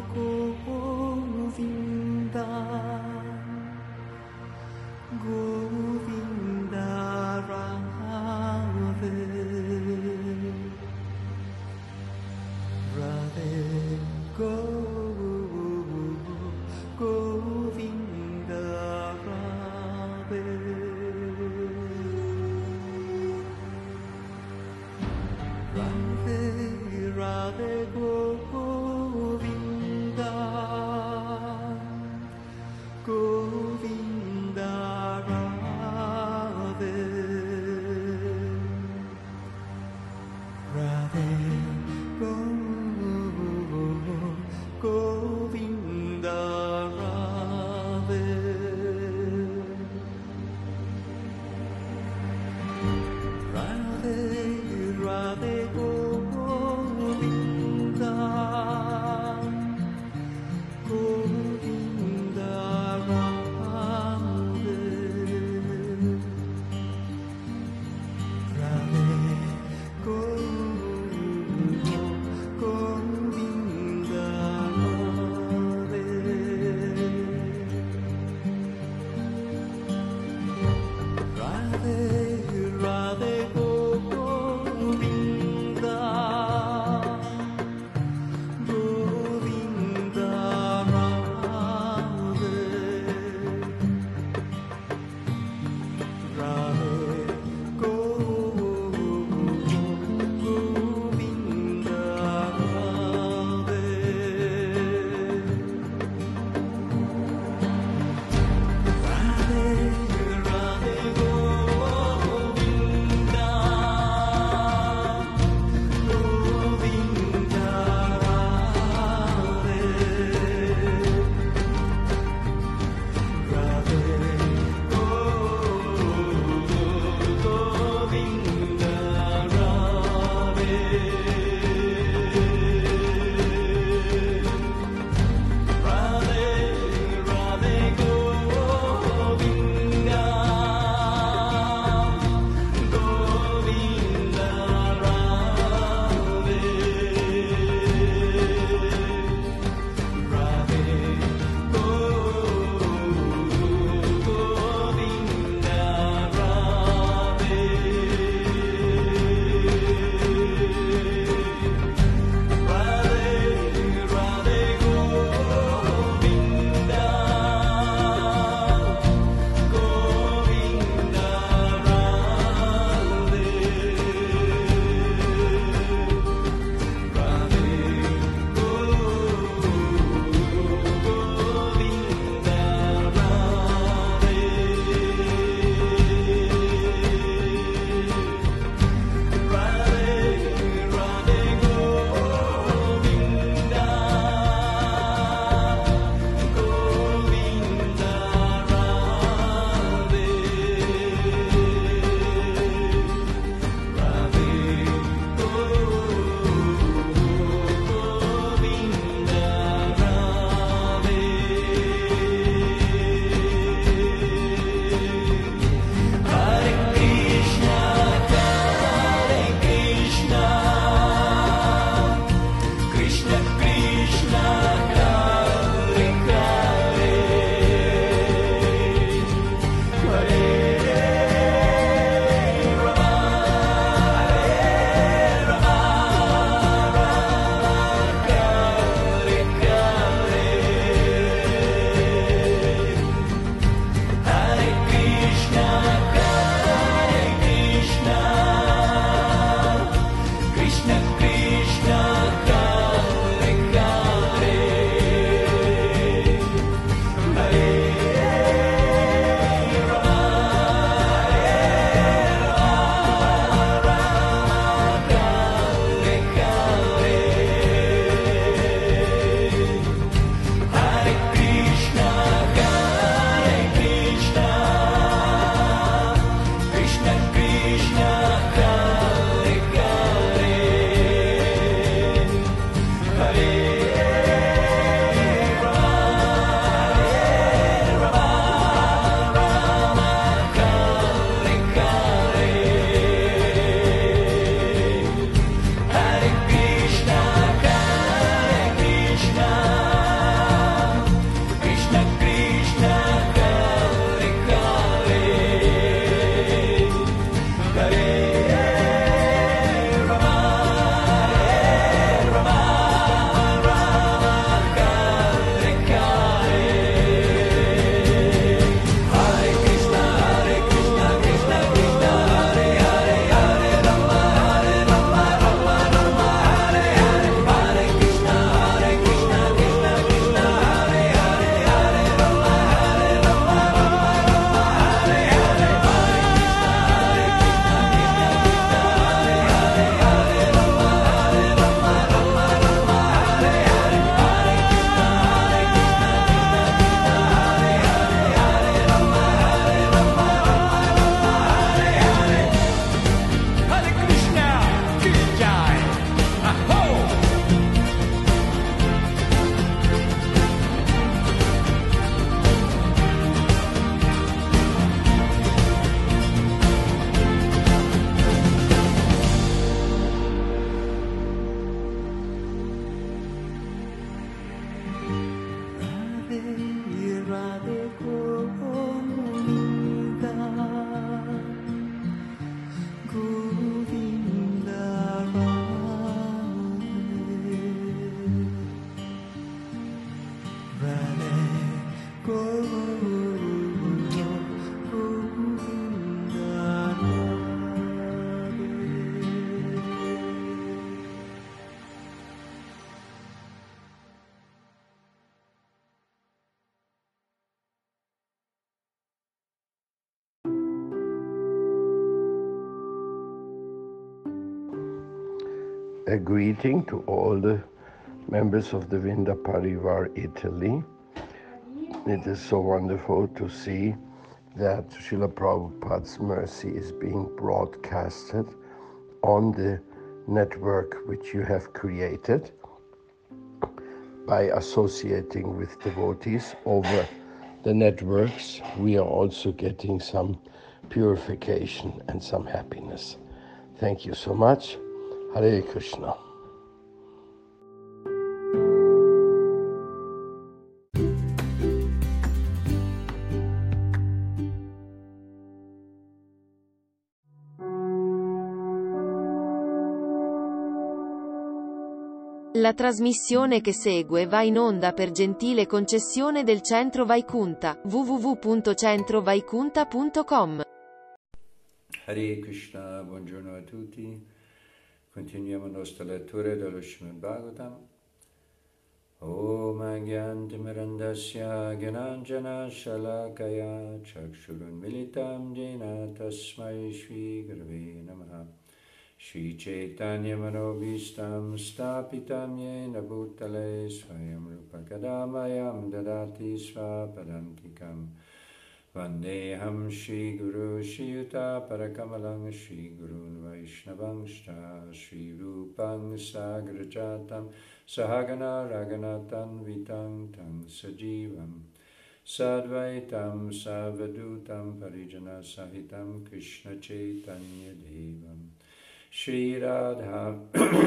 Govinda, Govinda Radhe, Radhe Govinda Radhe, Radhe Radhe Govinda, a greeting to all the members of the Vinda Parivar Italy. It is so wonderful to see that Srila Prabhupada's mercy is being broadcasted on the network which you have created by associating with devotees over the networks. We are also getting some purification and some happiness. Thank you so much. Hare Krishna. La trasmissione che segue va in onda per gentile concessione del Centro Vaikunta, www.centrovaikunta.com. Hare Krishna, buongiorno a tutti. Continuiamo la nostra lettura dello Srimad Bhagavatam. Om Agyantimirandasya Gyananjana Shalakaya Chakshurun Militam Jena Tasmai Shri Gurave Namaha Shri Chaitanya Manobhistam Stapitam Yena Bhutale Swayam Rupa Kadamayam Dadati Svapadantikam Vandeham Shri Guru Shri Yuta Parakamalang Shri Gurun Vaishnavangscha Shri Rupang Sagrajatam Sahagana Raganatan Vitang Tang Sajivam Sadvaitam Savadutam Parijana Sahitam Krishna Chaitanya Devam Shri Radha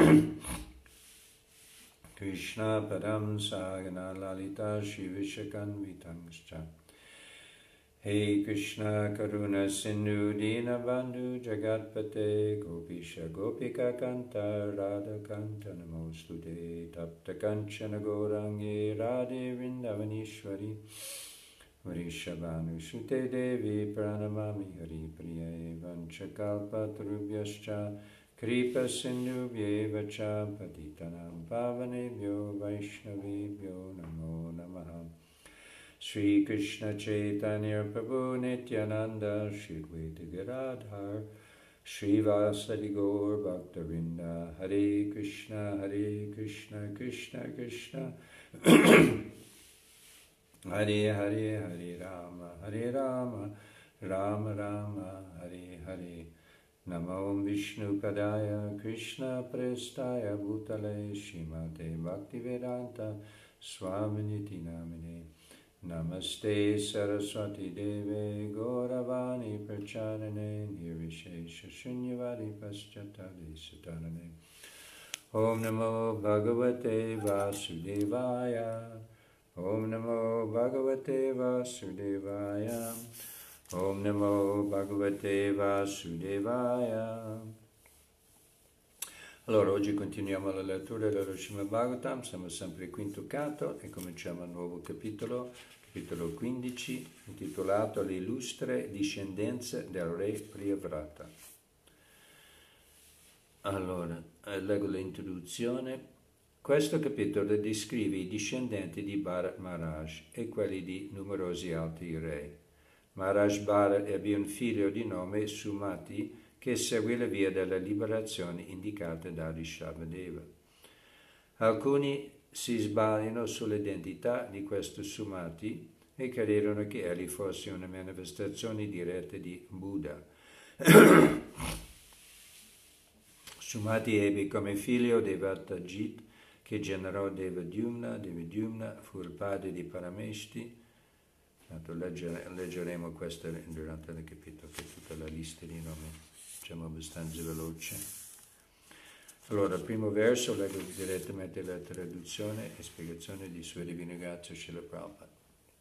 Krishna Padam Sagana Lalita Shri Vishakan Vitangscha Hey Krishna Karuna Sindhu Dina Bandhu Jagatpate Gopisha Gopika Kanta Radha Kanta Namostude Tapta Kanchana Gorangi Radhe Vrindavanishwari Varishabhanu Sute Devi Pranamami Hari Priye Vanchakalpa Tarubhyascha Kripa Sindhu Vacha Patitanam Pavanebhyo Vaishnavebhyo Namo Namaha Shri Krishna Chaitanya Prabhu Nityananda Shri Advaita Gadadhar Shri Vasadi Gaur Bhaktavinda Hare Krishna Krishna Krishna Hare Hare Hare Rama Rama Rama Hare Hare Namo Vishnu Padaya Krishna Prestaya Bhutale Shrimate Bhaktivedanta Swaminiti Namine Namaste Saraswati Deve Gauravani Pracharane Nirvishesha Shunyavadi Paschatade Satanane Om Namo Bhagavate Vasudevaya Om Namo Bhagavate Vasudevaya Om Namo Bhagavate Vasudevaya. Allora, oggi continuiamo la lettura dello Srimad Bhagavatam, siamo sempre al quinto canto e cominciamo il nuovo capitolo 15, intitolato Le illustre discendenze del re Priyavrata. Allora, leggo l'introduzione. Questo capitolo descrive i discendenti di Bharat Maharaj e quelli di numerosi altri re. Maharaj Bharat ebbe un figlio di nome Sumati che seguì la via della liberazione indicata da Rishabhadeva. Alcuni si sbagliano sull'identità di questo Sumati e credono che egli fosse una manifestazione diretta di Buddha. Sumati ebbe come figlio Devatajit, che generò Devadyumna. Devadyumna fu il padre di Parameshti. Leggeremo questo durante il capitolo, che è tutta la lista di nomi, diciamo abbastanza veloce. Allora, il primo verso, leggo direttamente la traduzione e spiegazione di Sua Divina Grazia Srila Prabhupada.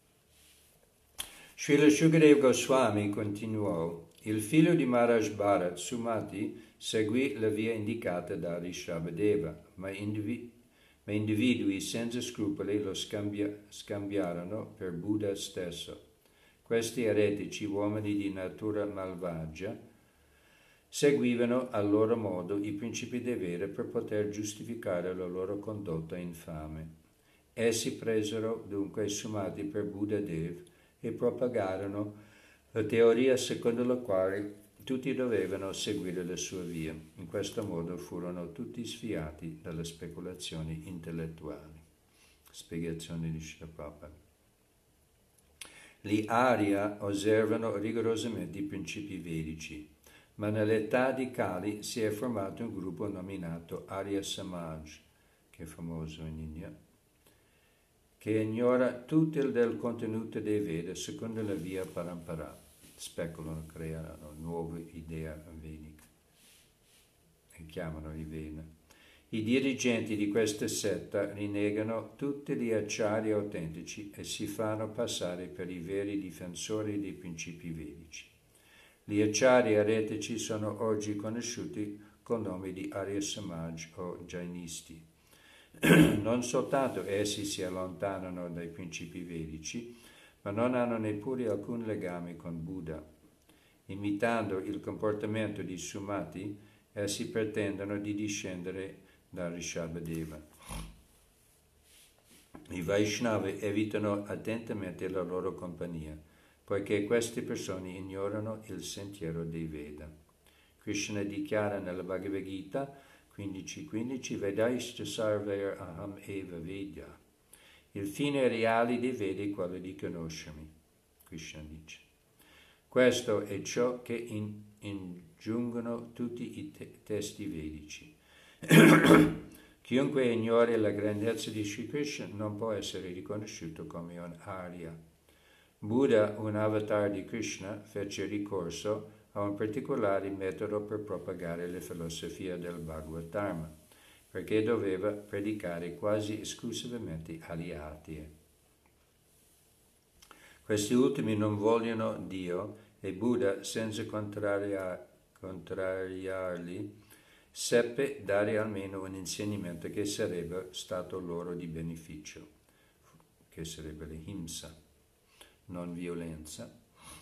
Srila Shukadeva Goswami continuò: il figlio di Maharaj Bharat, Sumati, seguì la via indicata da Rishabhadeva, ma individui senza scrupoli lo scambiarono per Buddha stesso. Questi eretici uomini di natura malvagia seguivano a loro modo i principi devere per poter giustificare la loro condotta infame. Essi presero dunque Sumati per Buddha Dev e propagarono la teoria secondo la quale tutti dovevano seguire la sua via. In questo modo furono tutti sviati dalle speculazioni intellettuali. Spiegazione di Srila Prabhupada. Gli Arya osservano rigorosamente i principi vedici, ma nell'età di Kali si è formato un gruppo nominato Arya Samaj, che è famoso in India, che ignora tutto il contenuto dei Veda secondo la via Parampara. Speculano, creano nuove idee vediche e chiamano i Veda. I dirigenti di questa setta rinnegano tutti gli acciari autentici e si fanno passare per i veri difensori dei principi vedici. Gli acciari eretici sono oggi conosciuti col nome di Arya Samaj o Jainisti. Non soltanto essi si allontanano dai principi vedici, ma non hanno neppure alcun legame con Buddha. Imitando il comportamento di Sumati, essi pretendono di discendere da Rishabhadeva. I Vaishnava evitano attentamente la loro compagnia, poiché queste persone ignorano il sentiero dei Veda. Krishna dichiara nella Bhagavad Gita 15.15 Vedaishta sarvair aham eva vedya. Il fine reale dei Veda è quello di conoscermi, Krishna dice. Questo è ciò che ingiungono tutti i testi vedici. Chiunque ignori la grandezza di Sri Krishna non può essere riconosciuto come un Arya. Buddha, un avatar di Krishna, fece ricorso a un particolare metodo per propagare la filosofia del Bhagavad Dharma, perché doveva predicare quasi esclusivamente agli Atya. Questi ultimi non vogliono Dio e Buddha, senza contrariarli, seppe dare almeno un insegnamento che sarebbe stato loro di beneficio, che sarebbe l'ahimsa, non violenza,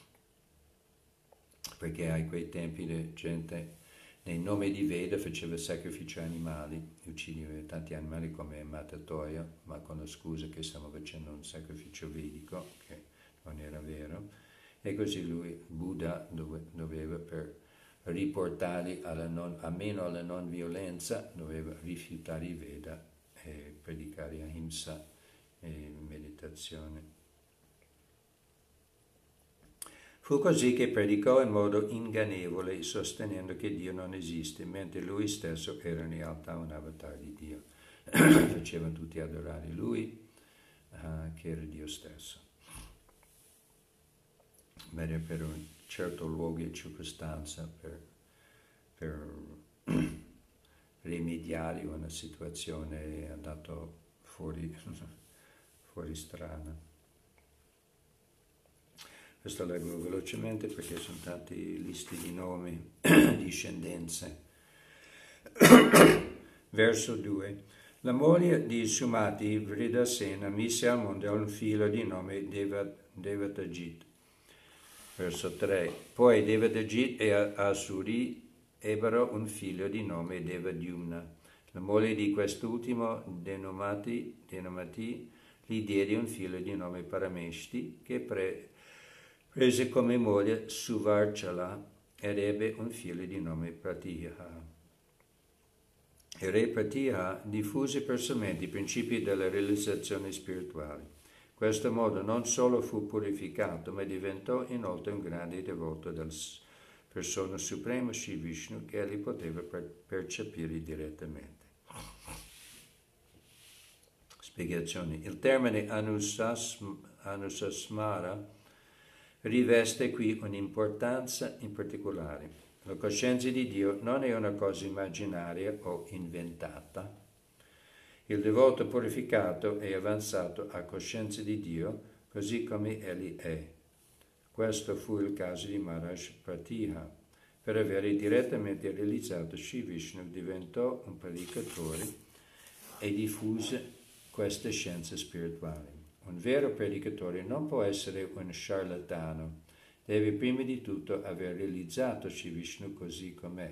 perché a quei tempi la gente nei nomi di Veda faceva sacrificio animali, uccideva tanti animali come matatoia, ma con la scusa che stavano facendo un sacrificio vedico, che non era vero, e così lui, Buddha, doveva per riportarli almeno alla non violenza, doveva rifiutare i Veda e predicare ahimsa e meditazione. Fu così che predicò in modo ingannevole, sostenendo che Dio non esiste, mentre lui stesso era in realtà un avatar di Dio. Facevano tutti adorare lui, che era Dio stesso. Era per un certo luogo e circostanza, per rimediare a una situazione andata fuori strada. Questo leggo velocemente perché sono tanti listi di nomi, discendenze. Verso 2. La moglie di Sumati, Vridasena, mise al mondo un figlio di nome Devatajit. Verso 3. Poi Devatajit e Asuri ebbero un figlio di nome Devadyumna. La moglie di quest'ultimo, Denumati, gli diede un figlio di nome Parameshti, che prese come moglie Suvarchala ed ebbe un figlio di nome Pratiha. Il re Pratiha diffuse personalmente i principi della realizzazione spirituale. In questo modo non solo fu purificato, ma diventò inoltre un grande devoto della persona suprema Shri Vishnu che egli poteva percepire direttamente. Spiegazione. Il termine Anusasmara riveste qui un'importanza in particolare. La coscienza di Dio non è una cosa immaginaria o inventata. Il devoto purificato è avanzato a coscienza di Dio così come egli è. Questo fu il caso di Maharaj Pratiha. Per avere direttamente realizzato Shri Vishnu diventò un predicatore e diffuse queste scienze spirituali. Un vero predicatore non può essere un ciarlatano, deve prima di tutto aver realizzato Shri Vishnu così com'è.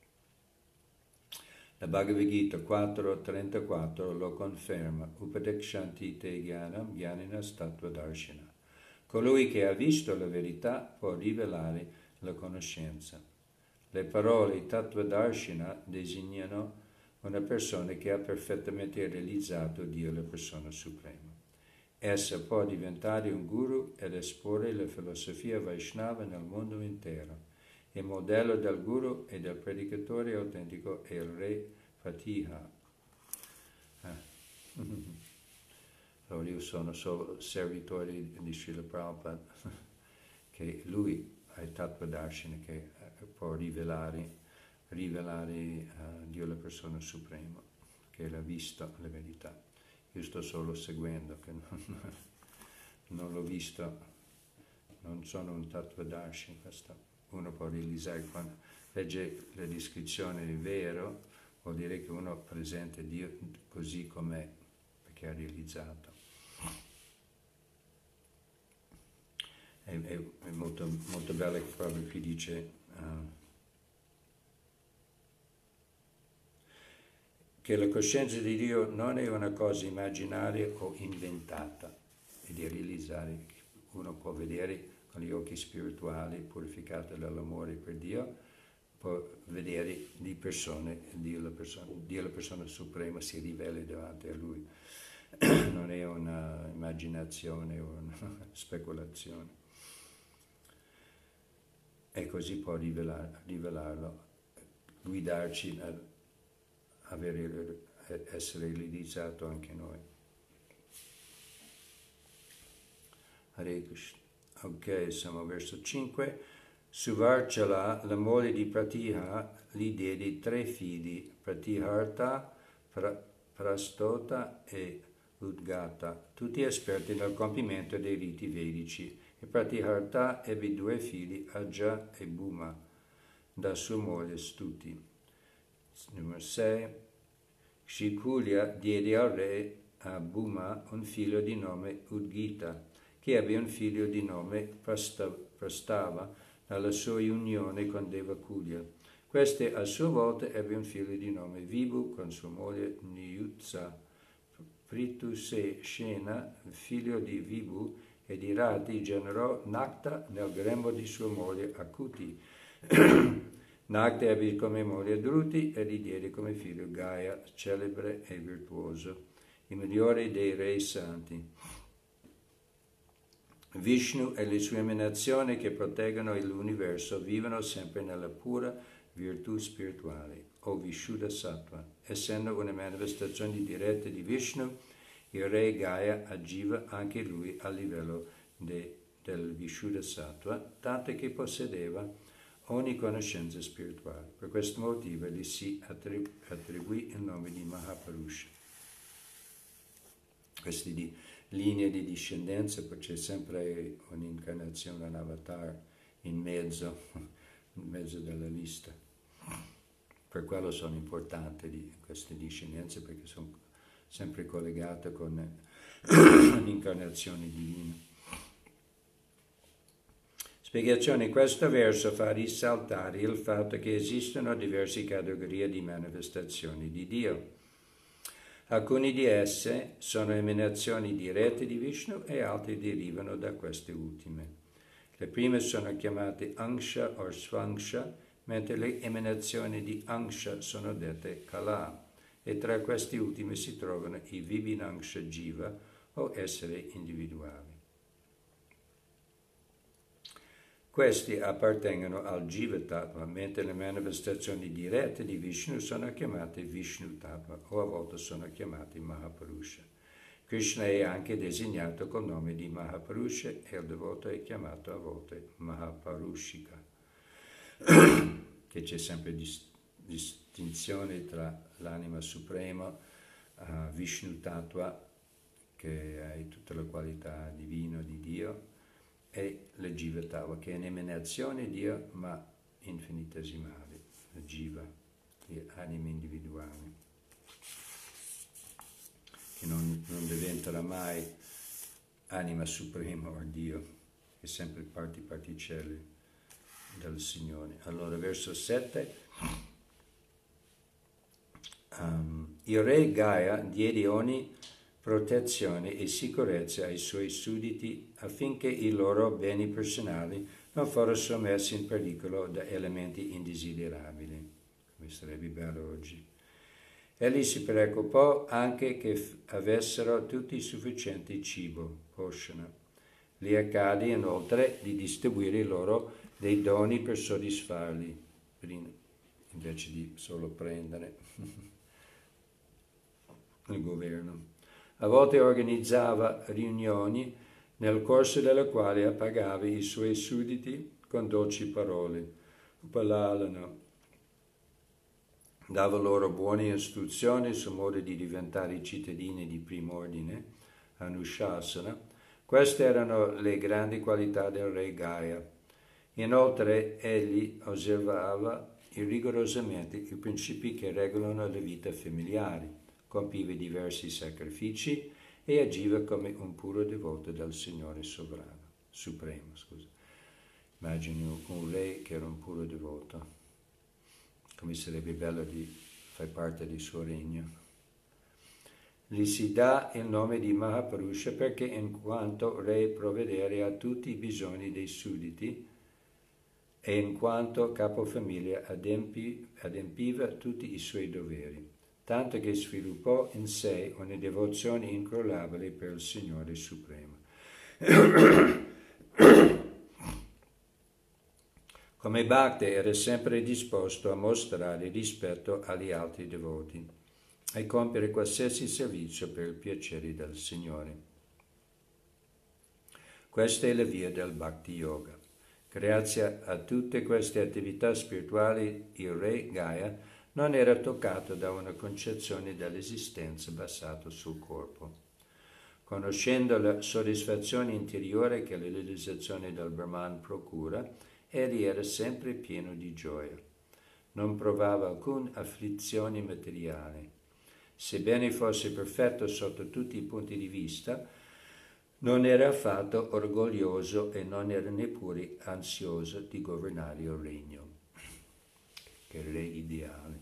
La Bhagavad Gita 4.34 lo conferma, Upadekshanti te jnanam jnanina tattva darshina. Colui che ha visto la verità può rivelare la conoscenza. Le parole Tattva-darshina designano una persona che ha perfettamente realizzato Dio, la persona suprema. Essa può diventare un guru ed esporre la filosofia Vaishnava nel mondo intero. Il modello del guru e del predicatore autentico è il re Fatiha. Allora io sono solo servitore di Srila Prabhupada, che lui è Tattva-darshina, che può rivelare Dio, la persona suprema, che l'ha visto la verità. Io sto solo seguendo, che non l'ho visto, non sono un Tattva-darshina. Uno può realizzare, quando legge la descrizione di vero, vuol dire che uno presenta Dio così com'è, perché ha realizzato. È molto, molto bello che proprio qui dice che la coscienza di Dio non è una cosa immaginaria o inventata, è di realizzare, uno può vedere con gli occhi spirituali, purificati dall'amore per Dio, può vedere di persone, Dio la persona suprema si rivela davanti a Lui. Non è una immaginazione o una speculazione. E così può rivelarlo, guidarci a essere realizzato anche noi. Hare Krishna. Ok, siamo al verso 5. Suvarchala, la moglie di Pratiha, gli diede 3 figli, Pratiharta, Prastota e Udgata, tutti esperti nel compimento dei riti vedici. E Pratiharta ebbe 2 figli, Aja e Bhuma, da sua moglie Stuti. Numero 6. Shikulya diede al re a Bhuma un figlio di nome Udgita, che ebbe un figlio di nome Prastava dalla sua unione con Devakulya. Queste a sua volta ebbe un figlio di nome Vibhu con sua moglie Niyutsa. Prithusena, figlio di Vibhu e di Rati, generò Nakta nel grembo di sua moglie Akuti. Nakta ebbe come moglie Druti e gli diede come figlio Gaia, celebre e virtuoso, il migliore dei re santi. Vishnu e le sue emanazioni che proteggono l'universo vivono sempre nella pura virtù spirituale, o Vishuddha-sattva. Essendo una manifestazione diretta di Vishnu, il re Gaia agiva anche lui a livello del Vishuddha-sattva, tanto che possedeva ogni conoscenza spirituale. Per questo motivo gli si attribuì il nome di Mahapurusha. Queste linee di discendenza, poi c'è sempre un'incarnazione, un avatar in mezzo della lista. Per quello sono importanti queste discendenze, perché sono sempre collegate con l'incarnazione divina. Spiegazione: questo verso fa risaltare il fatto che esistono diverse categorie di manifestazioni di Dio. Alcune di esse sono emanazioni dirette di Vishnu e altre derivano da queste ultime. Le prime sono chiamate Angsha o Svangsha, mentre le emanazioni di Angsha sono dette Kala, e tra queste ultime si trovano i Vibhinangsha Jiva o esseri individuali. Questi appartengono al Jiva Tattva, mentre le manifestazioni dirette di Vishnu sono chiamate Vishnu Tattva o a volte sono chiamate Mahapurusha. Krishna è anche designato col nome di Mahapurusha e il devoto è chiamato a volte Mahapurushika, che c'è sempre distinzione tra l'anima suprema, Vishnu Tattva, che ha tutta la qualità divina di Dio, e la Jiva Tattva, che è un'emanazione di Dio ma infinitesimale, la Jiva, le anime individuali, che non diventerà mai anima suprema o Dio, è sempre particelle del Signore. Allora, verso 7. Il re Gaia diede ogni protezione e sicurezza ai suoi sudditi affinché i loro beni personali non fossero sommersi in pericolo da elementi indesiderabili, come sarebbe bello oggi. Egli si preoccupò anche che avessero tutti sufficiente cibo, poshana. Gli accade inoltre di distribuire loro dei doni per soddisfarli, invece di solo prendere il governo. A volte organizzava riunioni nel corso delle quali appagava i suoi sudditi con dolci parole, upalalana, dava loro buone istruzioni sul modo di diventare cittadini di primo ordine, Anushasana. Queste erano le grandi qualità del re Gaya. Inoltre egli osservava rigorosamente i principi che regolano la vita familiare, compiva diversi sacrifici e agiva come un puro devoto del Signore Supremo. Immagini un re che era un puro devoto. Come sarebbe bello di fare parte del suo regno. Gli si dà il nome di Mahapurusha perché in quanto re provvedere a tutti i bisogni dei sudditi e in quanto capofamiglia adempiva tutti i suoi doveri, tanto che sviluppò in sé una devozione incrollabile per il Signore Supremo. Come Bhakta era sempre disposto a mostrare rispetto agli altri devoti e compiere qualsiasi servizio per il piacere del Signore. Questa è la via del Bhakti Yoga. Grazie a tutte queste attività spirituali il re Gaya non era toccato da una concezione dell'esistenza basata sul corpo. Conoscendo la soddisfazione interiore che la realizzazione del Brahman procura, egli era sempre pieno di gioia. Non provava alcuna afflizione materiale. Sebbene fosse perfetto sotto tutti i punti di vista, non era affatto orgoglioso e non era neppure ansioso di governare il regno. Che re ideale.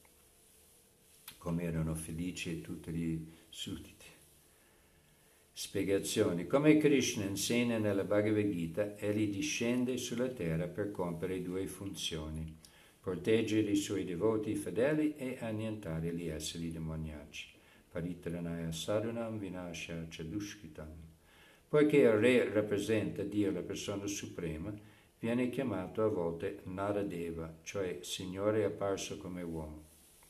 Come erano felici tutti i sudditi. Spiegazione. Come Krishna insegna nella Bhagavad Gita, egli discende sulla terra per compiere due funzioni: proteggere i suoi devoti fedeli e annientare gli esseri demoniaci. Paritranaya sadhunam vinasha chadushkitam. Poiché il re rappresenta Dio, la persona suprema, viene chiamato a volte Naradeva, cioè Signore apparso come uomo.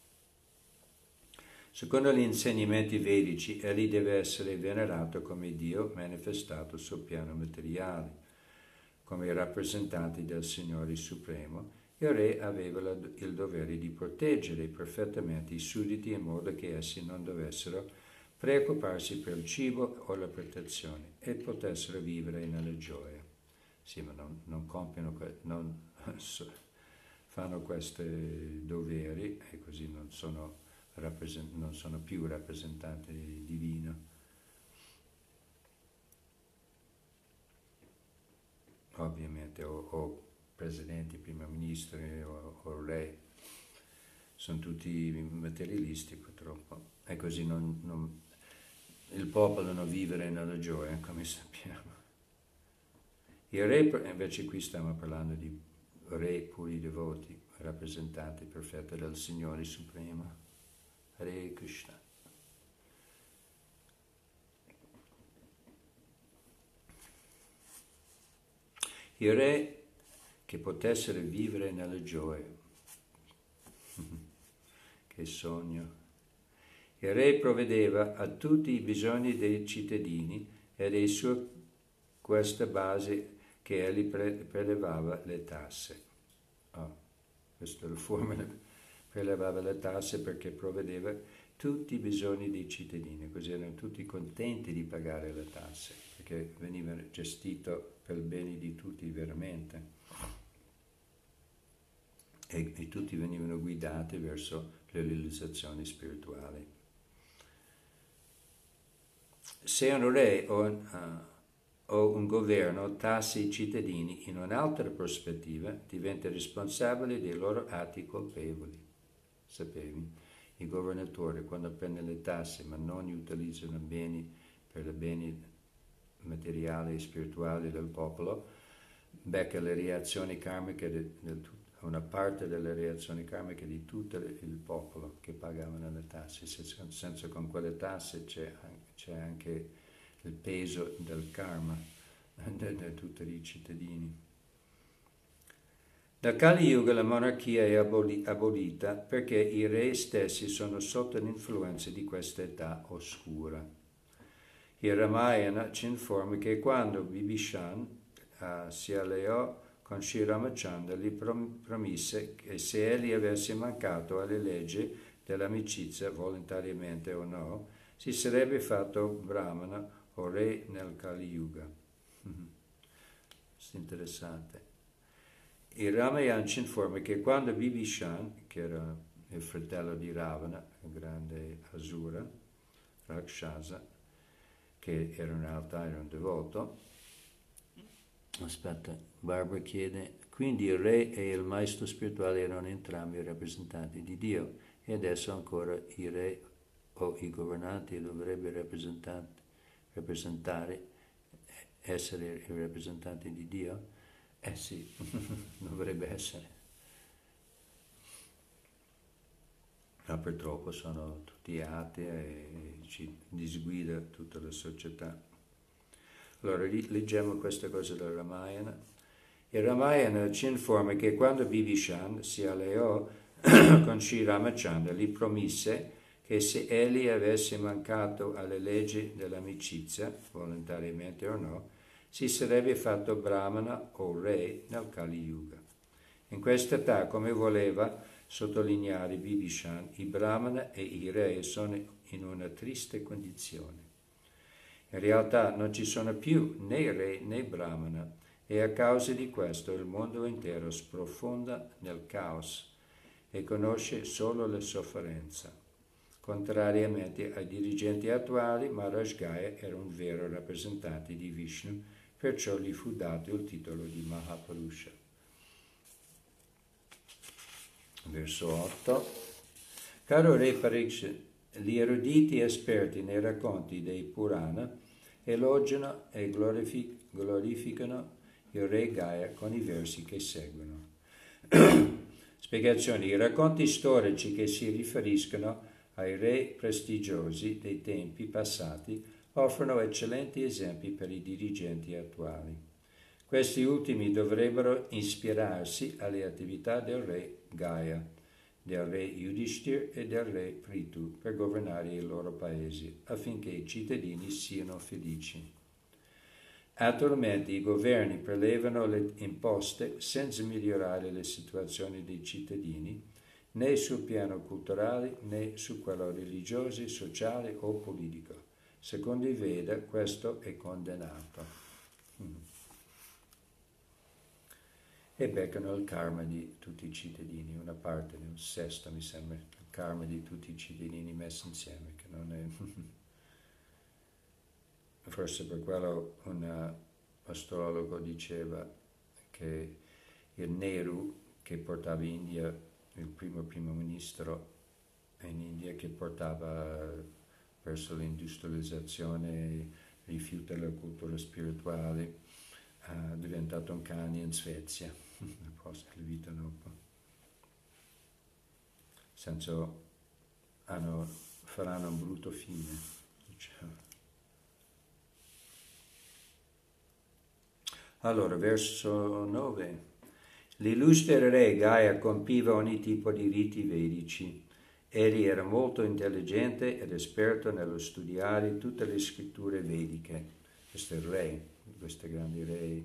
Secondo gli insegnamenti vedici, egli deve essere venerato come Dio manifestato sul piano materiale. Come rappresentante del Signore Supremo, il re aveva il dovere di proteggere perfettamente i sudditi in modo che essi non dovessero preoccuparsi per il cibo o la protezione e potessero vivere nella gioia. Sì, ma non compiono, non fanno questi doveri e così non sono più rappresentanti divino. Ovviamente o presidenti, primi ministri o re sono tutti materialisti purtroppo e così il popolo non vivere nella gioia, come sappiamo. Il re, invece qui stiamo parlando di re puri devoti, rappresentanti perfetti del Signore Supremo. Hare Krishna. Il re che potessero vivere nella gioia. Che sogno. Il re provvedeva a tutti i bisogni dei cittadini ed è su questa base che egli prelevava le tasse. Questa è la formula. Prelevava le tasse perché provvedeva tutti i bisogni dei cittadini, così erano tutti contenti di pagare le tasse, perché veniva gestito per il bene di tutti veramente. E tutti venivano guidati verso le realizzazioni spirituali. Se un re o un governo tassa i cittadini in un'altra prospettiva, diventa responsabile dei loro atti colpevoli. Sapevi? i governatori, quando prendono le tasse ma non utilizzano beni per i beni materiali e spirituali del popolo, becca le reazioni karmiche, una parte delle reazioni karmiche di tutto il popolo che pagavano le tasse. Senza con quelle tasse c'è anche il peso del karma di tutti i cittadini. Da Kali Yuga la monarchia è abolita perché i re stessi sono sotto l'influenza di questa età oscura. Il Ramayana ci informa che quando Bibhishan si alleò con Sri Ramachandra gli promise che se egli avesse mancato alle leggi dell'amicizia, volontariamente o no, si sarebbe fatto Brahmana o re nel Kali Yuga. Interessante. Il Ramayana ci informa che quando Bibhishan, che era il fratello di Ravana, il grande Asura, Rakshasa, che in realtà era un devoto, Barbara chiede, quindi il re e il maestro spirituale erano entrambi rappresentanti di Dio e adesso ancora i re o i governanti dovrebbero essere i rappresentanti di Dio? Sì, dovrebbe essere. Ma purtroppo sono tutti atei e ci disguida tutta la società. Allora leggiamo questa cosa del Ramayana. Il Ramayana ci informa che quando Bibhishan si alleò con Sri Ramachandra gli promise che se egli avesse mancato alle leggi dell'amicizia, volontariamente o no, si sarebbe fatto Brahmana o re nel Kali Yuga. In questa età, come voleva sottolineare Bibhishan, i Brahmana e i re sono in una triste condizione. In realtà non ci sono più né re né Brahmana e a causa di questo il mondo intero sprofonda nel caos e conosce solo la sofferenza. Contrariamente ai dirigenti attuali, Maharaj Gaya era un vero rappresentante di Vishnu, perciò gli fu dato il titolo di Mahapurusha. Verso 8. Caro re Parikshit, gli eruditi esperti nei racconti dei Purana elogiano e glorificano il re Gaya con i versi che seguono. Spiegazioni. I racconti storici che si riferiscono ai re prestigiosi dei tempi passati offrono eccellenti esempi per i dirigenti attuali. Questi ultimi dovrebbero ispirarsi alle attività del re Gaya, del re Yudhishthir e del re Prithu per governare i loro paesi, affinché i cittadini siano felici. Attualmente i governi prelevano le imposte senza migliorare le situazioni dei cittadini, né sul piano culturale né su quello religioso, sociale o politico. Secondo i Veda questo è condannato. E beccano il karma di tutti i cittadini, una parte, un sesto mi sembra, il karma di tutti i cittadini messi insieme, che non è... Forse per quello un astrologo diceva che il Nehru, che portava in India, il primo ministro in India, che portava verso l'industrializzazione, rifiuta la cultura spirituale, è diventato un cane in Svezia, la vita dopo. Senso, faranno un brutto fine, diciamo. Allora, verso 9. L'illustre re Gaya compiva ogni tipo di riti vedici. Egli era molto intelligente ed esperto nello studiare tutte le scritture vediche. Questo è il re, questo grande re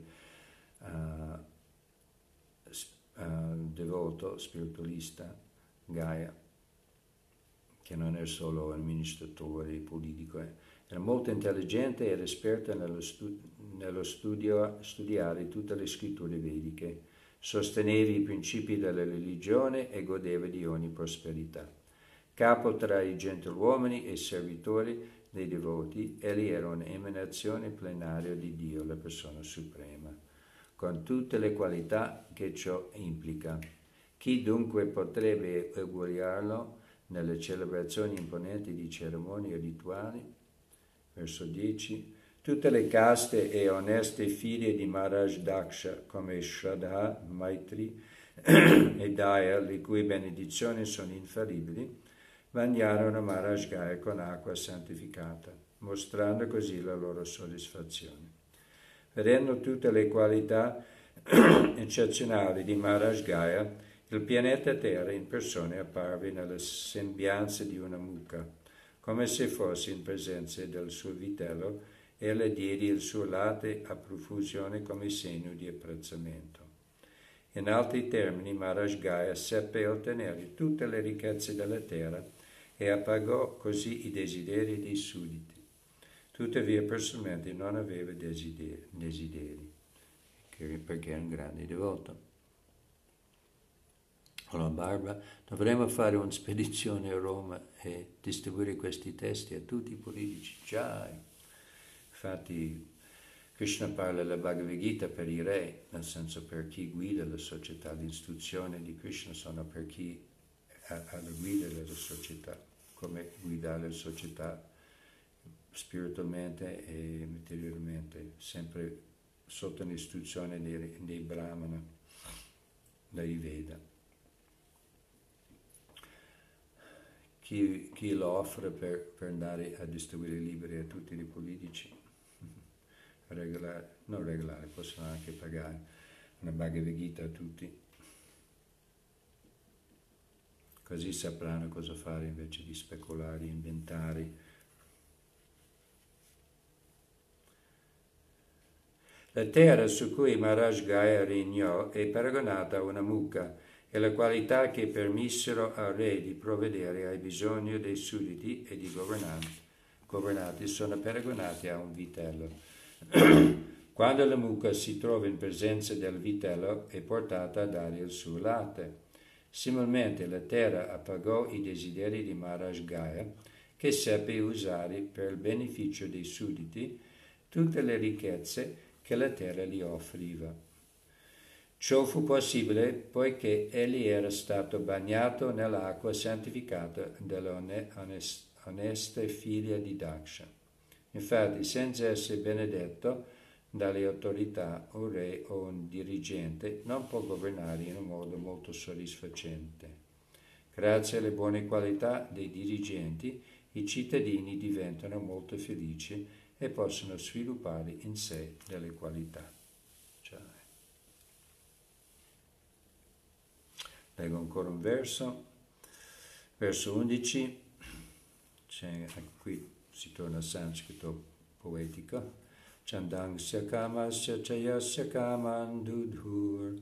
devoto, spiritualista, Gaya, che non è solo un amministratore politico, era molto intelligente ed esperto nello studiare tutte le scritture vediche, sosteneva i principi della religione e godeva di ogni prosperità. Capo tra i gentiluomini e servitori dei devoti, egli era un'emanazione plenaria di Dio, la persona suprema, con tutte le qualità che ciò implica. Chi dunque potrebbe eguagliarlo nelle celebrazioni imponenti di cerimonie rituali. Verso 10. Tutte le caste e oneste figlie di Maharaj Daksha, come Shraddha, Maitri e Daya, le cui benedizioni sono infallibili, bagnarono Maharaj Gaya con acqua santificata, mostrando così la loro soddisfazione. Vedendo tutte le qualità eccezionali di Maharaj Gaya, il pianeta Terra in persona apparve nella sembianza di una mucca, come se fosse in presenza del suo vitello, e le diedi il suo latte a profusione come segno di apprezzamento. In altri termini, Maharaj Gaya seppe ottenere tutte le ricchezze della terra e appagò così i desideri dei sudditi. Tuttavia, personalmente non aveva desideri perché era un grande devoto. Allora, Barbara, dovremmo fare una spedizione a Roma e distribuire questi testi a tutti i politici. Già. Infatti Krishna parla della Bhagavad Gita per i re, nel senso per chi guida la società. L'istruzione di Krishna sono per chi ha la guida della società, come guidare la società spiritualmente e materialmente, sempre sotto l'istruzione dei Brahmana, dai Veda. Chi lo offre per andare a distribuire libri a tutti i politici, non regolare, possono anche pagare una Bhagavad Gita a tutti. Così sapranno cosa fare invece di speculare, inventare. La terra su cui Maharaj Gaya regnò è paragonata a una mucca, e le qualità che permissero al re di provvedere ai bisogni dei sudditi e di governati sono paragonati a un vitello. Quando la mucca si trova in presenza del vitello è portata a dare il suo latte. Similmente la terra appagò i desideri di Maharaj Gaya, che seppe usare per il beneficio dei sudditi tutte le ricchezze che la terra gli offriva. Ciò fu possibile poiché egli era stato bagnato nell'acqua santificata delle oneste figlie di Daksha. Infatti, senza essere benedetto dalle autorità, un re o un dirigente non può governare in un modo molto soddisfacente. Grazie alle buone qualità dei dirigenti, i cittadini diventano molto felici e possono sviluppare in sé delle qualità. Leggo ancora un verso 11, qui si torna al sanscrito poetico. Chandangsya kamasya chayasya kaman dudhur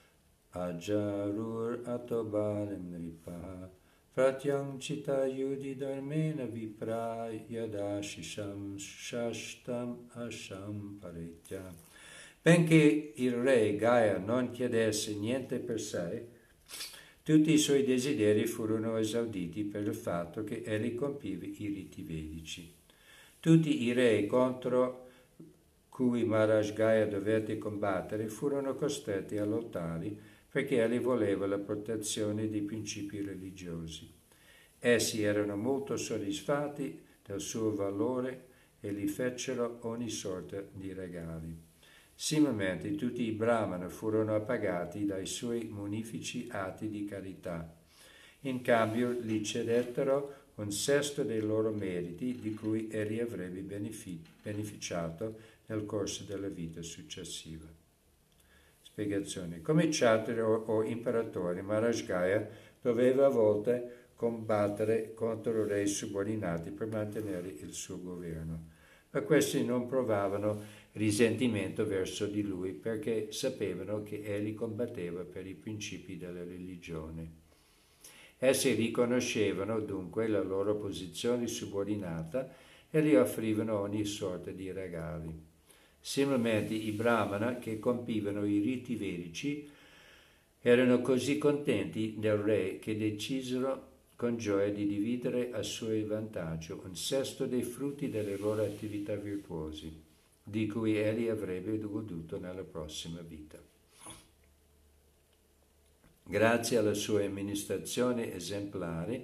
ajarur atobalim nripaha pratyang chita yudi dharmena vipra yadashisham shashtam asham paretya. Benché il re Gaya non chiedesse niente per sé, tutti i suoi desideri furono esauditi per il fatto che egli compiva i riti vedici. Tutti i re contro cui Maharaj Gaya dovette combattere furono costretti a lottare perché egli voleva la protezione dei principi religiosi. Essi erano molto soddisfatti del suo valore e gli fecero ogni sorta di regali. Similmente tutti i Brahmana furono appagati dai suoi munifici atti di carità. In cambio gli cedettero un sesto dei loro meriti di cui egli avrebbe beneficiato nel corso della vita successiva. Spiegazione. Come Kshatriya o imperatore, Maharaj Gaya doveva a volte combattere contro re subordinati per mantenere il suo governo, ma questi non provavano risentimento verso di lui perché sapevano che egli combatteva per i principi della religione. Essi riconoscevano dunque la loro posizione subordinata e gli offrivano ogni sorta di regali. Similmente i Brahmana che compivano i riti vedici erano così contenti del re che decisero con gioia di dividere a suo vantaggio un sesto dei frutti delle loro attività virtuose, di cui egli avrebbe goduto nella prossima vita. Grazie alla sua amministrazione esemplare,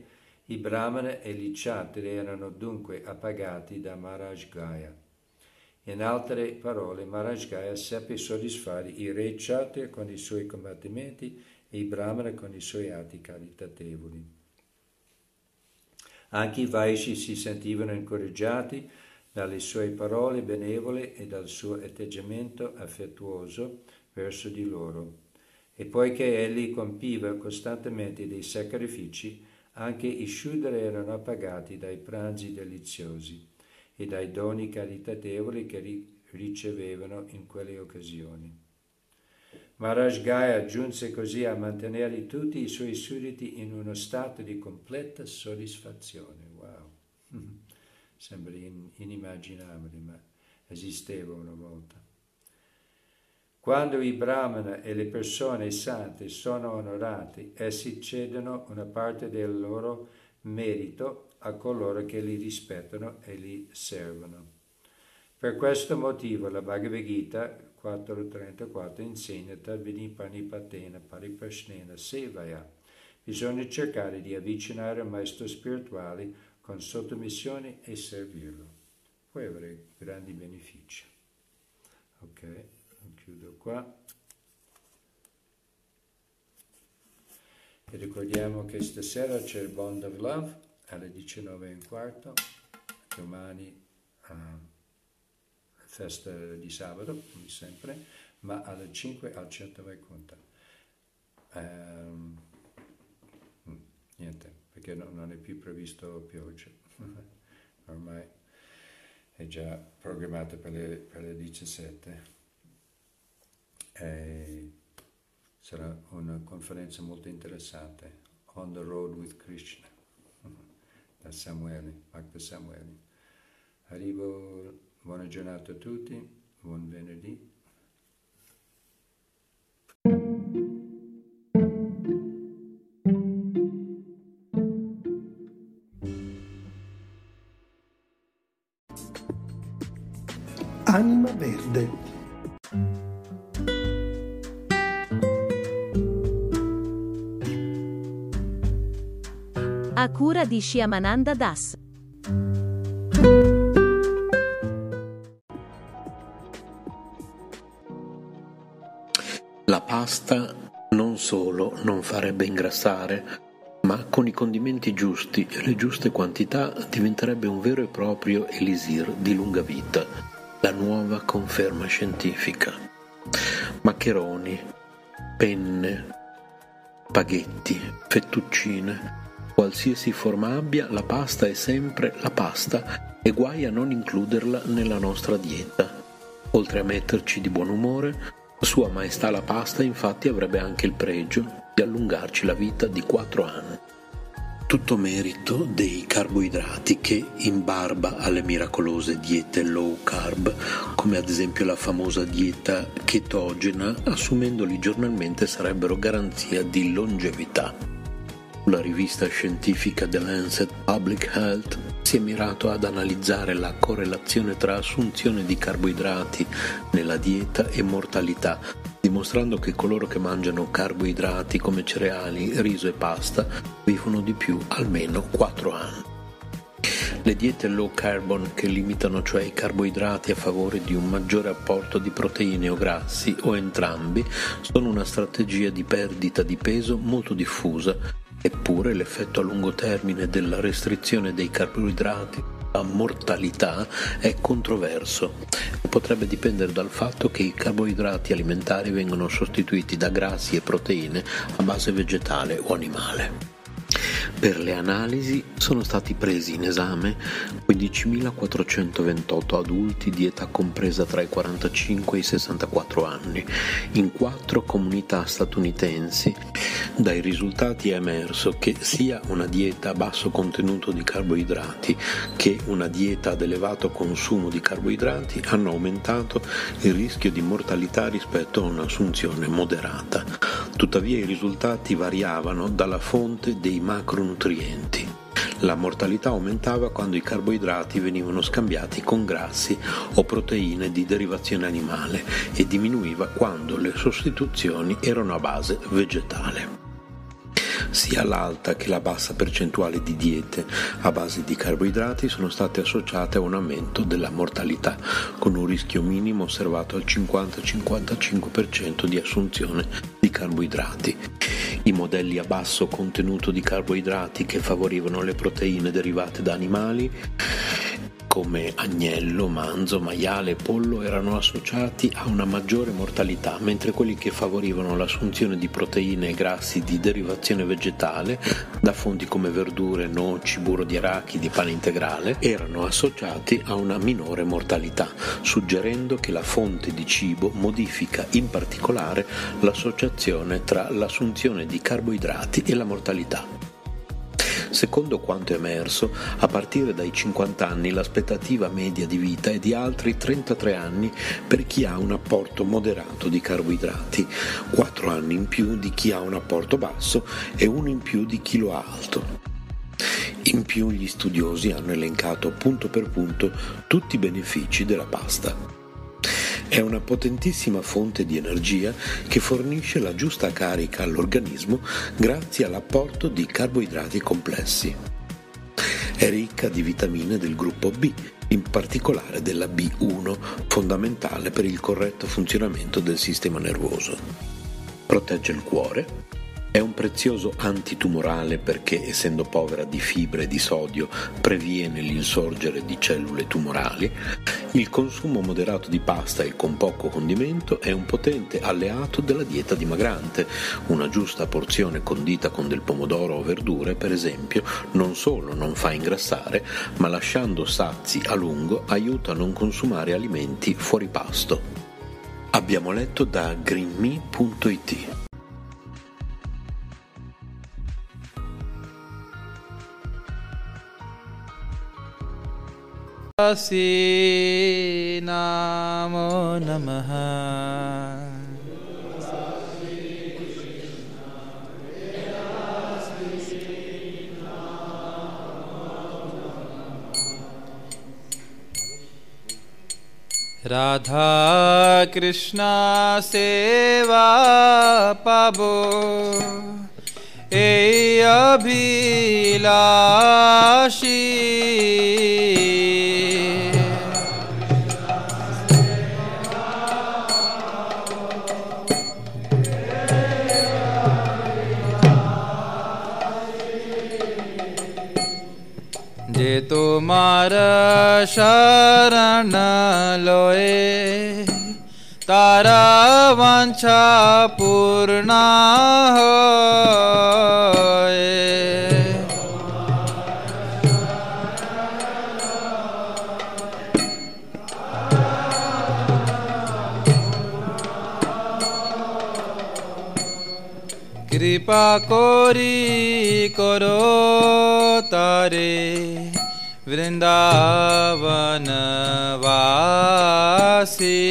I Brahmana e gli Kshatri erano dunque appagati da Maharaj Gaya. In altre parole, Maharaj Gaya seppe soddisfare i re Kshatriya con i suoi combattimenti e i Brahmana con i suoi atti caritatevoli. Anche i Vaishya si sentivano incoraggiati dalle sue parole benevole e dal suo atteggiamento affettuoso verso di loro. E poiché egli compiva costantemente dei sacrifici, anche i Shudra erano appagati dai pranzi deliziosi e dai doni caritatevoli che ricevevano in quelle occasioni. Maharaj Gaya giunse così a mantenere tutti i suoi sudditi in uno stato di completa soddisfazione. Wow! Sembra inimmaginabile, ma esisteva una volta. Quando i Brahmana e le persone sante sono onorati, essi cedono una parte del loro merito a coloro che li rispettano e li servono. Per questo motivo la Bhagavad Gita 4.34 insegna Tadvinipranipatena Pariprashnena Sevaya. Bisogna cercare di avvicinare il maestro spirituale con sottomissione e servirlo. Puoi avere grandi benefici. Ok, chiudo qua. E ricordiamo che stasera c'è il Bond of Love alle 19:15, domani festa di sabato, come sempre, ma alle 5 al Centro Vaikuntha. Niente, perché non è più previsto pioggia, ormai è già programmato per le 17. E sarà una conferenza molto interessante, On the Road with Krishna, da Samuele, Bhakta Samuele. Arrivo, buona giornata a tutti, buon venerdì. Anima Verde. A cura di Shyamananda Das. La pasta non solo non farebbe ingrassare, ma con i condimenti giusti e le giuste quantità diventerebbe un vero e proprio elisir di lunga vita, la nuova conferma scientifica. Maccheroni, penne, spaghetti, fettuccine, qualsiasi forma abbia, la pasta è sempre la pasta e guai a non includerla nella nostra dieta. Oltre a metterci di buon umore, Sua Maestà la pasta infatti avrebbe anche il pregio di allungarci la vita di 4 anni. Tutto merito dei carboidrati che, in barba alle miracolose diete low carb, come ad esempio la famosa dieta chetogena, assumendoli giornalmente sarebbero garanzia di longevità. La rivista scientifica The Lancet Public Health si è mirato ad analizzare la correlazione tra assunzione di carboidrati nella dieta e mortalità, dimostrando che coloro che mangiano carboidrati come cereali, riso e pasta vivono di più almeno 4 anni. Le diete low carbon, che limitano cioè i carboidrati a favore di un maggiore apporto di proteine o grassi o entrambi, sono una strategia di perdita di peso molto diffusa. Eppure l'effetto a lungo termine della restrizione dei carboidrati a mortalità è controverso e potrebbe dipendere dal fatto che i carboidrati alimentari vengono sostituiti da grassi e proteine a base vegetale o animale. Per le analisi sono stati presi in esame 15.428 adulti di età compresa tra i 45 e i 64 anni in 4 comunità statunitensi. Dai risultati è emerso che sia una dieta a basso contenuto di carboidrati che una dieta ad elevato consumo di carboidrati hanno aumentato il rischio di mortalità rispetto a un'assunzione moderata. Tuttavia i risultati variavano dalla fonte dei macronutrienti. La mortalità aumentava quando i carboidrati venivano scambiati con grassi o proteine di derivazione animale e diminuiva quando le sostituzioni erano a base vegetale. sia l'alta che la bassa percentuale di diete a base di carboidrati sono state associate a un aumento della mortalità, con un rischio minimo osservato al 50-55% di assunzione di carboidrati. I modelli a basso contenuto di carboidrati che favorivano le proteine derivate da animali come agnello, manzo, maiale e pollo erano associati a una maggiore mortalità, mentre quelli che favorivano l'assunzione di proteine e grassi di derivazione vegetale da fonti come verdure, noci, burro di arachidi, pane integrale erano associati a una minore mortalità, suggerendo che la fonte di cibo modifica in particolare l'associazione tra l'assunzione di carboidrati e la mortalità. Secondo quanto emerso, a partire dai 50 anni l'aspettativa media di vita è di altri 33 anni per chi ha un apporto moderato di carboidrati, 4 anni in più di chi ha un apporto basso e 1 in più di chi lo ha alto. In più gli studiosi hanno elencato punto per punto tutti i benefici della pasta. È una potentissima fonte di energia che fornisce la giusta carica all'organismo grazie all'apporto di carboidrati complessi. È ricca di vitamine del gruppo B, in particolare della B1, fondamentale per il corretto funzionamento del sistema nervoso. Protegge il cuore. È un prezioso antitumorale perché, essendo povera di fibre e di sodio, previene l'insorgere di cellule tumorali. Il consumo moderato di pasta e con poco condimento è un potente alleato della dieta dimagrante. Una giusta porzione condita con del pomodoro o verdure, per esempio, non solo non fa ingrassare, ma lasciando sazi a lungo aiuta a non consumare alimenti fuori pasto. Abbiamo letto da greenme.it. Namo Namaha. Radha Krishna Seva Pabo Ei Abhilashi जे तुम्हारा शरण लोए तारा वांछा पूर्णा होए। कृपा कोरी करो तारे वृंदावन वासी।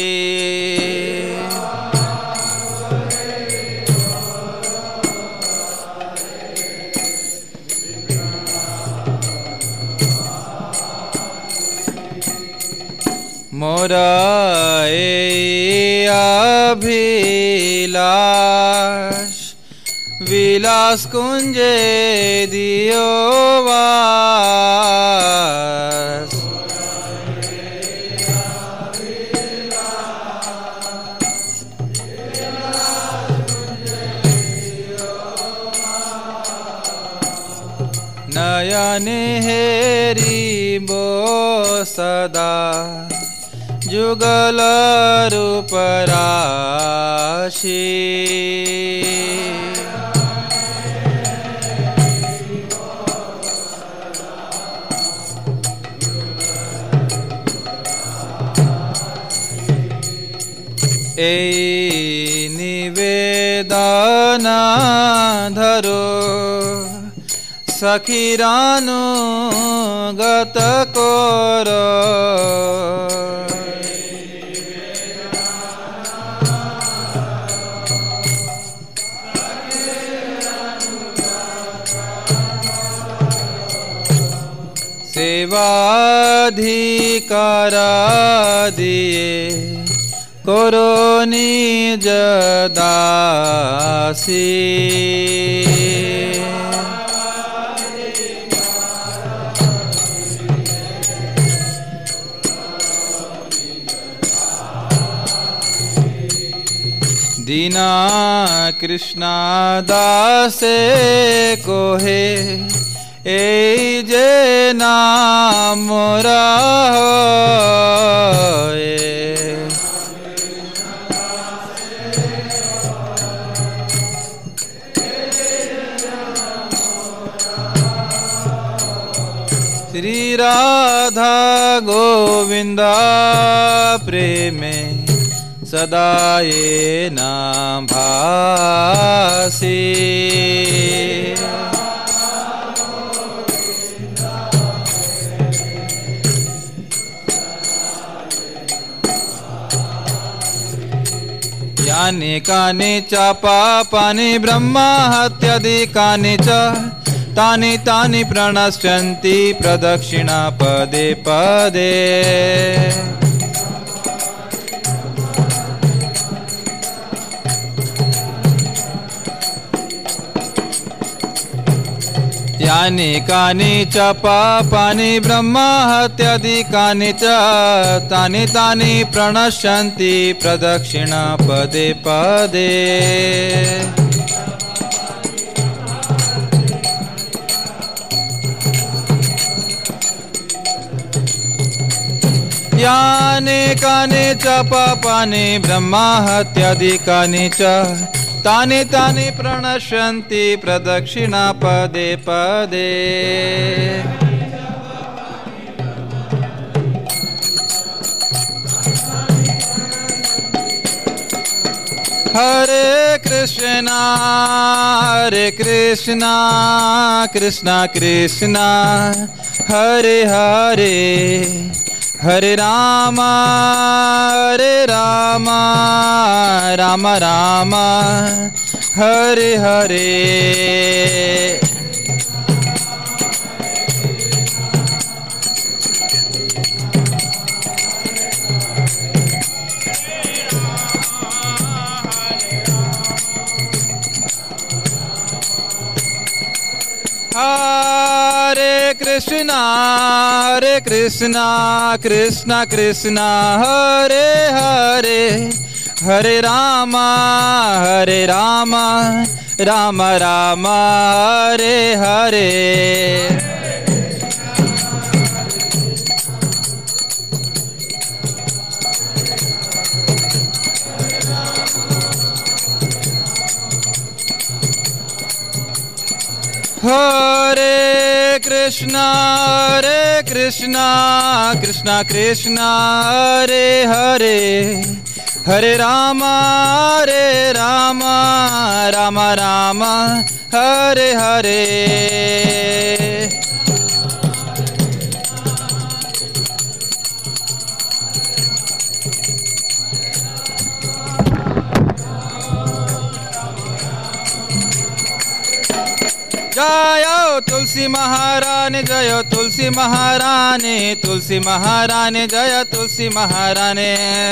मोरा अभिलाष विलास कुंजे दियो वास। नयन हेरी बो सदा जुगल रूप राशि। ए निवेदन धरो सखीरानु गत करो। सेवाधिकार दिए करो निज दासी। दीना कृष्णा दासे कोहे ए जे नाम मोरा होए। श्री राधा गोविंदा प्रेमे सदा ये नाम भासी। यानि कानि च पापानि ब्रह्मा हत्यादिकानि च तानि तानि प्रणश्यन्ति प्रदक्षिणा पदे पदे। यानि कानि च पापानि ब्रह्मा हत्यादिकानि च तानि तानि प्रणश्यन्ति प्रदक्षिणा पदे पदे। यानि कानि च पापानि ब्रह्मा हत्यादिकानि च तानि तानि प्रणश्यन्ति प्रदक्षिणा पदे पदे। हरे कृष्णा कृष्णा कृष्णा हरे हरे हरे राम राम राम हरे हरे। हरे कृष्णा कृष्णा कृष्णा हरे हरे हरे राम राम राम हरे हरे। हरे कृष्णा कृष्णा कृष्णा हरे हरे हरे राम राम राम हरे हरे। जयो तुलसी महारानी जय तुलसी महारानी तुलसी महारानी जय तुलसी महारानी।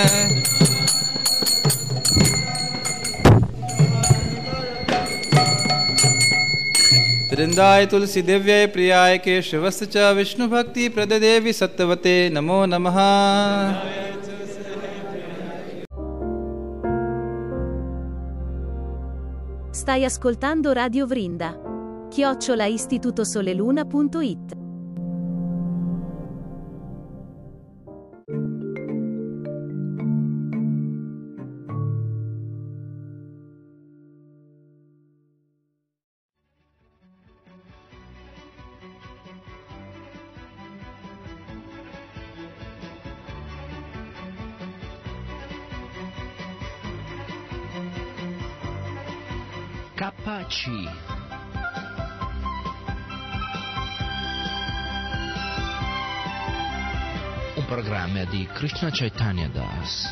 वृंदाय तुलसी दिव्याय प्रियाय केशवस्य च विष्णु भक्ति प्रददेवी सत्यवते नमो नमः। Stai ascoltando Radio Vrinda. @istitutosoleluna.it. KC un programma di Krishna Chaitanya Das.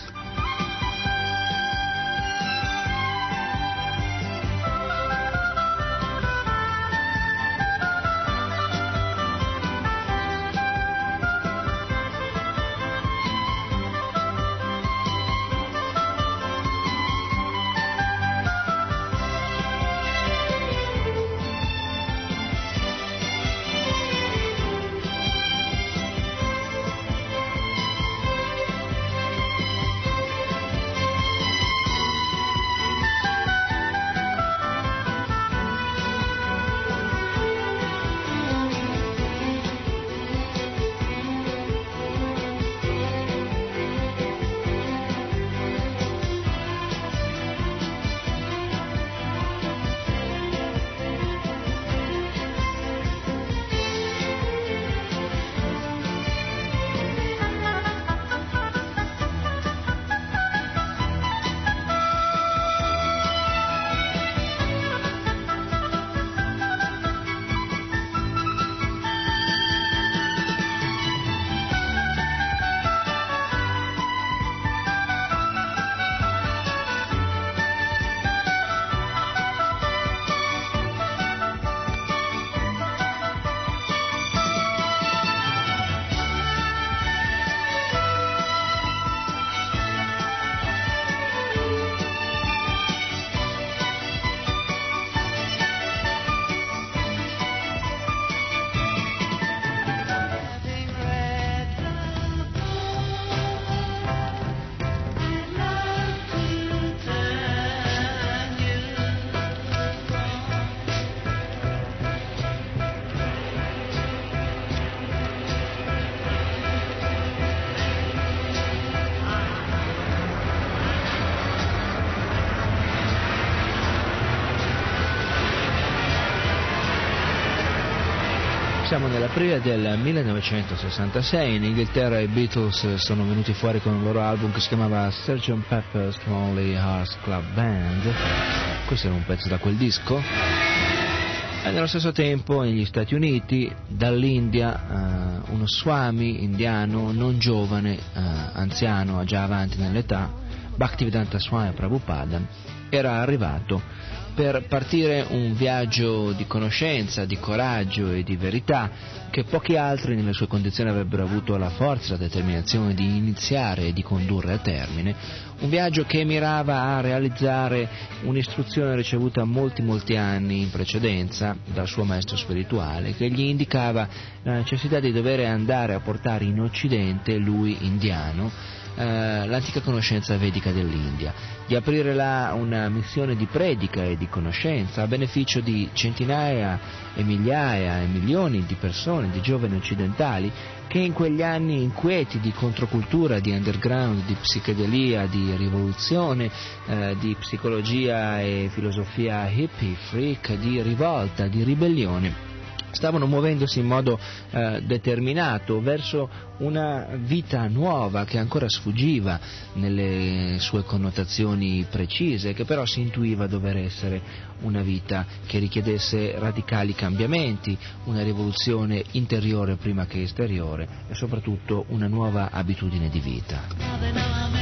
Siamo nell'aprile del 1966, in Inghilterra i Beatles sono venuti fuori con un loro album che si chiamava Sgt. Pepper's Lonely Hearts Club Band. Questo era un pezzo da quel disco. E nello stesso tempo negli Stati Uniti, dall'India, uno Swami indiano non giovane, anziano, già avanti nell'età, Bhaktivedanta Swami Prabhupada, era arrivato per partire un viaggio di conoscenza, di coraggio e di verità che pochi altri nelle sue condizioni avrebbero avuto la forza e la determinazione di iniziare e di condurre a termine, un viaggio che mirava a realizzare un'istruzione ricevuta molti anni in precedenza dal suo maestro spirituale, che gli indicava la necessità di dover andare a portare in Occidente, lui indiano, l'antica conoscenza vedica dell'India, di aprire là una missione di predica e di conoscenza a beneficio di centinaia e migliaia e milioni di persone, di giovani occidentali che in quegli anni inquieti di controcultura, di underground, di psichedelia, di rivoluzione, di psicologia e filosofia hippie, freak, di rivolta, di ribellione, stavano muovendosi in modo determinato verso una vita nuova che ancora sfuggiva nelle sue connotazioni precise, che però si intuiva dover essere una vita che richiedesse radicali cambiamenti, una rivoluzione interiore prima che esteriore e soprattutto una nuova abitudine di vita.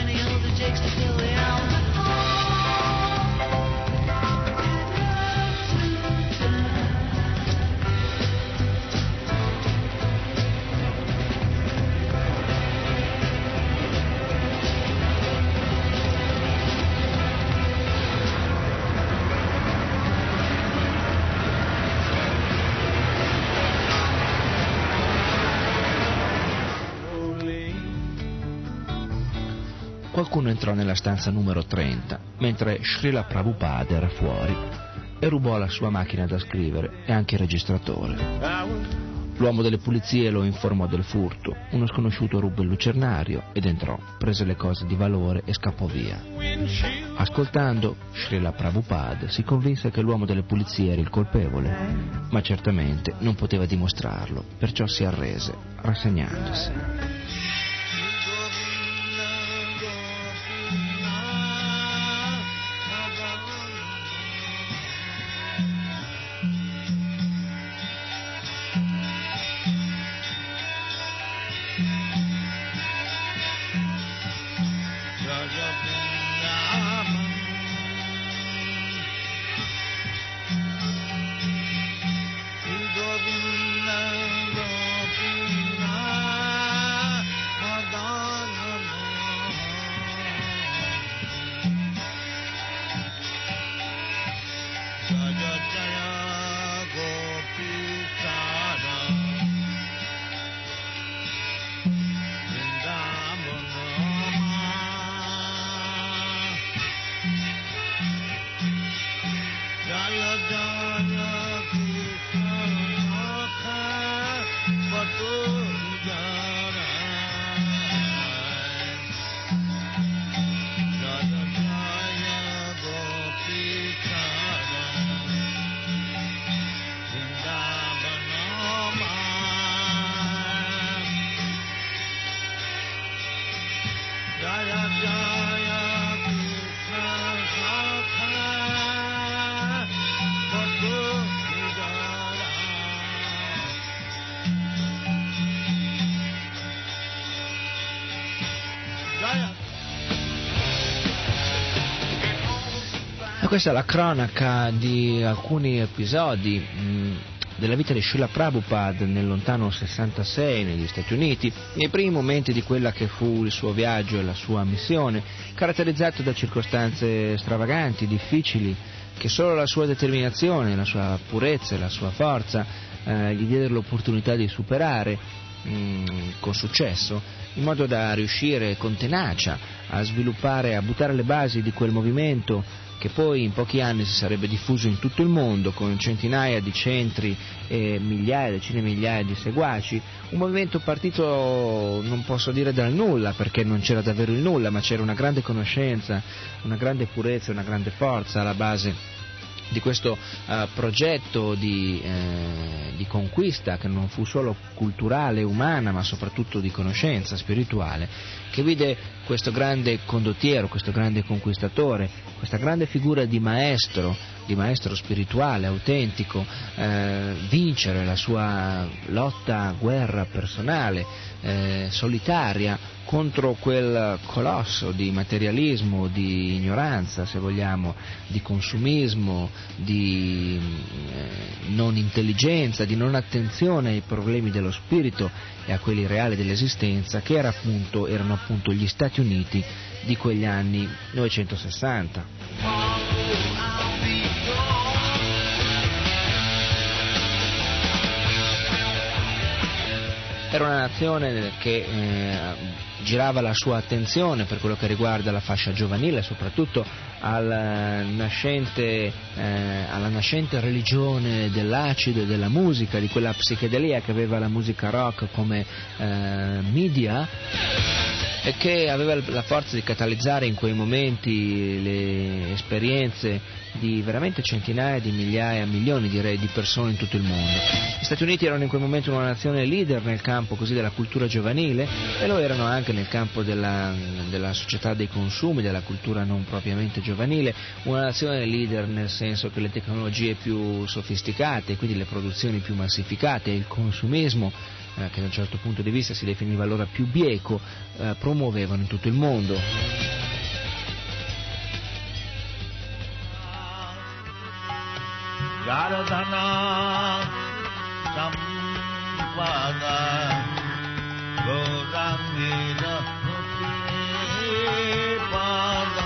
Qualcuno entrò nella stanza numero 30, mentre Srila Prabhupada era fuori, e rubò la sua macchina da scrivere e anche il registratore. L'uomo delle pulizie lo informò del furto, uno sconosciuto ruppe il lucernario ed entrò, prese le cose di valore e scappò via. Ascoltando, Srila Prabhupada si convinse che l'uomo delle pulizie era il colpevole, ma certamente non poteva dimostrarlo, perciò si arrese, rassegnandosi. Questa è la cronaca di alcuni episodi della vita di Srila Prabhupada nel lontano 66 negli Stati Uniti, nei primi momenti di quella che fu il suo viaggio e la sua missione, caratterizzato da circostanze stravaganti, difficili, che solo la sua determinazione, la sua purezza e la sua forza gli diedero l'opportunità di superare con successo, in modo da riuscire con tenacia a sviluppare, a buttare le basi di quel movimento che poi in pochi anni si sarebbe diffuso in tutto il mondo con centinaia di centri e migliaia, decine di migliaia di seguaci, un movimento partito, non posso dire dal nulla perché non c'era davvero il nulla, ma c'era una grande conoscenza, una grande purezza, una grande forza alla base di questo progetto di conquista, che non fu solo culturale, umana, ma soprattutto di conoscenza spirituale, che vide questo grande condottiero, questo grande conquistatore, questa grande figura di maestro spirituale, autentico, vincere la sua lotta, guerra personale, solitaria, contro quel colosso di materialismo, di ignoranza, se vogliamo, di consumismo, di non intelligenza, di non attenzione ai problemi dello spirito e a quelli reali dell'esistenza, che erano appunto gli Stati Uniti di quegli anni 1960. Era una nazione che girava la sua attenzione per quello che riguarda la fascia giovanile, soprattutto alla nascente religione dell'acido e della musica, di quella psichedelia che aveva la musica rock come media, e che aveva la forza di catalizzare in quei momenti le esperienze di veramente centinaia di migliaia, milioni direi, di persone in tutto il mondo. Gli Stati Uniti erano in quel momento una nazione leader nel campo così della cultura giovanile, e lo erano anche nel campo della società dei consumi, della cultura non propriamente giovanile, una nazione leader nel senso che le tecnologie più sofisticate, quindi le produzioni più massificate e il consumismo, che da un certo punto di vista si definiva allora più bieco, promuovevano in tutto il mondo. Garadhana Sampada Gaurangina Pada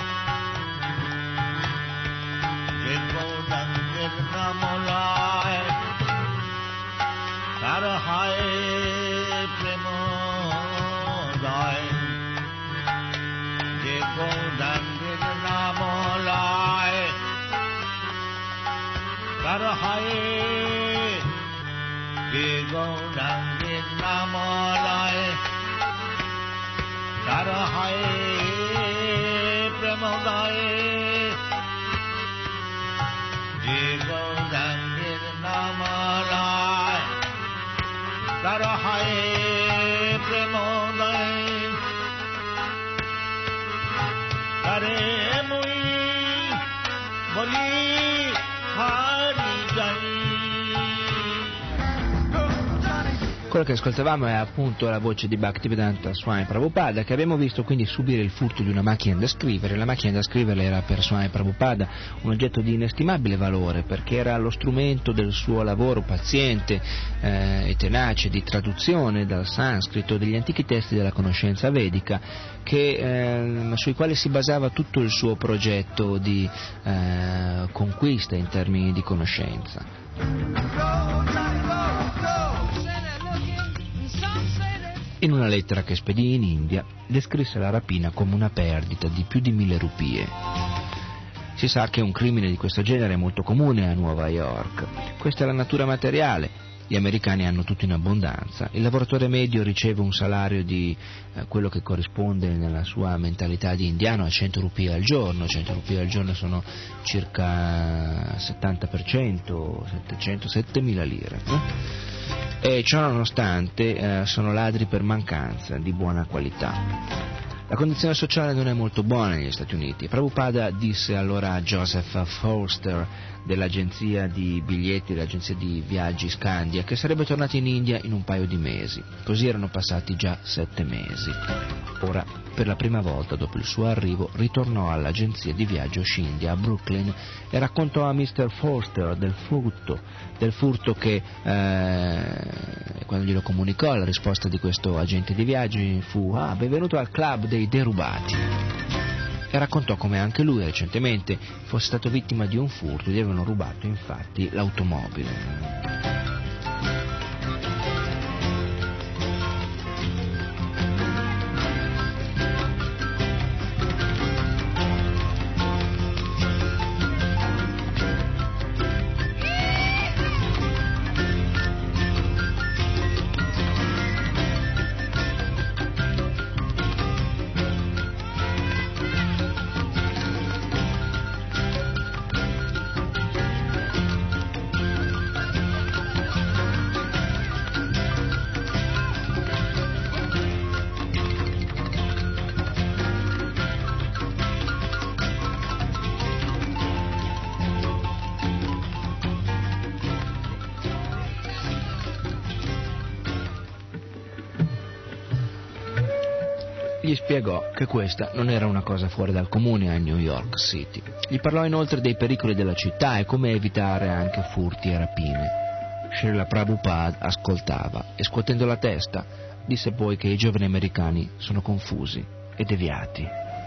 Gaurangir Namalai Sarahai Premodai Gaurangir Namalai Sarahai Gaurangir Namalai Sarahai Premodai Gaurangir Namalai Sarahai Premodai Sare Mui Boli Quello che ascoltavamo è appunto la voce di Bhaktivedanta Swami Prabhupada, che abbiamo visto quindi subire il furto di una macchina da scrivere. La macchina da scrivere era per Swami Prabhupada un oggetto di inestimabile valore, perché era lo strumento del suo lavoro paziente e tenace di traduzione dal sanscrito degli antichi testi della conoscenza vedica, sui quali si basava tutto il suo progetto di conquista in termini di conoscenza. In una lettera che spedì in India, descrisse la rapina come una perdita di più di 1000 rupie. Si sa che un crimine di questo genere è molto comune a Nuova York. Questa è la natura materiale. Gli americani hanno tutto in abbondanza. Il lavoratore medio riceve un salario di quello che corrisponde nella sua mentalità di indiano a 100 rupie al giorno. 100 rupie al giorno sono circa 70%, 7.000 lire. E ciò nonostante sono ladri per mancanza di buona qualità. La condizione sociale non è molto buona negli Stati Uniti. Prabhupada disse allora a Joseph Forster dell'agenzia di biglietti, dell'agenzia di viaggi Scandia, che sarebbe tornato in India in un paio di mesi. Così erano passati già 7 mesi. Ora, per la prima volta dopo il suo arrivo, ritornò all'agenzia di viaggio Scindia a Brooklyn e raccontò a Mr. Forster del furto che, quando glielo comunicò, la risposta di questo agente di viaggi fu: "Ah, benvenuto al club dei derubati". E raccontò come anche lui recentemente fosse stato vittima di un furto, gli avevano rubato infatti l'automobile. gli spiegò che questa non era una cosa fuori dal comune a New York City. Gli parlò inoltre dei pericoli della città e come evitare anche furti e rapine. Srila Prabhupada ascoltava e, scuotendo la testa, disse poi che i giovani americani sono confusi e deviati.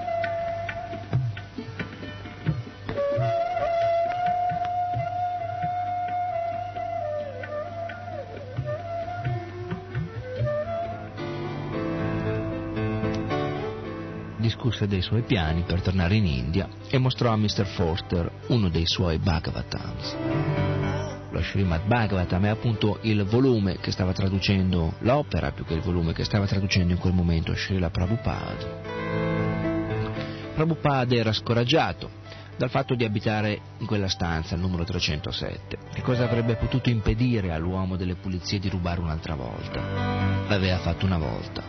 Discusse dei suoi piani per tornare in India e mostrò a Mr. Forster uno dei suoi Bhagavatams. Lo Srimad Bhagavatam è appunto il volume che stava traducendo, l'opera più che il volume che stava traducendo in quel momento Srila Prabhupada. Prabhupada era scoraggiato dal fatto di abitare in quella stanza, il numero 307. Che cosa avrebbe potuto impedire all'uomo delle pulizie di rubare un'altra volta? L'aveva fatto una volta.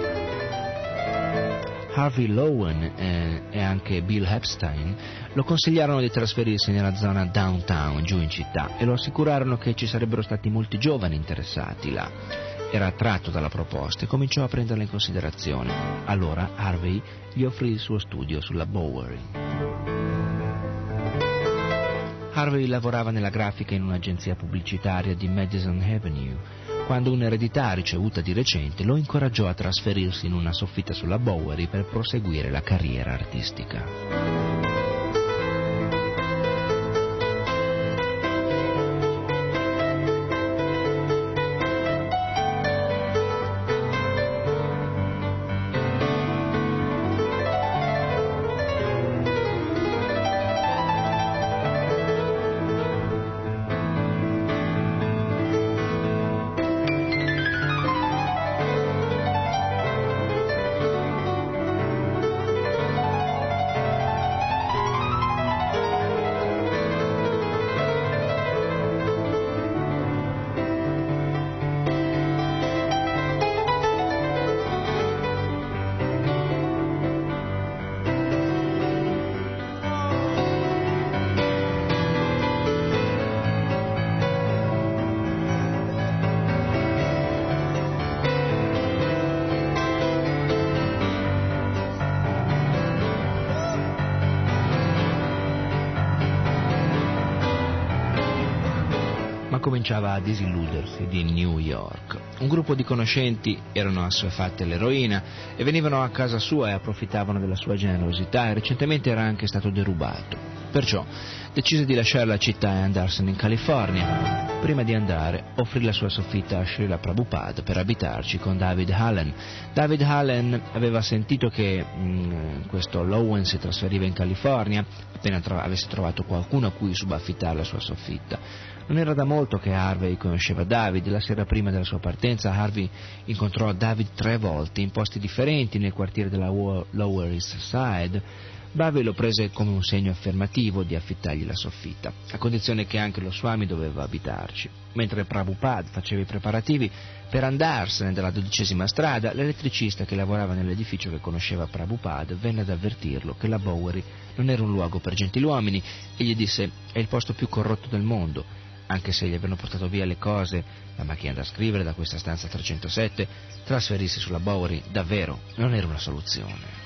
Harvey Lowen e anche Bill Epstein lo consigliarono di trasferirsi nella zona downtown, giù in città, e lo assicurarono che ci sarebbero stati molti giovani interessati là. Era attratto dalla proposta e cominciò a prenderla in considerazione. Allora Harvey gli offrì il suo studio sulla Bowery. Harvey lavorava nella grafica in un'agenzia pubblicitaria di Madison Avenue, quando un'eredità ricevuta di recente lo incoraggiò a trasferirsi in una soffitta sulla Bowery per proseguire la carriera artistica. Cominciava a disilludersi di New York. Un gruppo di conoscenti erano assuefatti all'eroina e venivano a casa sua e approfittavano della sua generosità, e recentemente era anche stato derubato. Perciò decise di lasciare la città e andarsene in California. Prima di andare offrì la sua soffitta a Srila Prabhupada per abitarci con David Hallen. David Hallen aveva sentito che questo Lowen si trasferiva in California appena avesse trovato qualcuno a cui subaffittare la sua soffitta. Non era da molto che Harvey conosceva David. La sera prima della sua partenza Harvey incontrò David 3 volte in posti differenti nel quartiere della Lower East Side. Harvey lo prese come un segno affermativo di affittargli la soffitta, a condizione che anche lo Swami doveva abitarci. Mentre Prabhupada faceva i preparativi per andarsene dalla 12ª strada, l'elettricista che lavorava nell'edificio che conosceva Prabhupada venne ad avvertirlo che la Bowery non era un luogo per gentiluomini e gli disse: è il posto più corrotto del mondo. Anche se gli avevano portato via le cose, la macchina da scrivere da questa stanza 307, trasferirsi sulla Bowery davvero non era una soluzione.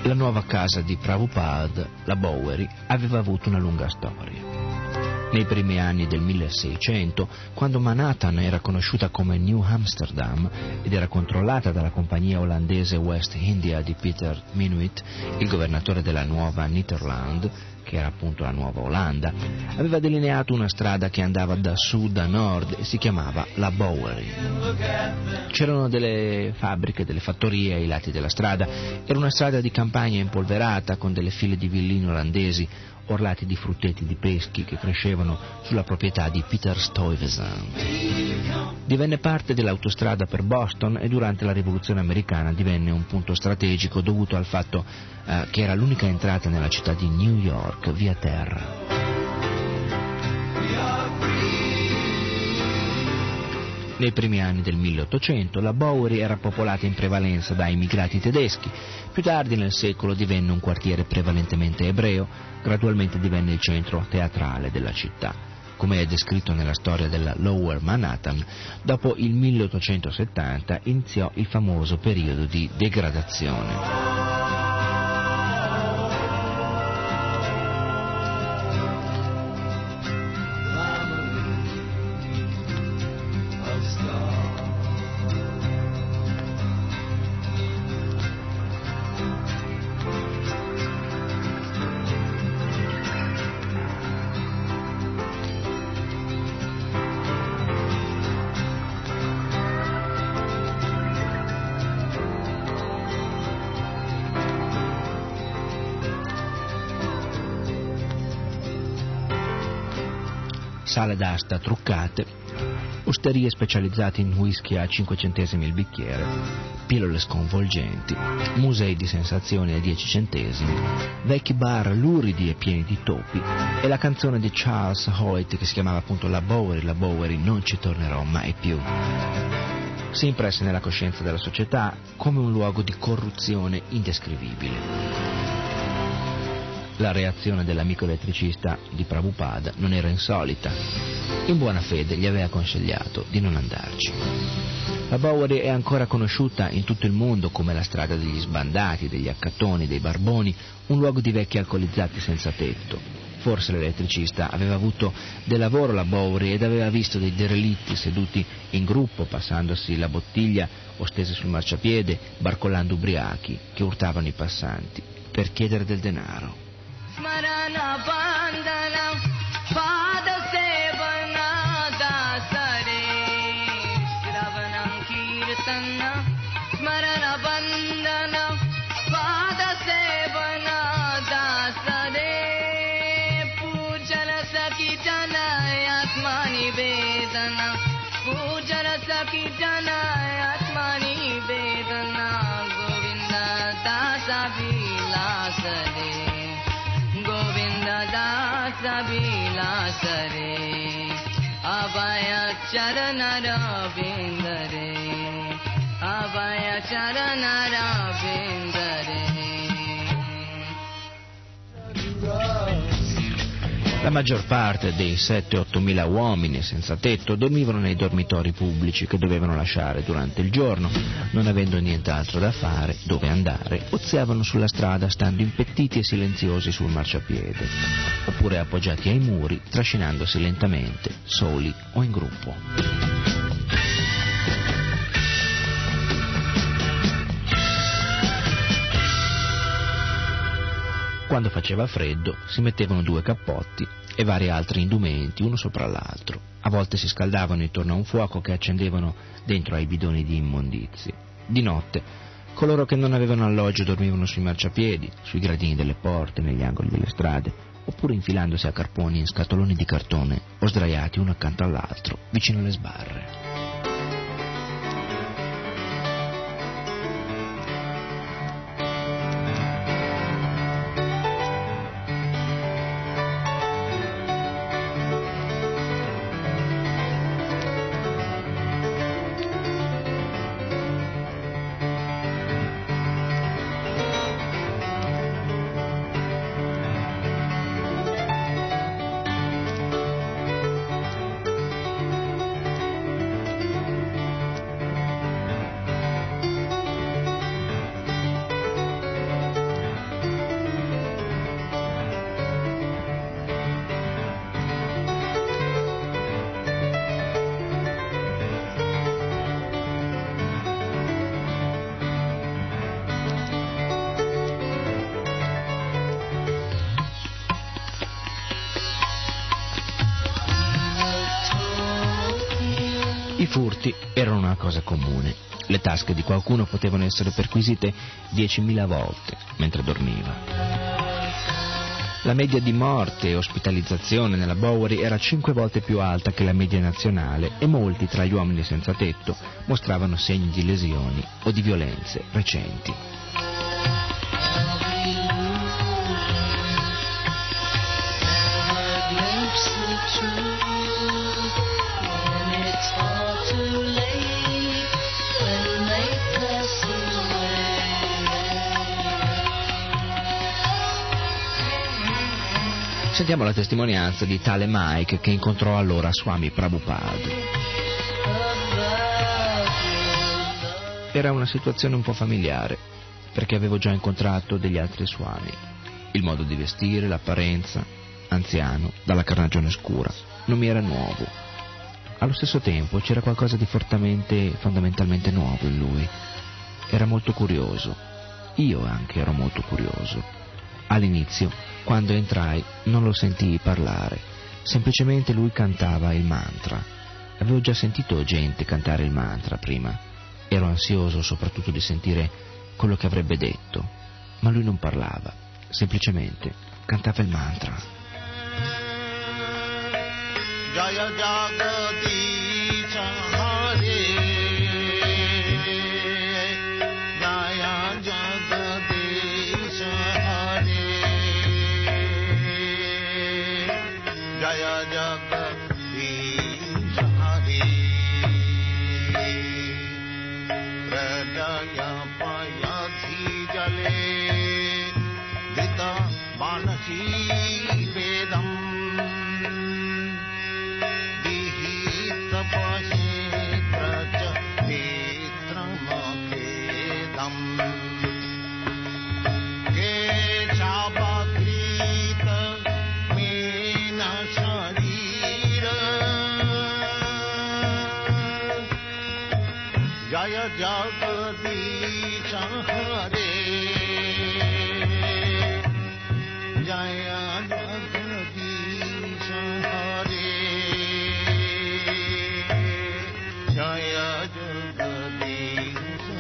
la nuova casa di Prabhupada, la Bowery, aveva avuto una lunga storia. Nei primi anni del 1600, quando Manhattan era conosciuta come New Amsterdam ed era controllata dalla compagnia olandese West India di Peter Minuit, il governatore della nuova Nederland, che era appunto la nuova Olanda, aveva delineato una strada che andava da sud a nord e si chiamava la Bowery. C'erano delle fabbriche, delle fattorie ai lati della strada, era una strada di campagna impolverata con delle file di villini olandesi orlati di frutteti di peschi che crescevano sulla proprietà di Peter Stuyvesant. Divenne parte dell'autostrada per Boston e durante la rivoluzione americana divenne un punto strategico dovuto al fatto che era l'unica entrata nella città di New York via terra. Nei primi anni del 1800 la Bowery era popolata in prevalenza da immigrati tedeschi, più tardi nel secolo divenne un quartiere prevalentemente ebreo, gradualmente divenne il centro teatrale della città. Come è descritto nella storia della Lower Manhattan, dopo il 1870 iniziò il famoso periodo di degradazione. Sale d'asta truccate, osterie specializzate in whisky a 5 centesimi il bicchiere, pillole sconvolgenti, musei di sensazioni a 10 centesimi, vecchi bar luridi e pieni di topi e la canzone di Charles Hoyt che si chiamava appunto La Bowery, non ci tornerò mai più. Si impresse nella coscienza della società come un luogo di corruzione indescrivibile. La reazione dell'amico elettricista di Prabhupada non era insolita. In buona fede gli aveva consigliato di non andarci. La Bowery è ancora conosciuta in tutto il mondo come la strada degli sbandati, degli accattoni, dei barboni, un luogo di vecchi alcolizzati senza tetto. Forse l'elettricista aveva avuto del lavoro alla Bowery ed aveva visto dei derelitti seduti in gruppo, passandosi la bottiglia o stesi sul marciapiede, barcollando ubriachi che urtavano i passanti per chiedere del denaro. Smarana bandana pada sevana dasare Shravanam kirtana Smarana bandana pada sevana dasare Pujana sakitana atmani vedana Pujana sakitana atmani vedana Govinda dasa vilasare Dasa vilasare Abhaya charana ravindare Abhaya charana ravindare. La maggior parte dei 7-8 mila uomini senza tetto dormivano nei dormitori pubblici che dovevano lasciare durante il giorno. Non avendo nient'altro da fare, dove andare, oziavano sulla strada stando impettiti e silenziosi sul marciapiede, oppure appoggiati ai muri, trascinandosi lentamente, soli o in gruppo. Quando faceva freddo si mettevano 2 cappotti e vari altri indumenti uno sopra l'altro. A volte si scaldavano intorno a un fuoco che accendevano dentro ai bidoni di immondizie. Di notte coloro che non avevano alloggio dormivano sui marciapiedi, sui gradini delle porte, negli angoli delle strade, oppure infilandosi a carponi in scatoloni di cartone o sdraiati uno accanto all'altro vicino alle sbarre. furti erano una cosa comune. Le tasche di qualcuno potevano essere perquisite 10.000 volte mentre dormiva. La media di morte e ospitalizzazione nella Bowery era 5 volte più alta che la media nazionale e molti tra gli uomini senza tetto mostravano segni di lesioni o di violenze recenti. Sentiamo la testimonianza di tale Mike che incontrò allora Swami Prabhupada. Era una situazione un po' familiare, perché avevo già incontrato degli altri Swami. Il modo di vestire, l'apparenza, anziano, dalla carnagione scura, non mi era nuovo. Allo stesso tempo c'era qualcosa di fondamentalmente nuovo in lui. Era molto curioso. Io anche ero molto curioso. All'inizio, quando entrai, non lo sentii parlare, semplicemente lui cantava il mantra. Avevo già sentito gente cantare il mantra prima. Ero ansioso soprattutto di sentire quello che avrebbe detto, ma lui non parlava, semplicemente cantava il mantra. Jaya Jagadicha Hare, Jaya Jagadicha Hare, Jaya Jagadicha Hare, Hridaya Payadhi Jale, Dita Manasi Vedam, Jaya Jagadicha Hare, Jaya Jagadicha Hare, Jaya Jagadicha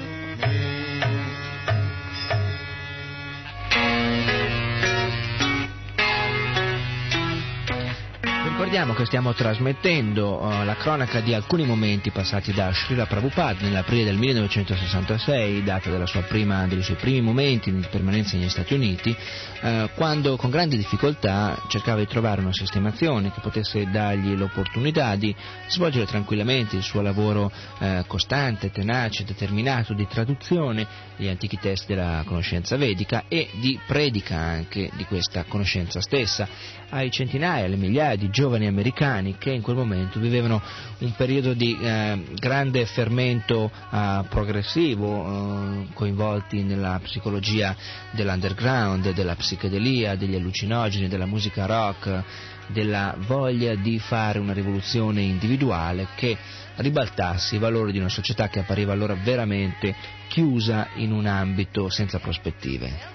Ricordiamo che stiamo trasmettendo la cronaca di alcuni momenti passati da Srila Prabhupada nell'aprile del 1966, data dei suoi primi momenti di permanenza negli Stati Uniti, quando con grande difficoltà cercava di trovare una sistemazione che potesse dargli l'opportunità di svolgere tranquillamente il suo lavoro costante, tenace, determinato di traduzione degli antichi testi della conoscenza vedica e di predica anche di questa conoscenza stessa ai centinaia, alle migliaia di giovani americani che in quel momento vivevano un periodo di grande fermento progressivo, coinvolti nella psicologia dell'underground, della psichedelia, degli allucinogeni, della musica rock, della voglia di fare una rivoluzione individuale che ribaltasse i valori di una società che appariva allora veramente chiusa in un ambito senza prospettive.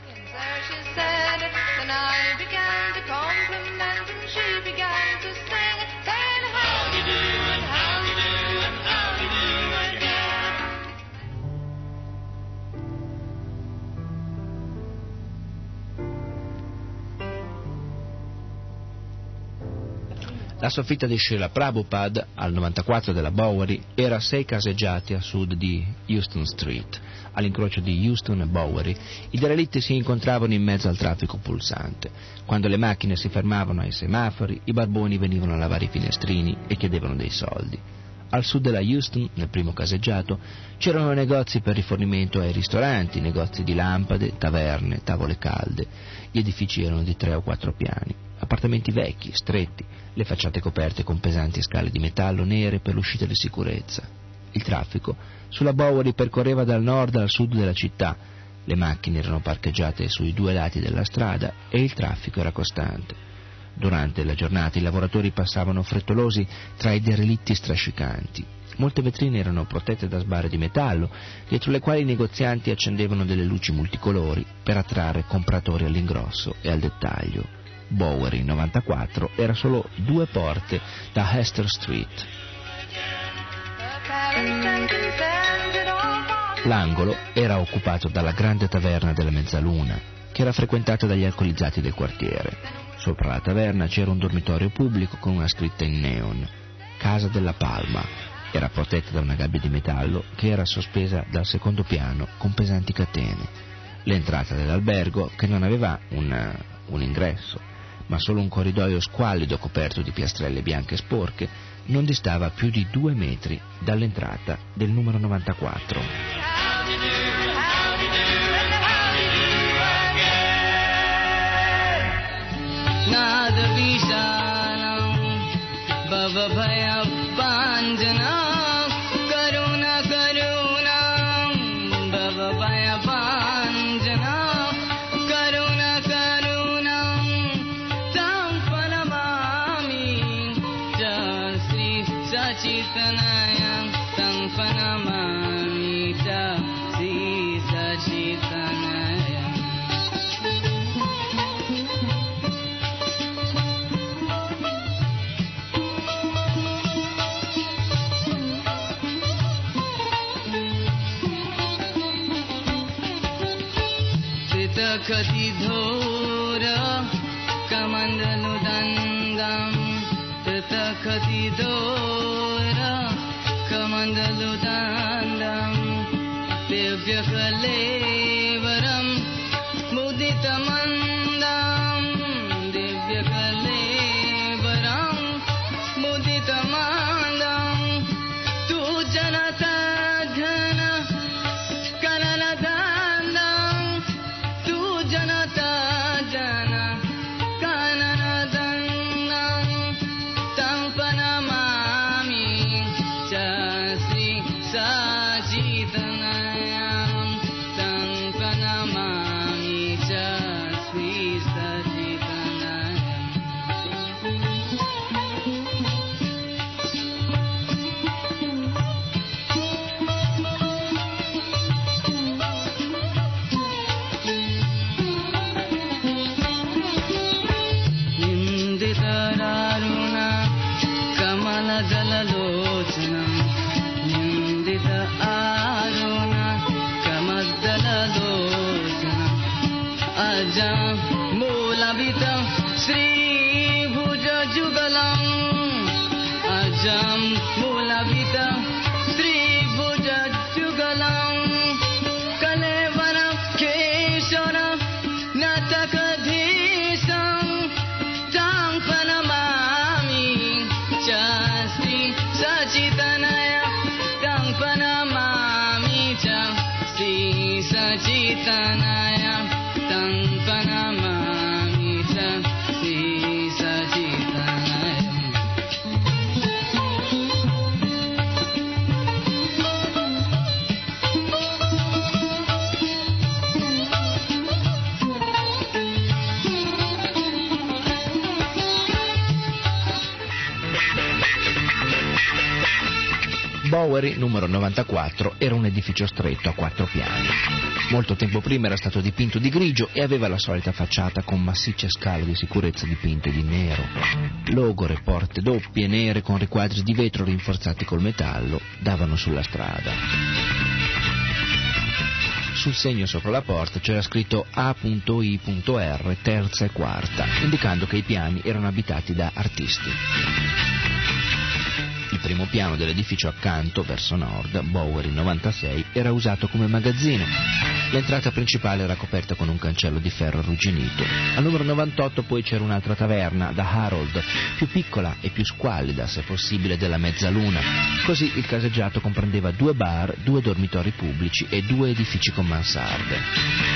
La soffitta di Srila Prabhupada, al 94 della Bowery, era 6 caseggiati a sud di Houston Street. All'incrocio di Houston e Bowery, i derelitti si incontravano in mezzo al traffico pulsante. Quando le macchine si fermavano ai semafori, i barboni venivano a lavare i finestrini e chiedevano dei soldi. Al sud della Houston, nel primo caseggiato, c'erano negozi per rifornimento ai ristoranti, negozi di lampade, taverne, tavole calde. Gli edifici erano di 3 o 4 piani, appartamenti vecchi, stretti, le facciate coperte con pesanti scale di metallo nere per l'uscita di sicurezza. Il traffico sulla Bowery percorreva dal nord al sud della città. Le macchine erano parcheggiate sui 2 lati della strada e il traffico era costante. Durante la giornata i lavoratori passavano frettolosi tra i derelitti strascicanti. Molte vetrine erano protette da sbarre di metallo, dietro le quali i negozianti accendevano delle luci multicolori per attrarre compratori all'ingrosso e al dettaglio. Bowery 94 era solo 2 porte da Hester Street. L'angolo era occupato dalla grande taverna della Mezzaluna, che era frequentata dagli alcolizzati del quartiere. Sopra la taverna c'era un dormitorio pubblico con una scritta in neon: Casa della Palma. Era protetta da una gabbia di metallo che era sospesa dal secondo piano con pesanti catene. L'entrata dell'albergo, che non aveva un ingresso, ma solo un corridoio squallido coperto di piastrelle bianche sporche, non distava più di 2 metri dall'entrata del numero 94. Nada vishalam bhava bhaya banjana karuna karuna bhava bhaya banjana karuna karuna tam panamami ja Sri Sachitanaya tam panamami ja Sri Sachitanaya. Kati dhora kamandalu dandam tata kati dhora kamandalu dandam divya kalevaram mudita mandam divya kalevaram mudita mandam tu janata dhana kanana dandam tu janata jana kanana dandam tampanamami cha Sri Sachitanayam tampanamami cha Sri Sachitanayam. Ninditararuna kamala dalalochana nindita aruna kamadalalochana aja mulabita Sri bhuja jugalam ajam mulabita Sri bhuja jugalam kalevara keshara natakadhisam tampanamami cha Sri Sachitanaya tampanamami cha Sri Sachitanaya tampanamami cha Sri Sachitanaya. Bowery numero 94 era un edificio stretto a 4 piani. Molto tempo prima era stato dipinto di grigio e aveva la solita facciata con massicce scale di sicurezza dipinte di nero. Logore, porte doppie nere con riquadri di vetro rinforzati col metallo davano sulla strada. Sul segno sopra la porta c'era scritto A.I.R. terza e quarta, indicando che i piani erano abitati da artisti. Il primo piano dell'edificio accanto, verso nord, Bowery 96, era usato come magazzino. L'entrata principale era coperta con un cancello di ferro arrugginito. Al numero 98 poi c'era un'altra taverna, da Harold, più piccola e più squallida, se possibile, della Mezzaluna. Così il caseggiato comprendeva 2 bar, 2 dormitori pubblici e 2 edifici con mansarde.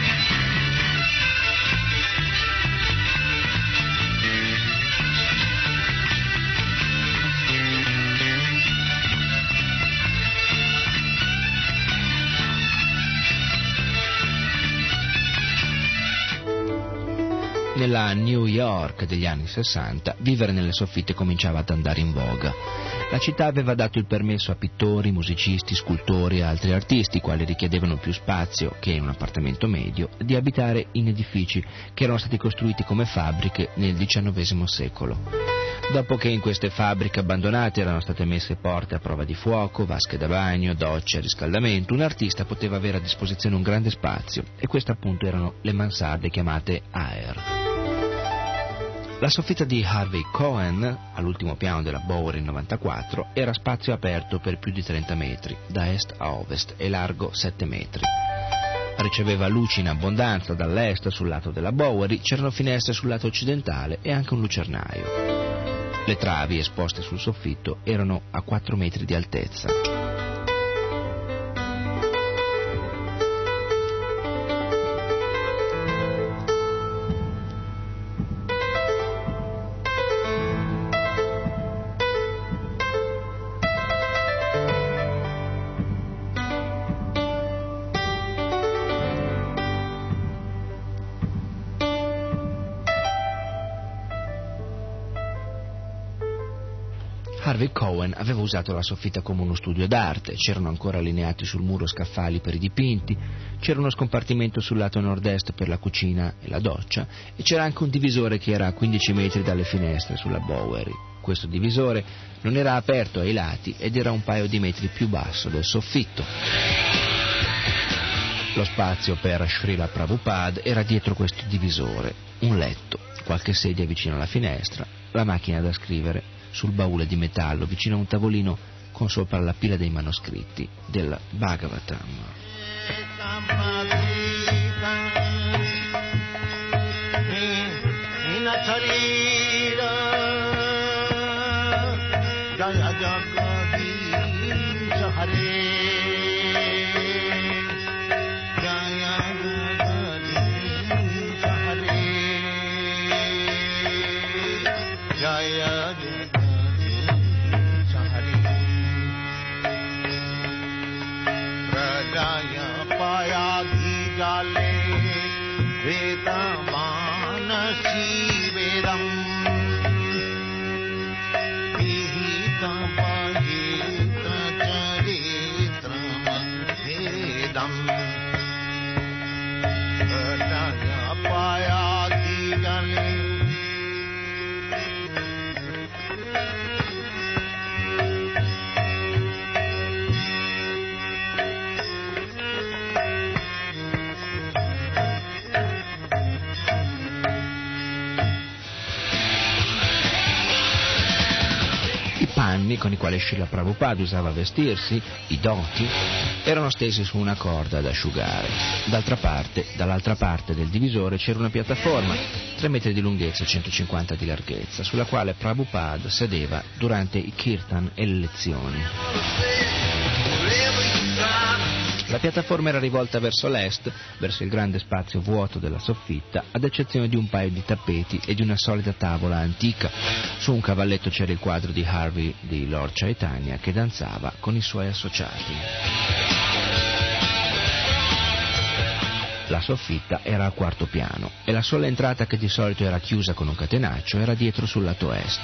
Nella New York degli anni 60, vivere nelle soffitte cominciava ad andare in voga. La città aveva dato il permesso a pittori, musicisti, scultori e altri artisti, quali richiedevano più spazio che in un appartamento medio, di abitare in edifici che erano stati costruiti come fabbriche nel XIX secolo. Dopo che in queste fabbriche abbandonate erano state messe porte a prova di fuoco, vasche da bagno, docce, riscaldamento, un artista poteva avere a disposizione un grande spazio, e queste appunto erano le mansarde chiamate aer. La soffitta di Harvey Cohen, all'ultimo piano della Bowery 94, era spazio aperto per più di 30 metri, da est a ovest, e largo 7 metri. Riceveva luci in abbondanza dall'est sul lato della Bowery, c'erano finestre sul lato occidentale e anche un lucernario. Le travi esposte sul soffitto erano a 4 metri di altezza. Harvey Cohen aveva usato la soffitta come uno studio d'arte, c'erano ancora allineati sul muro scaffali per i dipinti, c'era uno scompartimento sul lato nord-est per la cucina e la doccia, e c'era anche un divisore che era a 15 metri dalle finestre sulla Bowery. Questo divisore non era aperto ai lati ed era un paio di metri più basso del soffitto. Lo spazio per Srila Prabhupada era dietro questo divisore, un letto, qualche sedia vicino alla finestra, la macchina da scrivere sul baule di metallo vicino a un tavolino con sopra la pila dei manoscritti del Bhagavatam. Con i quali Srila Prabhupada usava vestirsi, i dhoti, erano stesi su una corda ad asciugare. Dall'altra parte del divisore c'era una piattaforma, 3 metri di lunghezza e 150 di larghezza, sulla quale Prabhupada sedeva durante i kirtan e le lezioni. La piattaforma era rivolta verso l'est, verso il grande spazio vuoto della soffitta, ad eccezione di un paio di tappeti e di una solida tavola antica. Su un cavalletto c'era il quadro di Harvey di Lord Chaitanya che danzava con i suoi associati. La soffitta era al 4° piano e la sola entrata, che di solito era chiusa con un catenaccio, era dietro sul lato est.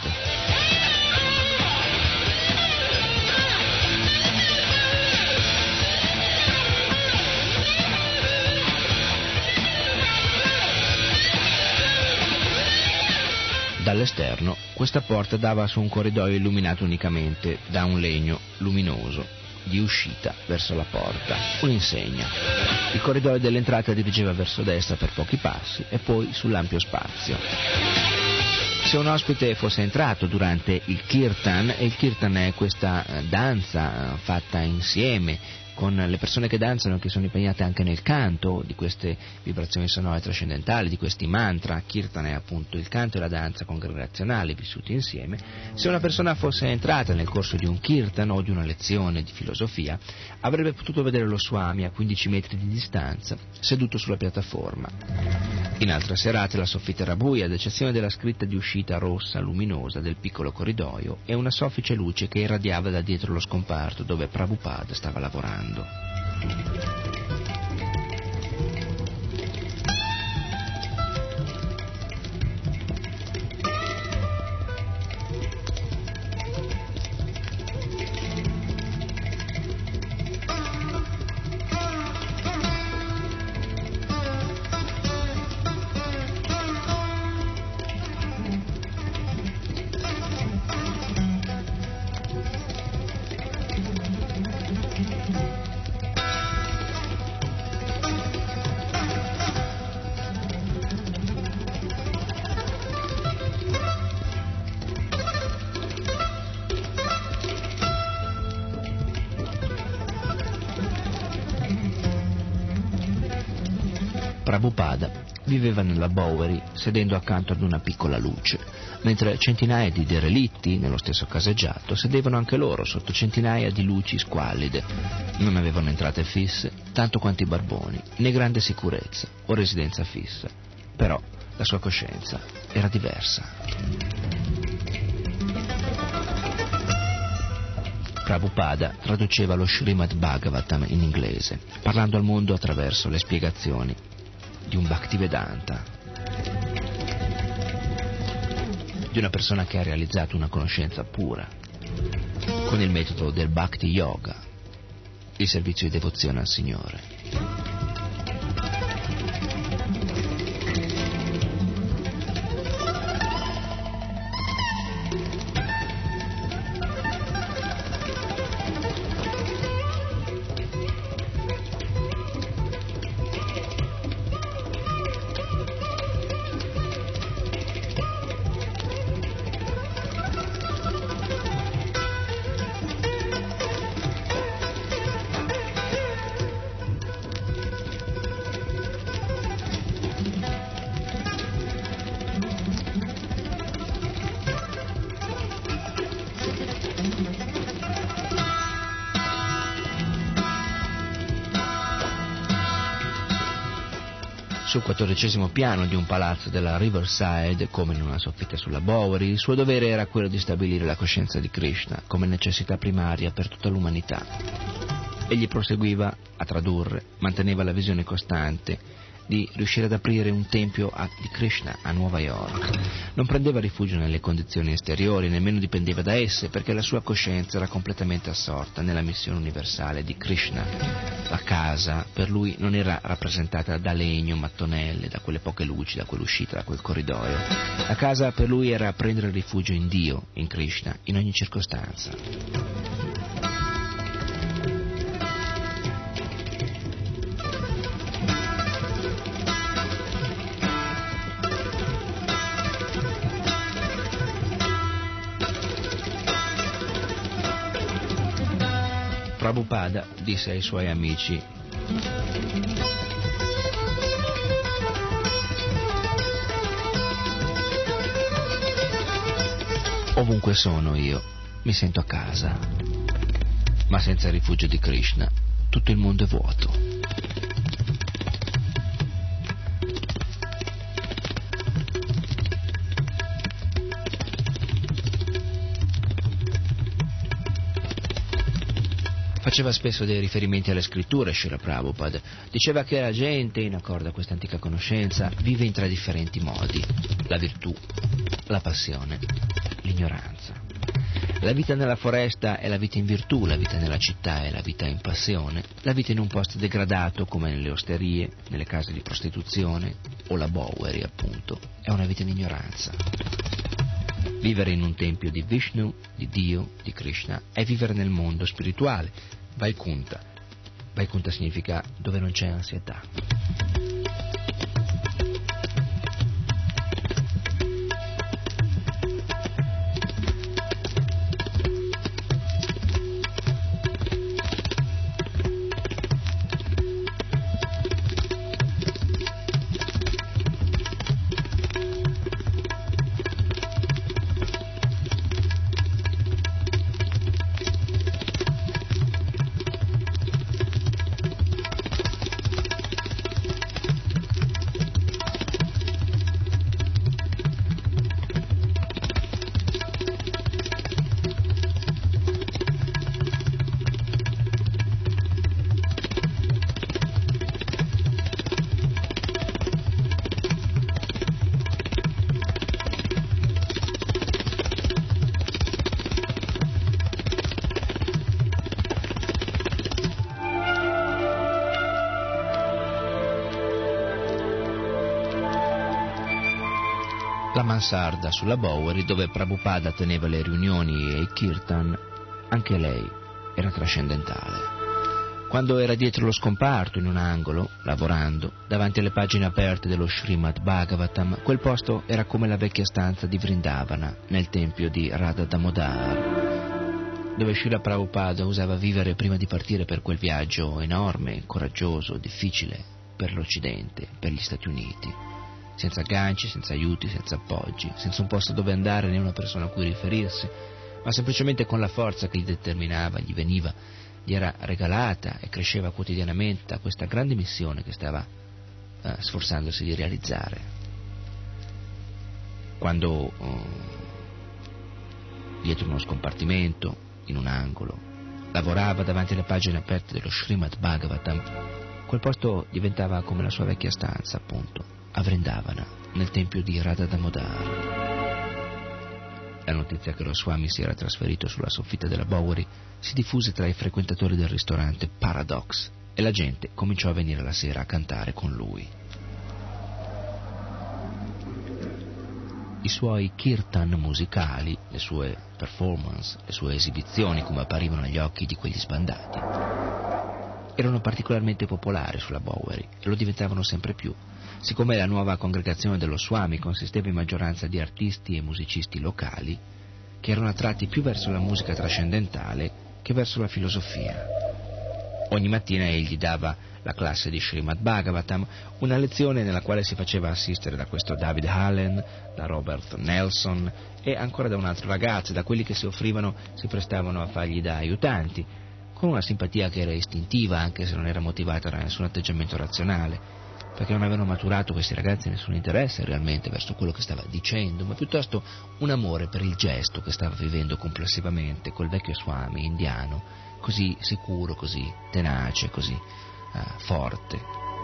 Dall'esterno questa porta dava su un corridoio illuminato unicamente da un legno luminoso di uscita verso la porta, un'insegna. Il corridoio dell'entrata dirigeva verso destra per pochi passi e poi sull'ampio spazio. Se un ospite fosse entrato durante il kirtan, e il kirtan è questa danza fatta insieme con le persone che danzano, che sono impegnate anche nel canto di queste vibrazioni sonore trascendentali, di questi mantra. Kirtan è appunto il canto e la danza congregazionale vissuti insieme. Se una persona fosse entrata nel corso di un kirtan o di una lezione di filosofia, avrebbe potuto vedere lo Swami a 15 metri di distanza, seduto sulla piattaforma. In altre serate la soffitta era buia, ad eccezione della scritta di uscita rossa luminosa del piccolo corridoio e una soffice luce che irradiava da dietro lo scomparto dove Prabhupada stava lavorando. Prabhupada viveva nella Bowery sedendo accanto ad una piccola luce, mentre centinaia di derelitti nello stesso caseggiato sedevano anche loro sotto centinaia di luci squallide. Non avevano entrate fisse, tanto quanto i barboni, né grande sicurezza o residenza fissa. Però la sua coscienza era diversa. Prabhupada traduceva lo Srimad Bhagavatam in inglese, parlando al mondo attraverso le spiegazioni di un Bhaktivedanta, di una persona che ha realizzato una conoscenza pura, con il metodo del Bhakti Yoga, il servizio di devozione al Signore. Sul 14° piano di un palazzo della Riverside, come in una soffitta sulla Bowery, il suo dovere era quello di stabilire la coscienza di Krishna come necessità primaria per tutta l'umanità. Egli proseguiva a tradurre, manteneva la visione costante di riuscire ad aprire un tempio di Krishna a Nuova York. Non prendeva rifugio nelle condizioni esteriori, nemmeno dipendeva da esse, perché la sua coscienza era completamente assorta nella missione universale di Krishna. La casa per lui non era rappresentata da legno, mattonelle, da quelle poche luci, da quell'uscita, da quel corridoio. La casa per lui era prendere rifugio in Dio, in Krishna, in ogni circostanza. Prabhupada disse ai suoi amici: ovunque sono io, mi sento a casa, ma senza il rifugio di Krishna tutto il mondo è vuoto. Faceva spesso dei riferimenti alle scritture, Srila Prabhupada. Diceva che la gente, in accordo a questa antica conoscenza, vive in 3 differenti modi: la virtù, la passione, l'ignoranza. La vita nella foresta è la vita in virtù, la vita nella città è la vita in passione, la vita in un posto degradato come nelle osterie, nelle case di prostituzione o la Bowery, appunto, è una vita in ignoranza. Vivere in un tempio di Vishnu, di Dio, di Krishna, è vivere nel mondo spirituale. Vaikuntha. Vaikuntha significa dove non c'è ansietà. La mansarda sulla Bowery, dove Prabhupada teneva le riunioni e i kirtan, anche lei era trascendentale. Quando era dietro lo scomparto, in un angolo, lavorando, davanti alle pagine aperte dello Srimad Bhagavatam, quel posto era come la vecchia stanza di Vrindavana, nel tempio di Radha Damodar, dove Srila Prabhupada usava vivere prima di partire per quel viaggio enorme, coraggioso, difficile, per l'Occidente, per gli Stati Uniti, senza agganci, senza aiuti, senza appoggi, senza un posto dove andare né una persona a cui riferirsi, ma semplicemente con la forza che gli determinava, gli veniva, gli era regalata e cresceva quotidianamente da questa grande missione che stava sforzandosi di realizzare. Quando dietro uno scompartimento, in un angolo, lavorava davanti alle pagine aperte dello Srimad Bhagavatam, quel posto diventava come la sua vecchia stanza, appunto, a Vrindavana, nel tempio di Radha Damodar. La notizia che lo Swami si era trasferito sulla soffitta della Bowery si diffuse tra i frequentatori del ristorante Paradox e la gente cominciò a venire la sera a cantare con lui. I suoi kirtan musicali, le sue performance, le sue esibizioni come apparivano agli occhi di quegli sbandati, erano particolarmente popolari sulla Bowery e lo diventavano sempre più, siccome la nuova congregazione dello Swami consisteva in maggioranza di artisti e musicisti locali che erano attratti più verso la musica trascendentale che verso la filosofia. Ogni mattina egli dava la classe di Srimad Bhagavatam, una lezione nella quale si faceva assistere da questo David Hallen, da Robert Nelson e ancora da un altro ragazzo, da quelli che si offrivano, si prestavano a fargli da aiutanti, con una simpatia che era istintiva anche se non era motivata da nessun atteggiamento razionale, perché non avevano maturato questi ragazzi nessun interesse realmente verso quello che stava dicendo, ma piuttosto un amore per il gesto che stava vivendo complessivamente quel vecchio Swami indiano, così sicuro, così tenace, così forte.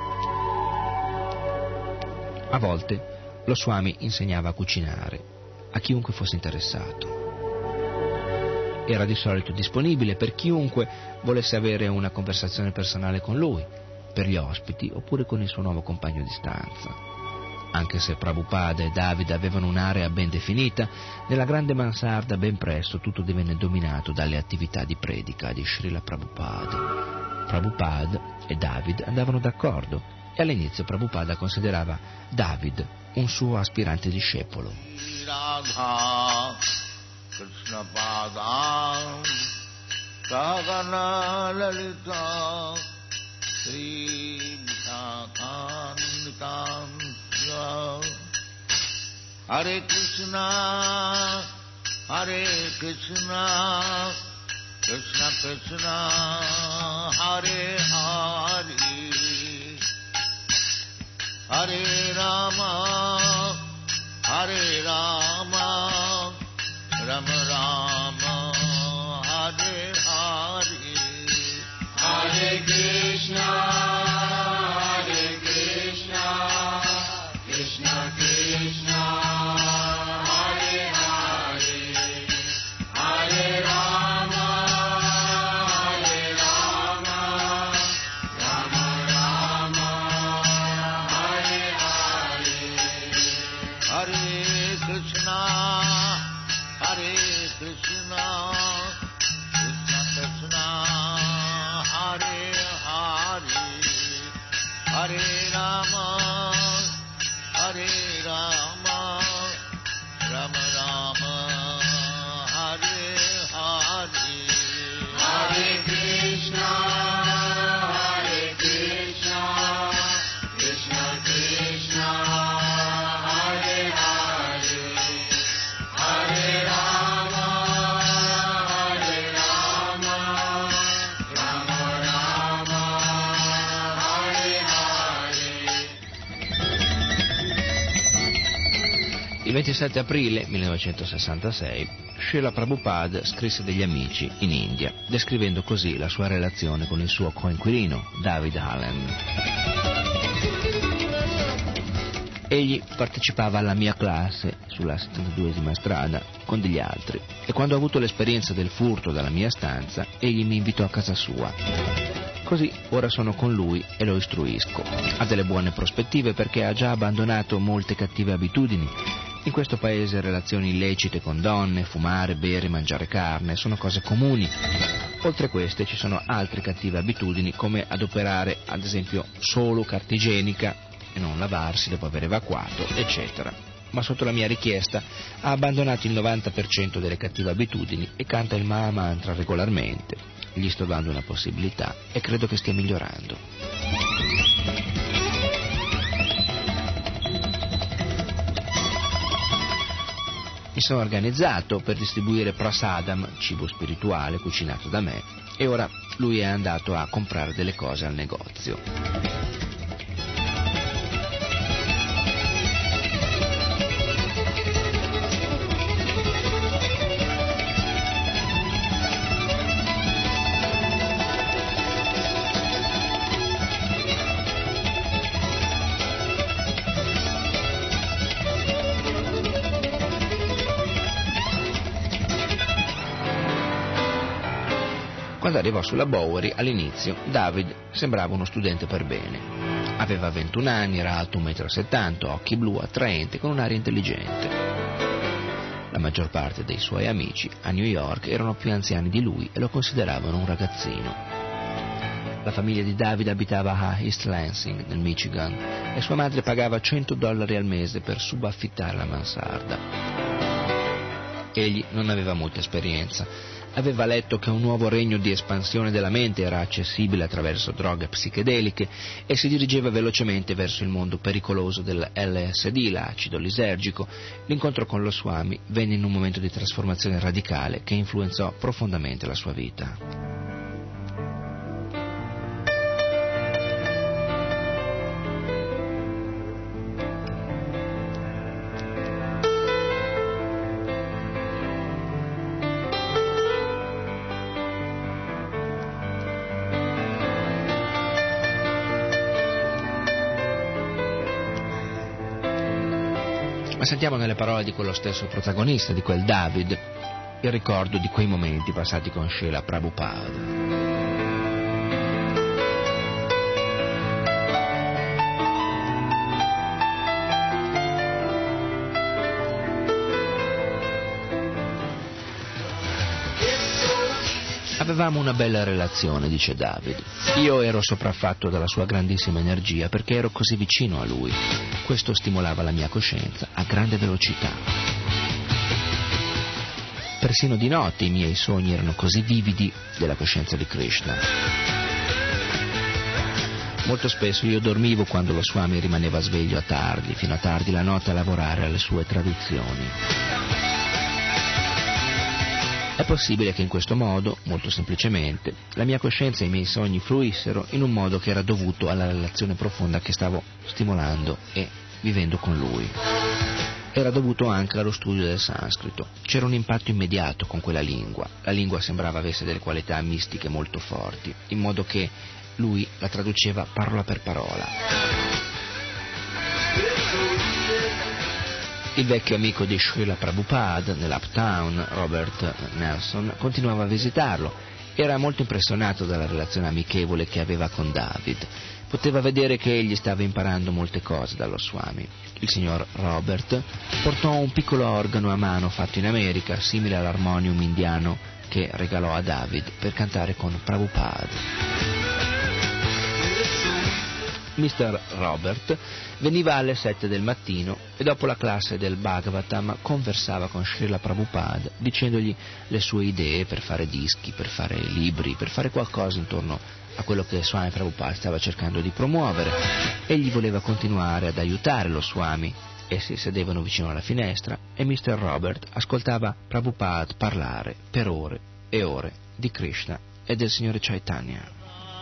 A volte lo Swami insegnava a cucinare a chiunque fosse interessato. Era di solito disponibile per chiunque volesse avere una conversazione personale con lui, per gli ospiti oppure con il suo nuovo compagno di stanza. Anche se Prabhupada e David avevano un'area ben definita, nella grande mansarda ben presto tutto divenne dominato dalle attività di predica di Srila Prabhupada. Prabhupada e David andavano d'accordo e all'inizio Prabhupada considerava David un suo aspirante discepolo. Radha Krishna Padam Sagana Lalita Sri Vishakhantam Hare Krishna Krishna Krishna Hare Hare Hare Rama Rama Rama Hare Hare Hare Krishna Krishna Krishna Hare Hare Hare Rama Rama Rama Hare Hare Hare Krishna Krishna Krishna Hare Hare Hare Rama Rama Rama Hare Hare Hare Krishna Krishna Krishna Hare Hare Hare Rama Rama Rama Hare Hare. Il 27 aprile 1966 Srila Prabhupada scrisse degli amici in India, descrivendo così la sua relazione con il suo coinquilino David Hallen. Egli partecipava alla mia classe sulla 72esima strada con degli altri e quando ho avuto l'esperienza del furto dalla mia stanza, egli mi invitò a casa sua. Così ora sono con lui e lo istruisco. Ha delle buone prospettive perché ha già abbandonato molte cattive abitudini. In questo paese relazioni illecite con donne, fumare, bere, mangiare carne sono cose comuni. Oltre a queste ci sono altre cattive abitudini come adoperare ad esempio solo carta igienica e non lavarsi dopo aver evacuato, eccetera. Ma sotto la mia richiesta ha abbandonato il 90% delle cattive abitudini e canta il Maha Mantra regolarmente. Gli sto dando una possibilità e credo che stia migliorando. Mi sono organizzato per distribuire prasadam, cibo spirituale cucinato da me, e ora lui è andato a comprare delle cose al negozio. Quando arrivò sulla Bowery, all'inizio, David sembrava uno studente per bene. Aveva 21 anni, era alto 1,70 m, occhi blu, attraente, con un'aria intelligente. La maggior parte dei suoi amici a New York erano più anziani di lui e lo consideravano un ragazzino. La famiglia di David abitava a East Lansing, nel Michigan, e sua madre pagava $100 al mese per subaffittare la mansarda. Egli non aveva molta esperienza. Aveva letto che un nuovo regno di espansione della mente era accessibile attraverso droghe psichedeliche e si dirigeva velocemente verso il mondo pericoloso del LSD, l'acido lisergico. L'incontro con lo Swami venne in un momento di trasformazione radicale che influenzò profondamente la sua vita. Ma sentiamo nelle parole di quello stesso protagonista, di quel David, il ricordo di quei momenti passati con Srila Prabhupada. Avevamo una bella relazione, dice David. Io ero sopraffatto dalla sua grandissima energia perché ero così vicino a lui. Questo stimolava la mia coscienza a grande velocità. Persino di notte i miei sogni erano così vividi della coscienza di Krishna. Molto spesso io dormivo quando lo Swami rimaneva sveglio fino a tardi la notte a lavorare alle sue traduzioni. È possibile che in questo modo, molto semplicemente, la mia coscienza e i miei sogni fluissero in un modo che era dovuto alla relazione profonda che stavo stimolando e vivendo con lui. Era dovuto anche allo studio del sanscrito. C'era un impatto immediato con quella lingua. La lingua sembrava avesse delle qualità mistiche molto forti, in modo che lui la traduceva parola per parola. Il vecchio amico di Srila Prabhupada nell'Uptown, Robert Nelson, continuava a visitarlo. Era molto impressionato dalla relazione amichevole che aveva con David. Poteva vedere che egli stava imparando molte cose dallo Swami. Il signor Robert portò un piccolo organo a mano fatto in America, simile all'armonium indiano che regalò a David per cantare con Prabhupada. Mr. Robert veniva alle 7 del mattino e dopo la classe del Bhagavatam conversava con Srila Prabhupada dicendogli le sue idee per fare dischi, per fare libri, per fare qualcosa intorno a quello che Swami Prabhupada stava cercando di promuovere. Egli voleva continuare ad aiutare lo Swami. Essi sedevano vicino alla finestra e Mr. Robert ascoltava Prabhupada parlare per ore e ore di Krishna e del Signore Chaitanya.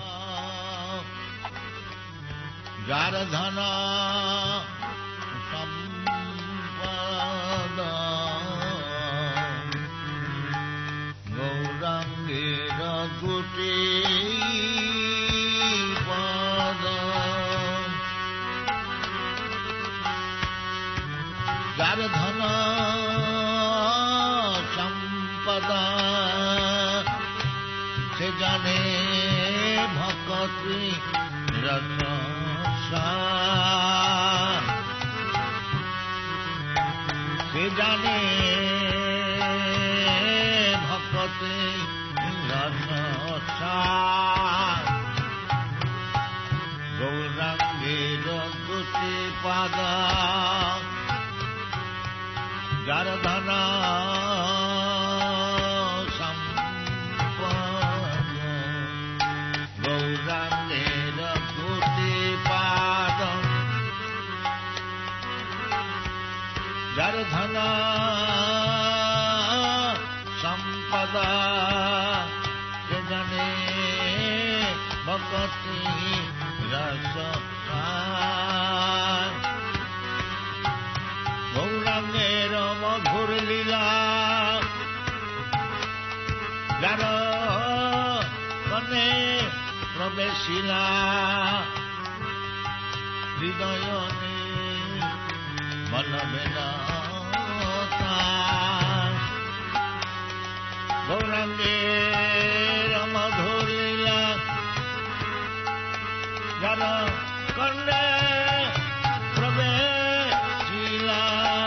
Jaradhana Sampada Gaurangi Raguti Pada Jaradhana Sampada Se jane bhakati rasa se jane bhakti rasa gaurangi raguti pada jaradhana sampada gaurangi raguti Jaradhana pada jane bhakti rasa গৌরাঙ্গের মধুর লীলা যার কনে প্রবেশিলা হৃদয় মনবেলা গৌরাঙ্গের মধুর লীলা যার কনে প্রবেশিলা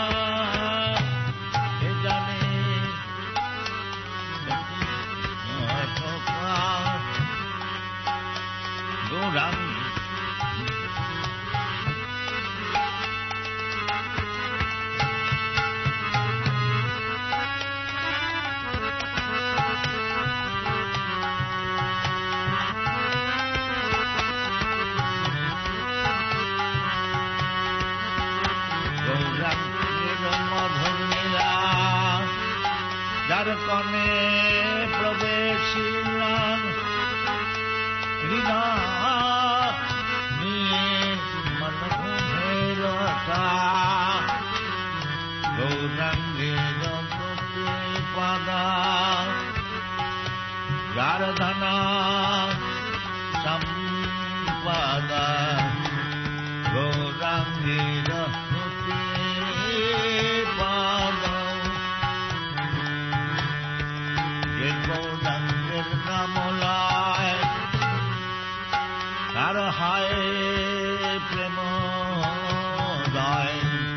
কনে প্রবেশিলাম মনভেরতা গৌরাঙ্গের পাদা গারধনা সম্পাদা গৌরাঙ্গের পাদা গৌরাঙ্গের নামলায় তার হায় প্রেম দয়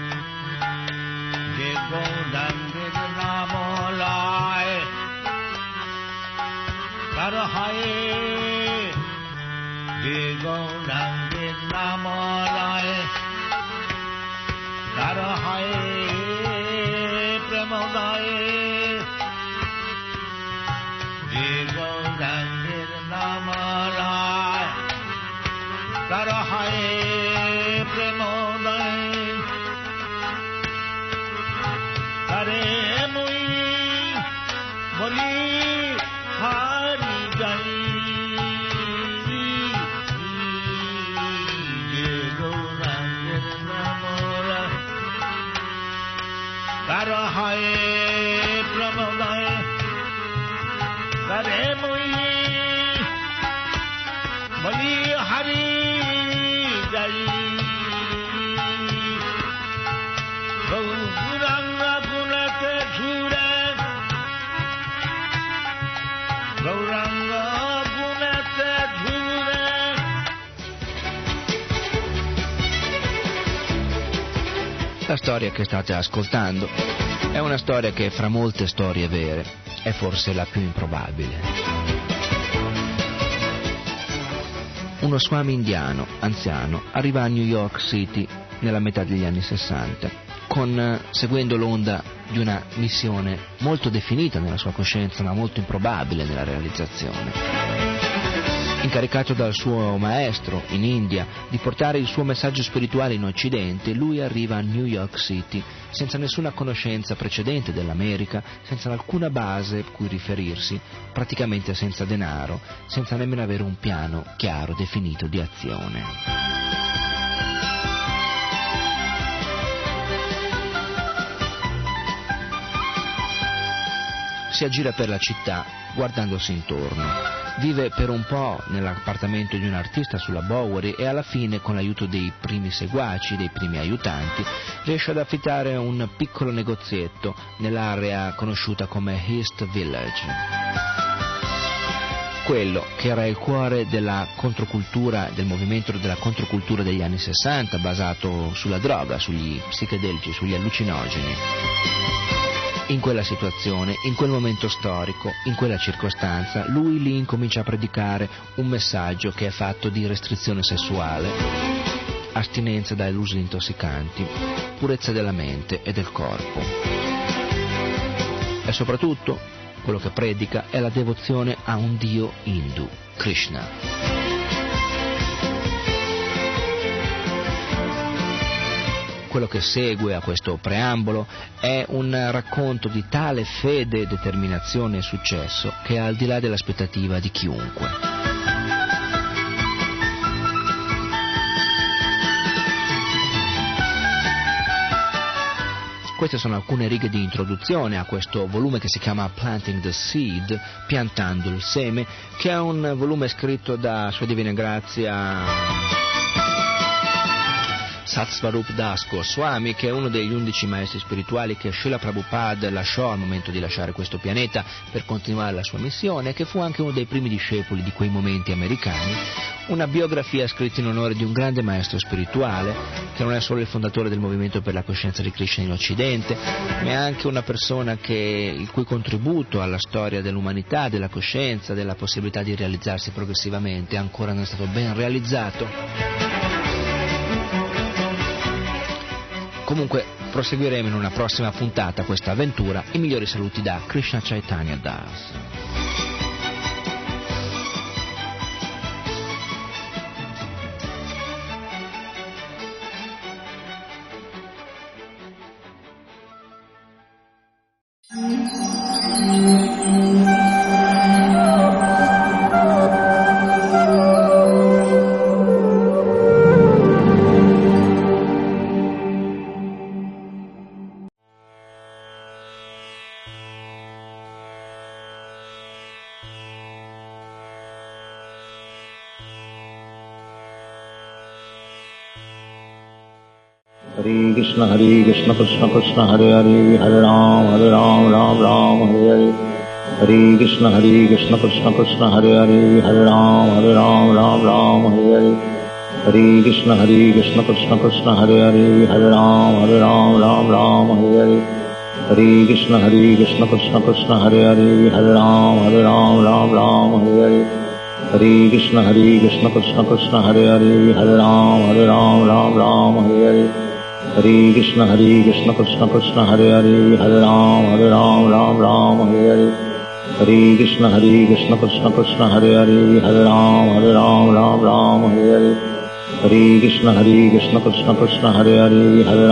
যে গৌরাঙ্গের নামলায় তার হায় যে গৌরাঙ্গের নামলায় তার হায় প্রেম দয় গৌরাঙ্গের নামলায় তার হায় প্রেমদয় তারে মুই বলি হারি যাই যে গৌরাঙ্গের নামলায় তার হায় প্রেমদয় তারে মুই বলি হারি যাই গৌরাঙ্গ গুণতে ঝুরে গৌরাঙ্গ গুণতে ঝুরে La storia che state ascoltando è una storia che fra molte storie vere è forse la più improbabile. Uno swami indiano, anziano, arriva a New York City nella metà degli anni 60, seguendo l'onda di una missione molto definita nella sua coscienza, ma molto improbabile nella realizzazione. Incaricato dal suo maestro in India di portare il suo messaggio spirituale in Occidente, lui arriva a New York City senza nessuna conoscenza precedente dell'America, senza alcuna base a cui riferirsi, praticamente senza denaro, senza nemmeno avere un piano chiaro, definito di azione. Si aggira per la città guardandosi intorno. Vive per un po' nell'appartamento di un artista sulla Bowery e alla fine, con l'aiuto dei primi seguaci, dei primi aiutanti, riesce ad affittare un piccolo negozietto nell'area conosciuta come East Village. Quello che era il cuore della controcultura, del movimento della controcultura degli anni 60, basato sulla droga, sugli psichedelici, sugli allucinogeni. In quella situazione, in quel momento storico, in quella circostanza, lui lì incomincia a predicare un messaggio che è fatto di restrizione sessuale, astinenza dai usi intossicanti, purezza della mente e del corpo. E soprattutto, quello che predica è la devozione a un dio hindu, Krishna. quello che segue a questo preambolo è un racconto di tale fede, determinazione e successo che è al di là dell'aspettativa di chiunque. Queste sono alcune righe di introduzione a questo volume che si chiama Planting the Seed, piantando il seme, che è un volume scritto da Sua Divina Grazia Satsvarup Das Goswami, che è uno degli 11 maestri spirituali che Srila Prabhupada lasciò al momento di lasciare questo pianeta per continuare la sua missione, che fu anche uno dei primi discepoli di quei momenti americani. Una biografia scritta in onore di un grande maestro spirituale, che non è solo il fondatore del movimento per la coscienza di Krishna in Occidente, ma è anche una persona il cui contributo alla storia dell'umanità, della coscienza, della possibilità di realizzarsi progressivamente ancora non è stato ben realizzato. Comunque proseguiremo in una prossima puntata questa avventura. I migliori saluti da Krishna Chaitanya Das. Hare Krishna Krishna Krishna Hare Hare Hare Ram Ram Ram Hare Hare Hare Krishna Krishna Krishna Hare Hare Hare Ram Ram Hare Hare Hare Krishna Krishna Krishna Hare Hare Hare Ram Hare Hare Hare Krishna Krishna Krishna Hare Hare Hare Ram Hare Hare Hare Krishna Krishna Krishna Hare Hare Hare Ram Hare Hare Hare Krishna Krishna Krishna Hare Hare Hare Ram Hare Hare Hare Krishna Krishna Krishna Hare Hare Hare Ram Hare Hare Hare Krishna Krishna Krishna Hare Hare Hare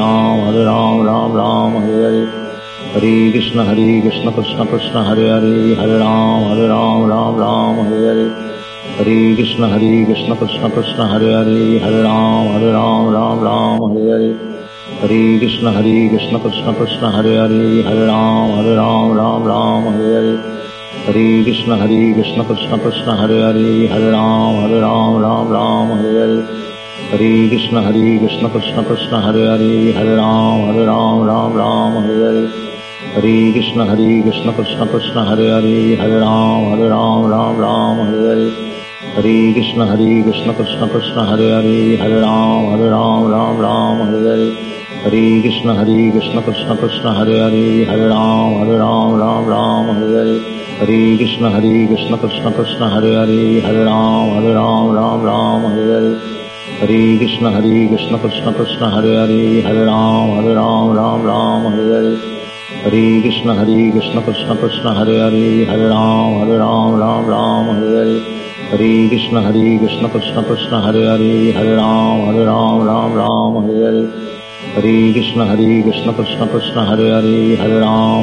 Ram Hare Hare Hare Krishna Krishna Krishna Hare Hare Hare Ram Hare Hare Hare Krishna Krishna Krishna Hare Hare Hare Ram Hare Hare Hare Krishna Krishna Krishna Hare Hare Hare Ram Hare Hare Hare Krishna Krishna Krishna Hare Hare Hare Ram Hare Hare Hare Krishna Krishna Krishna Hare Hare Hare Ram Hare Hare Hare Krishna Krishna Krishna Hare Hare Hare Ram Hare Hare Hare Krishna Krishna Krishna Hare Hare Hare Ram Hare Hare Hare Krishna Krishna Krishna Hare Hare Hare Ram Hare Hare Hare Krishna Krishna Krishna Hare Hare Hare Ram Hare Hare Hare Krishna Krishna Krishna Hare Hare Hare Ram Hare Hare Hare Krishna Krishna Krishna Hare Hare Hare Ram Hare Hare Hare Krishna Krishna Krishna Hare Hare Hare Ram Hare Hare Hare Krishna Krishna Krishna Hare Hare Hare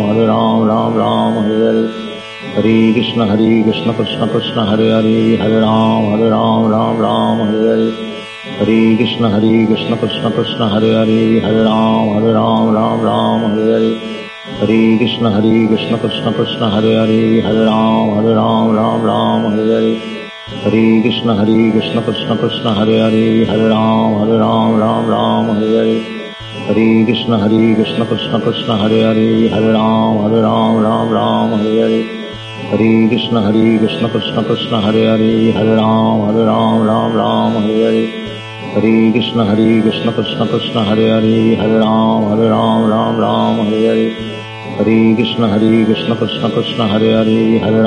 Ram Hare Hare Hare Krishna Krishna Krishna Hare Hare Hare Ram Hare Hare Hare Krishna Krishna Krishna Hare Hare Hare Ram Hare Hare Hare Krishna Krishna Krishna Hare Hare Hare Ram Hare Hare Hare Krishna Krishna Krishna Hare Hare Hare Ram Hare Hare Hare Krishna Krishna Krishna Hare Hare Hare Ram Hare Hare Hare Krishna Krishna Krishna Hare Hare Hare Ram Hare Hare Hare Krishna Krishna Krishna Hare Hare Hare Ram Hare Hare Hare Krishna Krishna Krishna Hare Hare Hare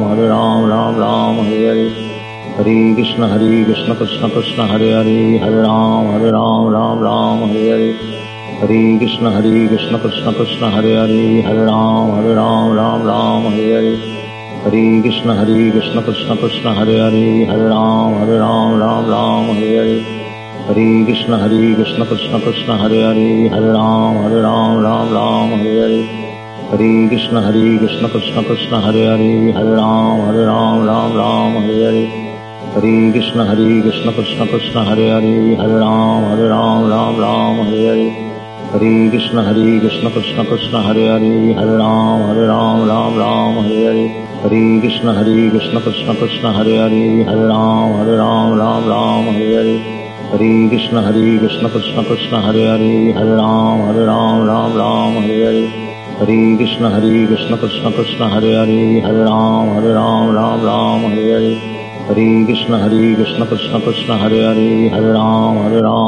Ram Hare Hare Hare Krishna Krishna Krishna Hare Hare Hare Ram Hare Hare Hare Krishna Krishna Krishna Hare Hare Hare Ram Hare Hare Hare Krishna Krishna Krishna Hare Hare Hare Ram Hare Hare Hare Krishna Krishna Krishna Hare Hare Hare Ram Ram Ram Hare Hare Hare Krishna Krishna Krishna Hare Hare Hare Ram Ram Hare Hare Hare Krishna Krishna Krishna Hare Hare Hare Ram Ram Hare Hare Hare Krishna Krishna Krishna Hare Hare Hare Ram Ram Hare Hare Hare Krishna Krishna Krishna Hare Hare Hare Ram Ram Hare Hare Hare Krishna Krishna Krishna Hare Hare Hare Ram Ram Hare Hare Hare Krishna Krishna Krishna Hare Hare Hare Ram Ram Hare Hare Hare Krishna Krishna Krishna Hare Hare Hare Ram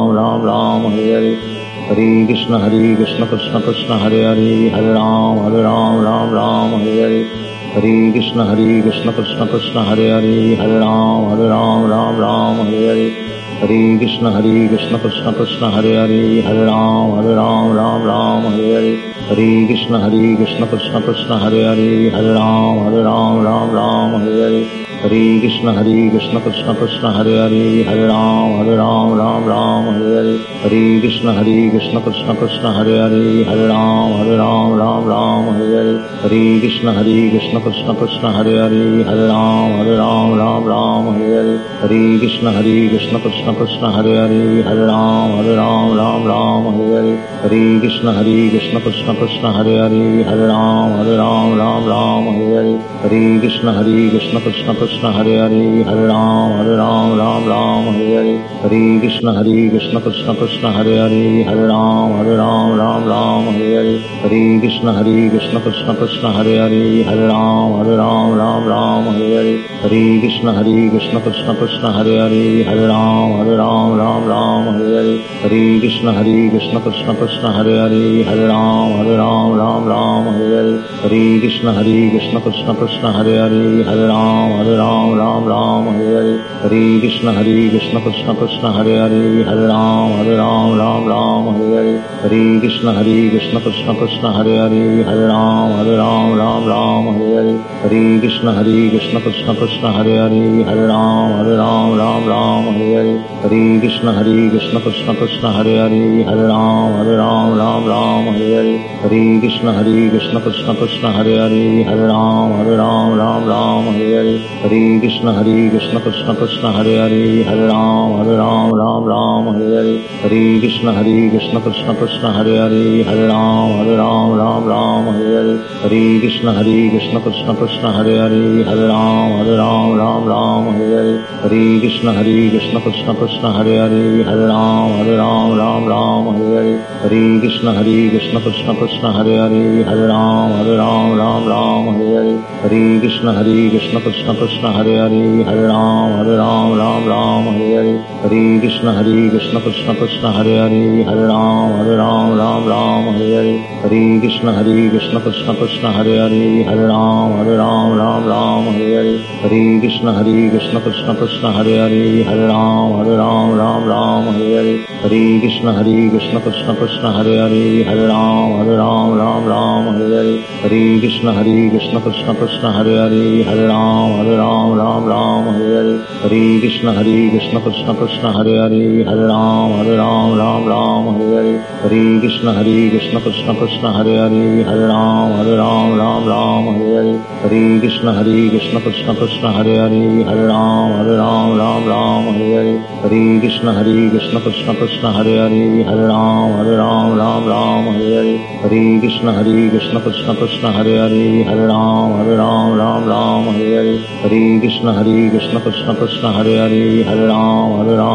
Ram Hare Hare Hare Krishna Krishna Krishna Hare Hare Hare Ram Ram Hare Hare Hare Krishna Krishna Krishna Hare Hare Hare Ram Ram Hare Hare Hare Krishna Krishna Krishna Hare Hare Hare Ram Ram Hare Hare Hare Krishna Krishna Krishna Hare Hare Hare Ram Ram Hare Hare Hare Krishna Krishna Krishna Hare Hare Hare Ram Ram Hare Hare Hare Krishna Krishna Krishna Hare Hare Hare Ram Ram Hare Hare Hare Krishna Krishna Krishna Hare Hare Hare Ram Ram Hare Hare Hare Krishna Krishna Krishna Hare Hare Hare Ram Ram Hare Hare Hare Krishna Krishna Krishna Hare Hare Hare Ram Ram Hare Hare Hare Krishna Krishna Krishna Hare Hare Hare Ram Ram Hare Hare Hare Krishna Krishna Krishna Hare Hare Hare Ram Ram Hare Hare Hare Krishna Krishna Krishna Hare Hare Hare Ram Ram Hare Hare Hare Krishna Krishna Krishna Hare Hare Hare Ram Ram Hare Hare Hare Krishna Krishna Krishna Hare Hare Hare Ram Ram Hare Hare Hare Krishna Krishna Krishna Hare Hare Hare Ram Ram Hare Hare Hare Krishna Krishna Krishna Hare Hare Hare Ram Ram Hare Hare Hare Krishna Krishna Krishna Hare Hare Hare Ram Ram Hare Hare Hare Krishna Krishna Krishna Hare Hare Hare Ram Ram Hare Hare Hare Krishna Krishna Krishna Hare Hare Hare Ram Ram Hare Hare Hare Krishna Krishna Krishna Hare Hare Hare Ram Ram Hare Hare Hare Krishna Krishna Krishna Hare Hare Hare Ram Ram Hare Hare Hare Krishna Krishna Krishna Hare Hare Hare Ram Ram Hare Hare Hare Krishna Krishna Krishna Hare Hare Hare Ram Ram Hare Hare Hare Krishna Krishna Krishna Hare Hare Hare Ram Ram Hare Hare Hare Krishna Krishna Krishna Hare Hare Hare Ram Ram Hare Hare Hare Krishna Krishna Krishna Hare Hare Hare Ram Ram Hare Hare Hare Krishna Krishna Krishna Hare Hare Hare Ram Ram Hare Hare Hare Krishna Krishna Krishna Hare Hare Hare Ram Ram Hare Hare Hare Krishna Krishna Krishna Hare Hare Hare Ram Ram Hare Hare Hare Krishna Krishna Krishna Hare Hare Hare Ram Ram Hare Hare Hare Krishna Krishna Krishna Hare Hare Hare Ram Ram Hare Hare Hare Krishna Krishna Krishna Hare Hare Hare Ram Ram Hare Hare Hare Krishna Krishna Krishna Hare Hare Hare Ram Ram Hare Hare Hare Krishna Krishna Krishna Hare Hare Hare Ram Ram Hare Hare Hare Krishna Krishna Krishna Hare Hare Hare Ram Ram Hare Hare Hare Krishna Krishna Krishna Hare Hare Hare Ram Ram Hare Hare Hare Krishna Krishna Krishna Hare Hare Hare Ram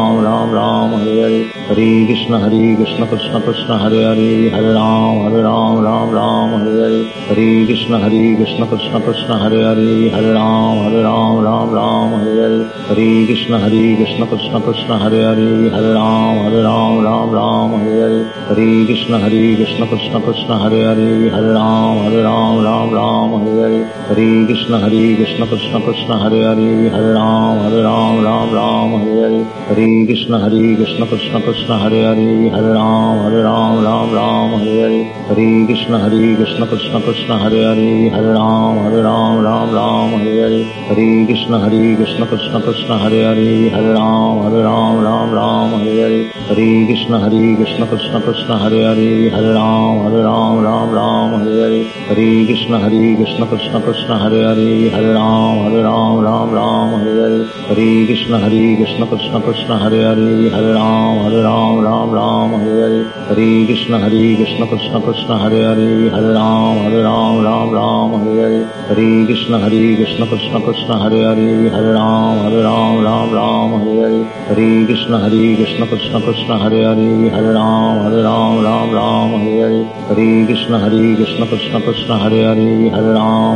Ram Hare Hare Hare Krishna Krishna Krishna Hare Hare Hare Ram Ram Hare Hare Hare Krishna Krishna Krishna Hare Hare Hare Ram Ram Hare Hare Hare Krishna Krishna Krishna Hare Hare Hare Ram Ram Hare Hare Hare Krishna Krishna Krishna Hare Hare Hare Ram Ram Ram Hare Hare Hare Krishna Krishna Krishna Hare Hare Hare Ram Ram Ram Hare Hare Hare Krishna Krishna Krishna Hare Hare Hare Ram Ram Hare Hare Hare Krishna Krishna Krishna Hare Hare Hare Ram Ram Hare Hare Hare Krishna Krishna Krishna Hare Hare Hare Ram Ram Hare Hare Hare Krishna Krishna Krishna Hare Hare Hare Ram Ram Hare Hare Hare Krishna Krishna Krishna Hare Hare Hare Ram Ram Hare Hare Hare Krishna Krishna Krishna Hare Hare Hare Ram Ram Hare Hare Hare Krishna Krishna Krishna Hare Hare Hare Ram Ram Hare Hare Hare Krishna Krishna Krishna Hare Hare Hare Ram Ram Hare Hare Hare Krishna Krishna Krishna Hare Hare Hare Ram Ram Hare Hare Hare Krishna Krishna Krishna Hare Hare Hare Ram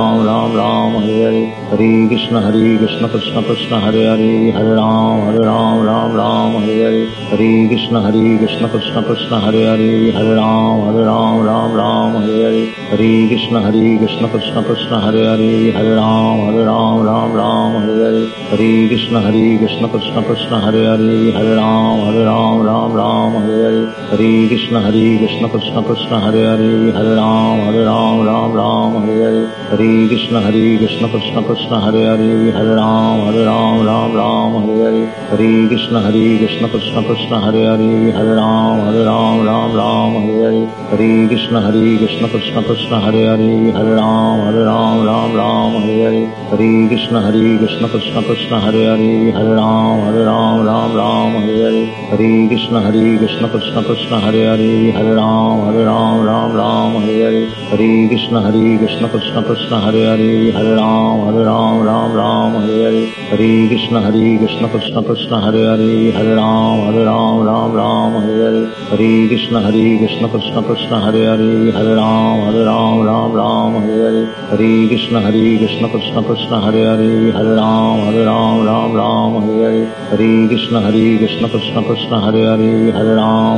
Ram Hare Hare Hare Krishna Krishna Krishna Hare Hare Hare Ram Ram Hare Hare Hare Krishna Krishna Krishna Hare Hare Hare Ram Ram Hare Hare Hare Krishna Krishna Krishna Hare Hare Hare Ram Ram Hare Hare Hare Krishna Krishna Krishna Hare Hare Hare Ram Ram Hare Hare Hare Krishna Krishna Krishna Hare Hare Hare Ram Ram Hare Hare Hare Krishna Krishna Krishna Hare Hare Hare Ram Ram Hare Hare Hare Krishna Krishna Krishna Hare Hare Hare Ram Ram Hare Hare Hare Krishna Krishna Krishna Hare Hare Hare Ram Ram Hare Hare Hare Krishna Krishna Krishna Hare Hare Hare Ram Ram Hare Hare Hare Krishna Krishna Krishna Hare Hare Hare Ram Ram Hare Hare Hare Krishna Krishna Krishna Hare Hare Hare Ram Ram Hare Hare Hare Krishna Krishna Krishna Hare Hare Hare Ram Ram Hare Hare Hare Krishna Krishna Krishna Hare Hare Hare Ram Ram Hare Hare Hare Krishna Krishna Krishna Hare Hare Hare Ram Ram Hare Hare Hare Krishna Krishna Krishna Hare Hare Hare Ram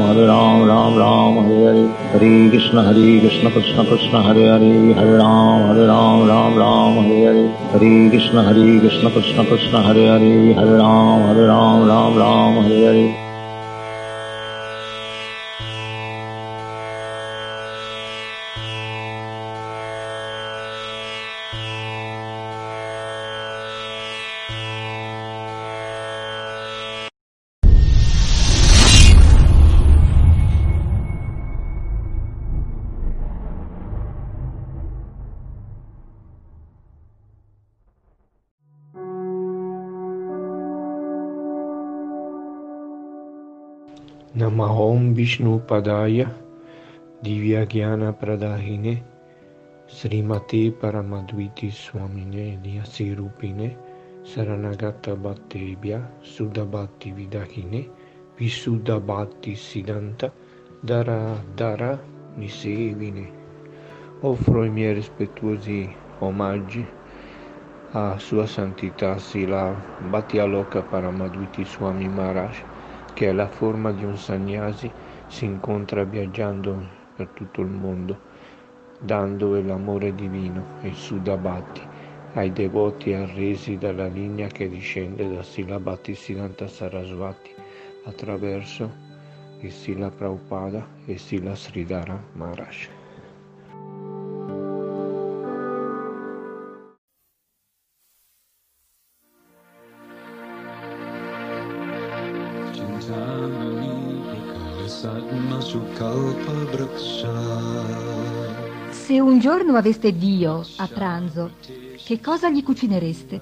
Ram Hare Hare Hare Krishna Krishna Krishna Hare Hare Hare Ram Ram Hare Hare Hare Krishna Krishna Krishna Hare Hare Hare Ram Hare Hare Namahom Vishnu Padaya Divya Gyana Pradahine Srimati Paramadviti Swamine Niyasirupine Saranagata Bhattebhya Sudabhatti Vidahine Visuddhabhatti Siddhanta Dara Nisevine. Offro i miei rispettuosi omaggi a Sua Santità Srila Bhakti-Aloka Paramadviti Swami Maharaj, che è la forma di un sannyasi, si incontra viaggiando per tutto il mondo, dando l'amore divino e il Suddhabhati ai devoti arresi dalla linea che discende da Srila Bhaktisiddhanta Sarasvati attraverso il Srila Prabhupada e Srila Sridhara Maharaj. Se un giorno aveste Dio a pranzo, che cosa gli cucinereste?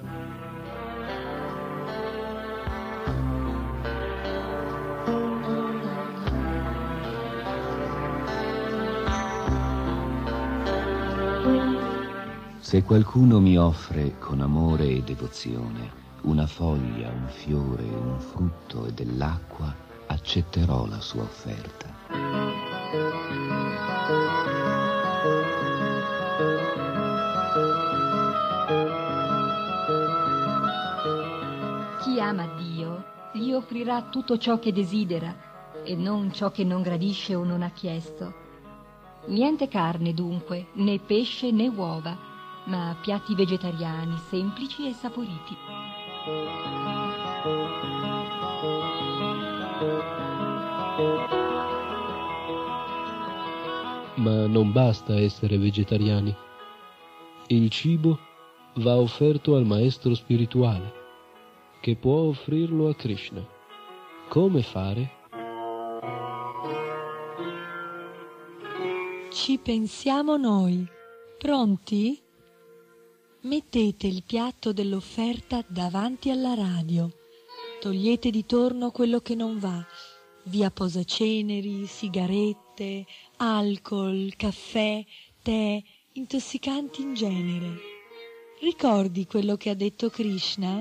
Se qualcuno mi offre con amore e devozione una foglia, un fiore, un frutto e dell'acqua, accetterò la sua offerta. Chi ama Dio gli offrirà tutto ciò che desidera e non ciò che non gradisce o non ha chiesto. Niente carne dunque, né pesce né uova, ma piatti vegetariani semplici e saporiti. Ma non basta essere vegetariani. Il cibo va offerto al maestro spirituale, che può offrirlo a Krishna. Come fare? Ci pensiamo noi. Pronti? Mettete il piatto dell'offerta davanti alla radio. Togliete di torno quello che non va. Via posaceneri, sigarette, alcol, caffè, tè, intossicanti in genere. Ricordi quello che ha detto Krishna?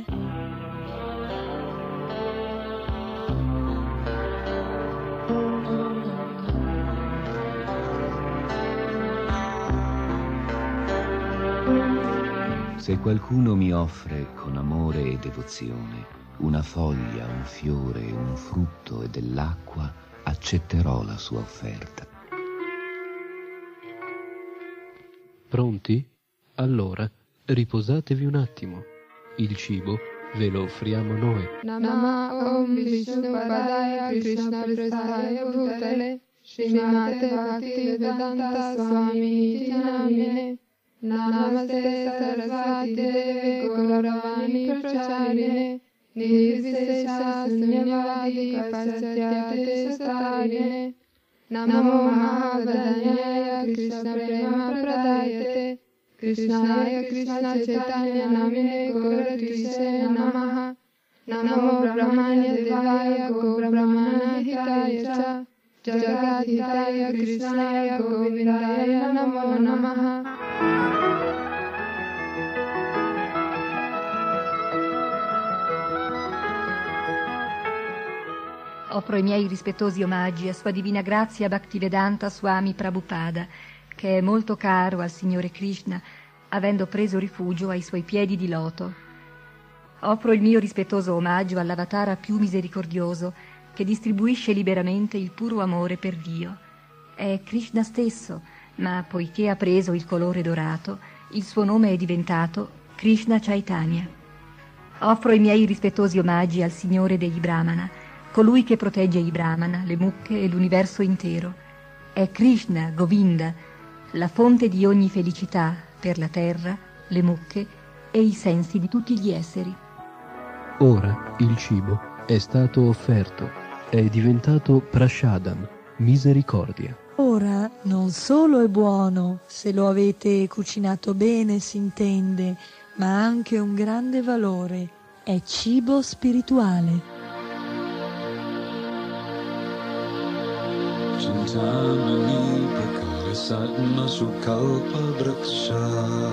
Se qualcuno mi offre con amore e devozione una foglia, un fiore, un frutto e dell'acqua, accetterò la sua offerta. Pronti? Allora, riposatevi un attimo. Il cibo ve lo offriamo noi. Namah Om Vishnupadaya Krishna Prasthaya Bhutale Srimate Bhaktivedanta Swami Iti Namine Namaste Sarasvati Deve Gauravani Pracharine Nirvisesha Sunyavadi Pasatyate Satarine Namo Mahadanyaya Krishna Prema Pradayate Krishnaya Krishna Chaitanya Namine Gauratrise Namaha Namo Brahmanya Devaya Go Brahmana Hitaya Cha Jagadhitaya Krishnaya Govindaya Namo Namaha. Offro i miei rispettosi omaggi a Sua Divina Grazia Bhaktivedanta Swami Prabhupada, che è molto caro al Signore Krishna, avendo preso rifugio ai suoi piedi di loto. Offro il mio rispettoso omaggio all'avatara più misericordioso, che distribuisce liberamente il puro amore per Dio. È Krishna stesso, ma poiché ha preso il colore dorato, il suo nome è diventato Krishna Chaitanya. Offro i miei rispettosi omaggi al Signore degli Brahmana, colui che protegge i Brahmana, le mucche e l'universo intero. È Krishna, Govinda, la fonte di ogni felicità per la terra, le mucche e i sensi di tutti gli esseri. Ora il cibo è stato offerto, è diventato prashadam, misericordia. Ora non solo è buono, se lo avete cucinato bene si intende, ma ha anche un grande valore. È cibo spirituale. Chintamani Prakarisatma Sukalpa Vraksha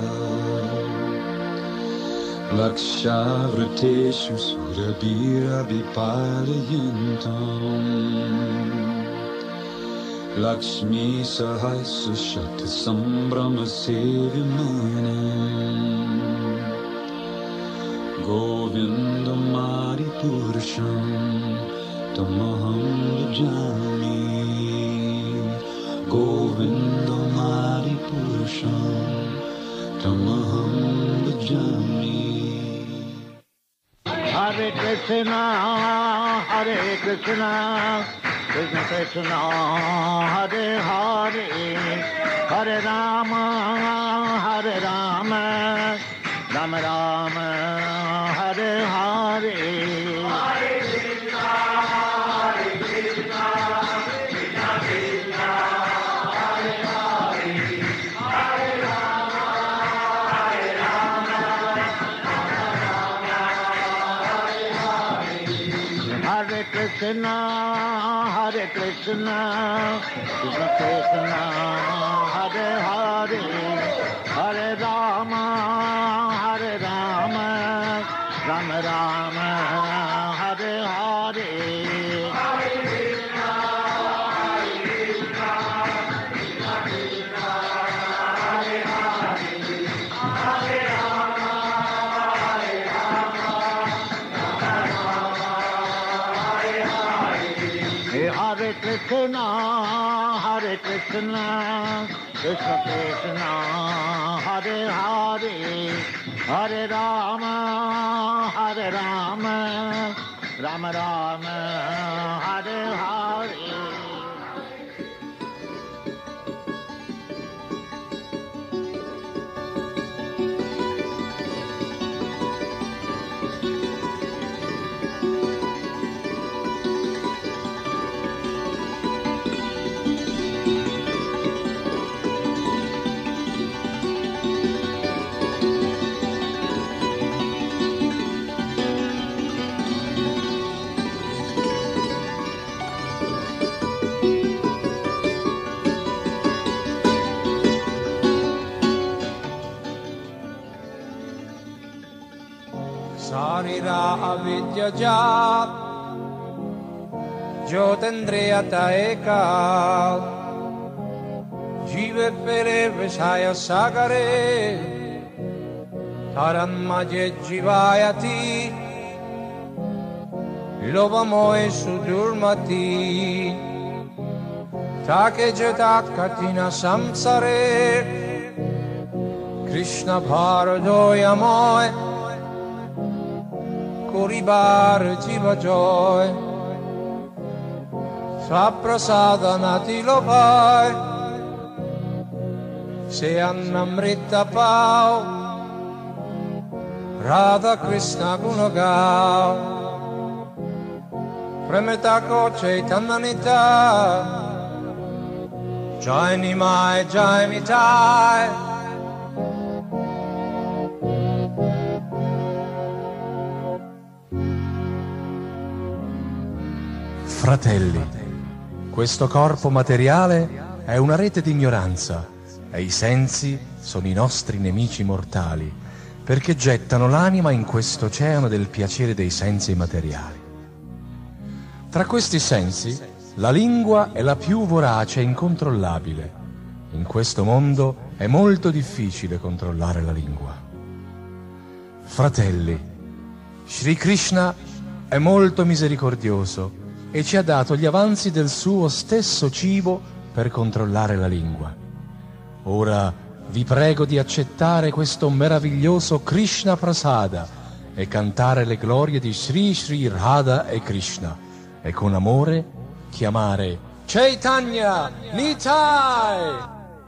Laksha Vriteshu Surabhira Vipalayantam Lakshmi Sahasra Shakti Sambrahma Sevimanam Govinda Mari Purusham Tamaham Bhajami Govinda Mari Purusham Tamaham Bhajami. Hare Krishna, Krishna Krishna, Hare Hare, Hare Rama, Rama Rama, Hare Hare. Krishna, Hare Krishna, Krishna Krishna, Hare Hare, Hare Rama, Rama Rama, Hare Hare. Hare Krishna, Krishna Krishna, Hare Hare, Hare Rama, Rama Rama, Hare Hare. Sarira avidya jat Jyotendriyata ekal Jive pere vishaya sagare Taranmaje jivayati Lovamoe sudurmati Take jetat katina samsare Krishna bharadoyamoe Koribar Jiva Joy Svaprasadanati Lopai Se Annamrita Pau Radha Krishna Gunagau Premetako Chaitananita Jai Nimai Jai Mitai Fratelli, questo corpo materiale è una rete di ignoranza e i sensi sono i nostri nemici mortali, perché gettano l'anima in questo oceano del piacere dei sensi materiali. Tra questi sensi, la lingua è la più vorace e incontrollabile. In questo mondo è molto difficile controllare la lingua. Fratelli, Sri Krishna è molto misericordioso e ci ha dato gli avanzi del suo stesso cibo per controllare la lingua. Ora vi prego di accettare questo meraviglioso Krishna Prasada e cantare le glorie di Sri Sri Radha e Krishna e con amore chiamare Chaitanya Nitai!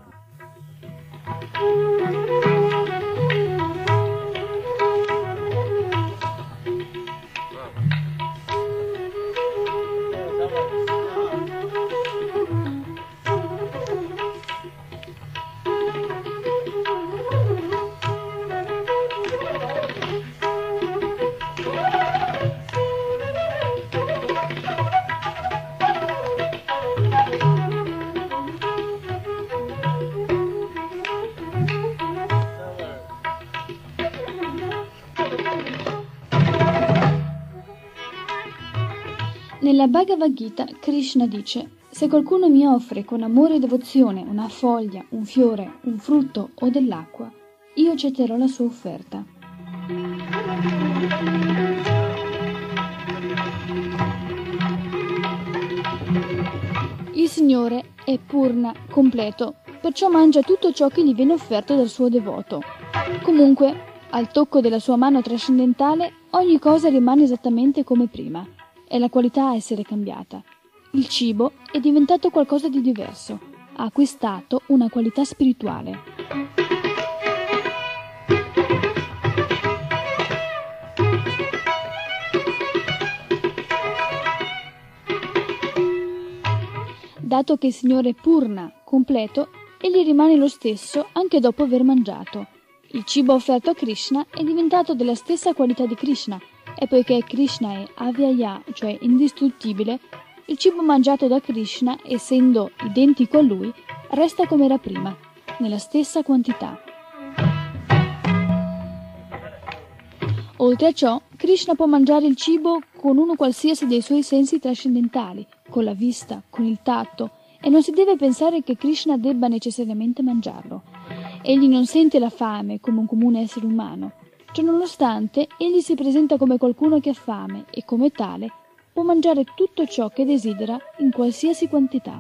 Nella Bhagavad Gita, Krishna dice: se qualcuno mi offre con amore e devozione una foglia, un fiore, un frutto o dell'acqua, io accetterò la sua offerta. Il Signore è Purna, completo, perciò mangia tutto ciò che gli viene offerto dal suo devoto. Comunque, al tocco della sua mano trascendentale, ogni cosa rimane esattamente come prima. È la qualità a essere cambiata. Il cibo è diventato qualcosa di diverso, ha acquistato una qualità spirituale. Dato che il Signore è Purna, completo, egli rimane lo stesso anche dopo aver mangiato. Il cibo offerto a Krishna è diventato della stessa qualità di Krishna, e poiché Krishna è Avyaya, cioè indistruttibile, il cibo mangiato da Krishna, essendo identico a lui, resta come era prima, nella stessa quantità. Oltre a ciò, Krishna può mangiare il cibo con uno qualsiasi dei suoi sensi trascendentali, con la vista, con il tatto, e non si deve pensare che Krishna debba necessariamente mangiarlo. Egli non sente la fame come un comune essere umano. Ciononostante, egli si presenta come qualcuno che ha fame e, come tale, può mangiare tutto ciò che desidera in qualsiasi quantità.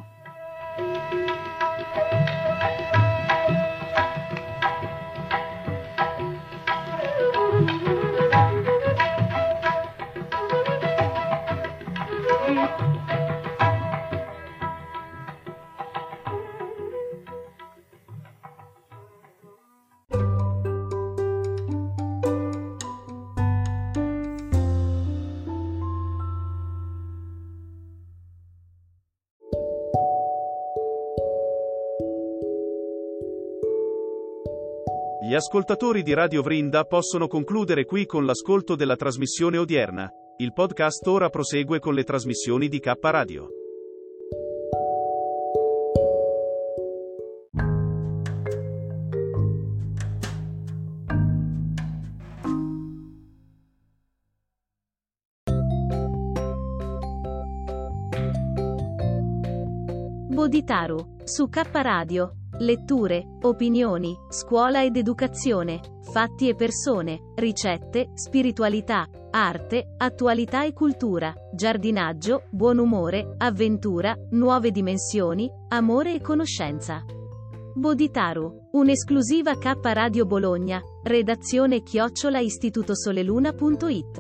Gli ascoltatori di Radio Vrinda possono concludere qui con l'ascolto della trasmissione odierna. Il podcast ora prosegue con le trasmissioni di K Radio. Bodhitaru, su K Radio. Letture, opinioni, scuola ed educazione, fatti e persone, ricette, spiritualità, arte, attualità e cultura, giardinaggio, buon umore, avventura, nuove dimensioni, amore e conoscenza. Bodhitaru, un'esclusiva K Radio Bologna, redazione @istitutosoleluna.it.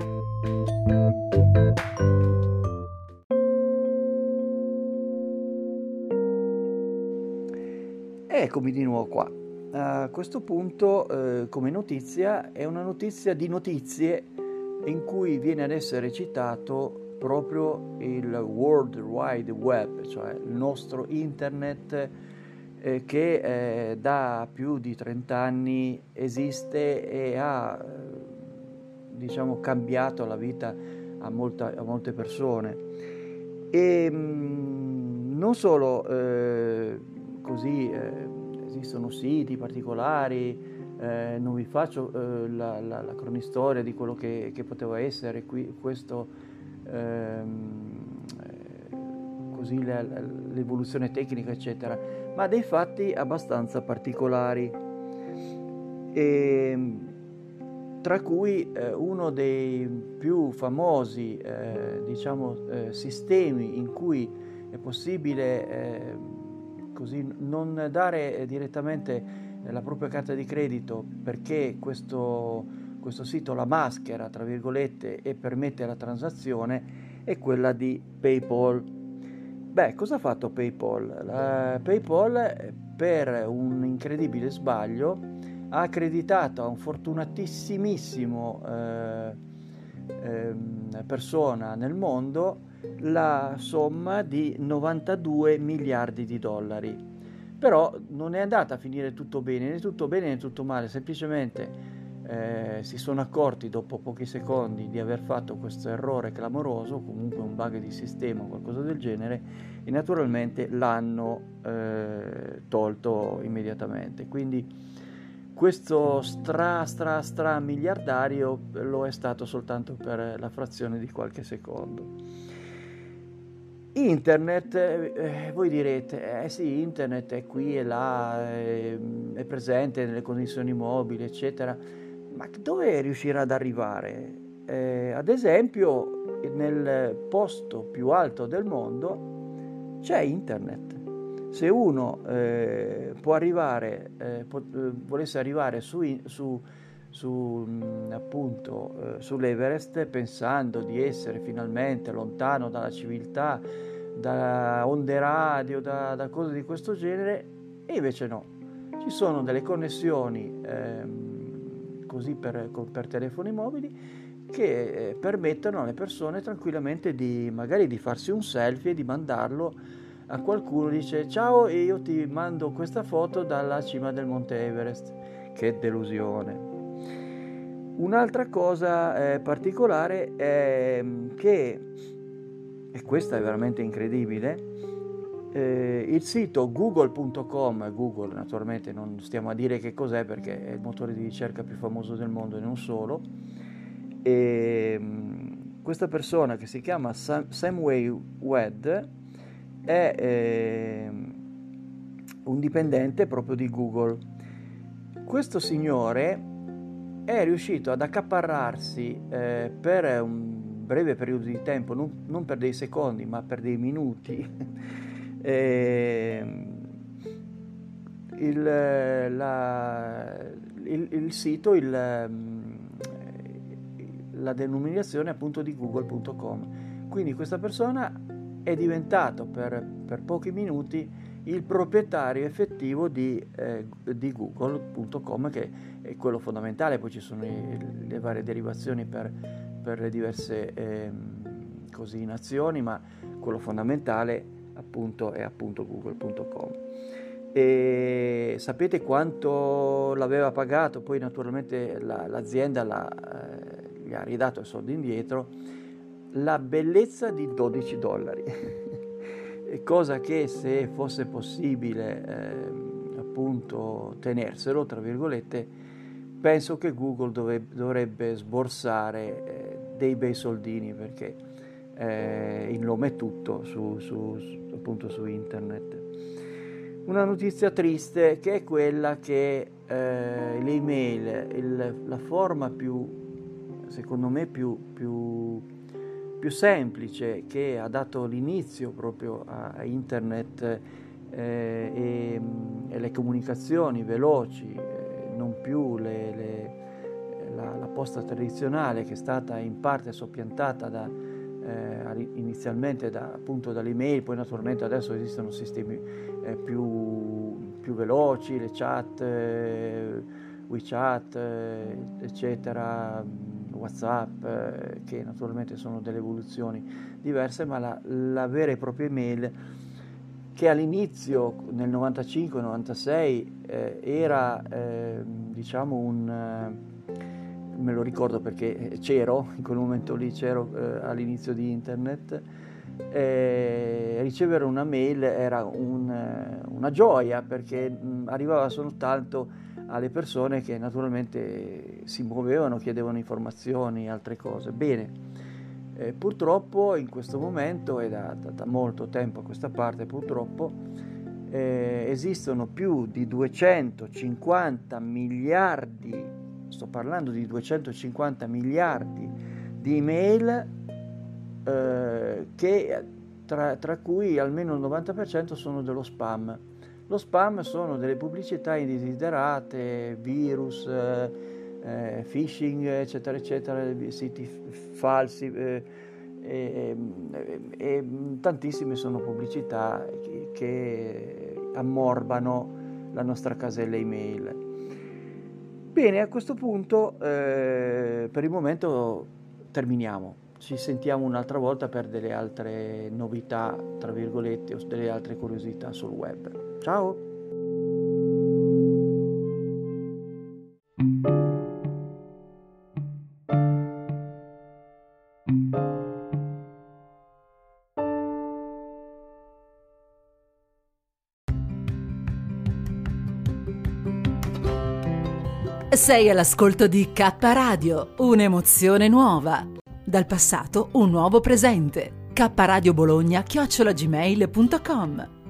Eccomi di nuovo qua. A questo punto, come notizia, è una notizia di notizie in cui viene ad essere citato proprio il World Wide Web, cioè il nostro internet che da più di 30 anni esiste e ha diciamo cambiato la vita a molte persone. E non solo così esistono siti particolari, non vi faccio la cronistoria di quello che poteva essere qui questo così l'evoluzione tecnica eccetera, ma dei fatti abbastanza particolari, e tra cui uno dei più famosi sistemi in cui è possibile così non dare direttamente la propria carta di credito, perché questo sito la maschera tra virgolette e permette la transazione, è quella di PayPal. Cosa ha fatto PayPal? PayPal, per un incredibile sbaglio, ha accreditato a un fortunatissimissimo persona nel mondo la somma di 92 miliardi di dollari. Però non è andata a finire tutto bene né tutto male, semplicemente si sono accorti dopo pochi secondi di aver fatto questo errore clamoroso, comunque un bug di sistema o qualcosa del genere, e naturalmente l'hanno tolto immediatamente. Quindi questo stra miliardario lo è stato soltanto per la frazione di qualche secondo. Internet, voi direte, sì, internet è qui e là, è presente nelle connessioni mobili, eccetera, ma dove riuscirà ad arrivare? Ad esempio, nel posto più alto del mondo c'è internet. Se uno volesse arrivare sull'Everest pensando di essere finalmente lontano dalla civiltà, da onde radio, da cose di questo genere, e invece no, ci sono delle connessioni così per telefoni mobili che permettono alle persone tranquillamente magari di farsi un selfie e di mandarlo a qualcuno. Dice: ciao, e io ti mando questa foto dalla cima del Monte Everest. Che delusione. Un'altra cosa particolare è che, e questa è veramente incredibile, il sito google.com, Google naturalmente non stiamo a dire che cos'è perché è il motore di ricerca più famoso del mondo e non solo, e questa persona che si chiama Samway Wed è un dipendente proprio di Google. Questo signore è riuscito ad accaparrarsi per un breve periodo di tempo, non per dei secondi ma per dei minuti, il sito, la denominazione appunto di google.com. Quindi questa persona è diventato per pochi minuti il proprietario effettivo di google.com, che è quello fondamentale. Poi ci sono le varie derivazioni per le diverse nazioni, ma quello fondamentale appunto è appunto google.com. E sapete quanto l'aveva pagato? Poi naturalmente l'azienda gli ha ridato i soldi indietro, la bellezza di $12, cosa che se fosse possibile appunto tenerselo, tra virgolette, penso che Google dovrebbe sborsare dei bei soldini, perché il nome è tutto appunto su internet. Una notizia triste, che è quella che le email, la forma secondo me più semplice, che ha dato l'inizio proprio a internet e le comunicazioni veloci, non più la posta tradizionale, che è stata in parte soppiantata inizialmente appunto dall'email. Poi naturalmente adesso esistono sistemi più veloci, le chat, WeChat, eccetera, WhatsApp, che naturalmente sono delle evoluzioni diverse, ma la vera e propria email, che all'inizio nel 95-96 era diciamo me lo ricordo perché c'ero in quel momento lì, all'inizio di internet. Ricevere una mail era una gioia, perché arrivava soltanto alle persone che naturalmente si muovevano, chiedevano informazioni, altre cose. Bene, purtroppo in questo momento, e da molto tempo a questa parte purtroppo, esistono più di 250 miliardi, sto parlando di 250 miliardi di email, che tra cui almeno il 90% sono dello spam. Lo spam sono delle pubblicità indesiderate, virus, phishing, eccetera, eccetera, siti falsi, e tantissime sono pubblicità che ammorbano la nostra casella email. Bene, a questo punto per il momento terminiamo. Ci sentiamo un'altra volta per delle altre novità, tra virgolette, o delle altre curiosità sul web. Ciao! Sei all'ascolto di K Radio, un'emozione nuova. Dal passato un nuovo presente. kradiobologna@gmail.com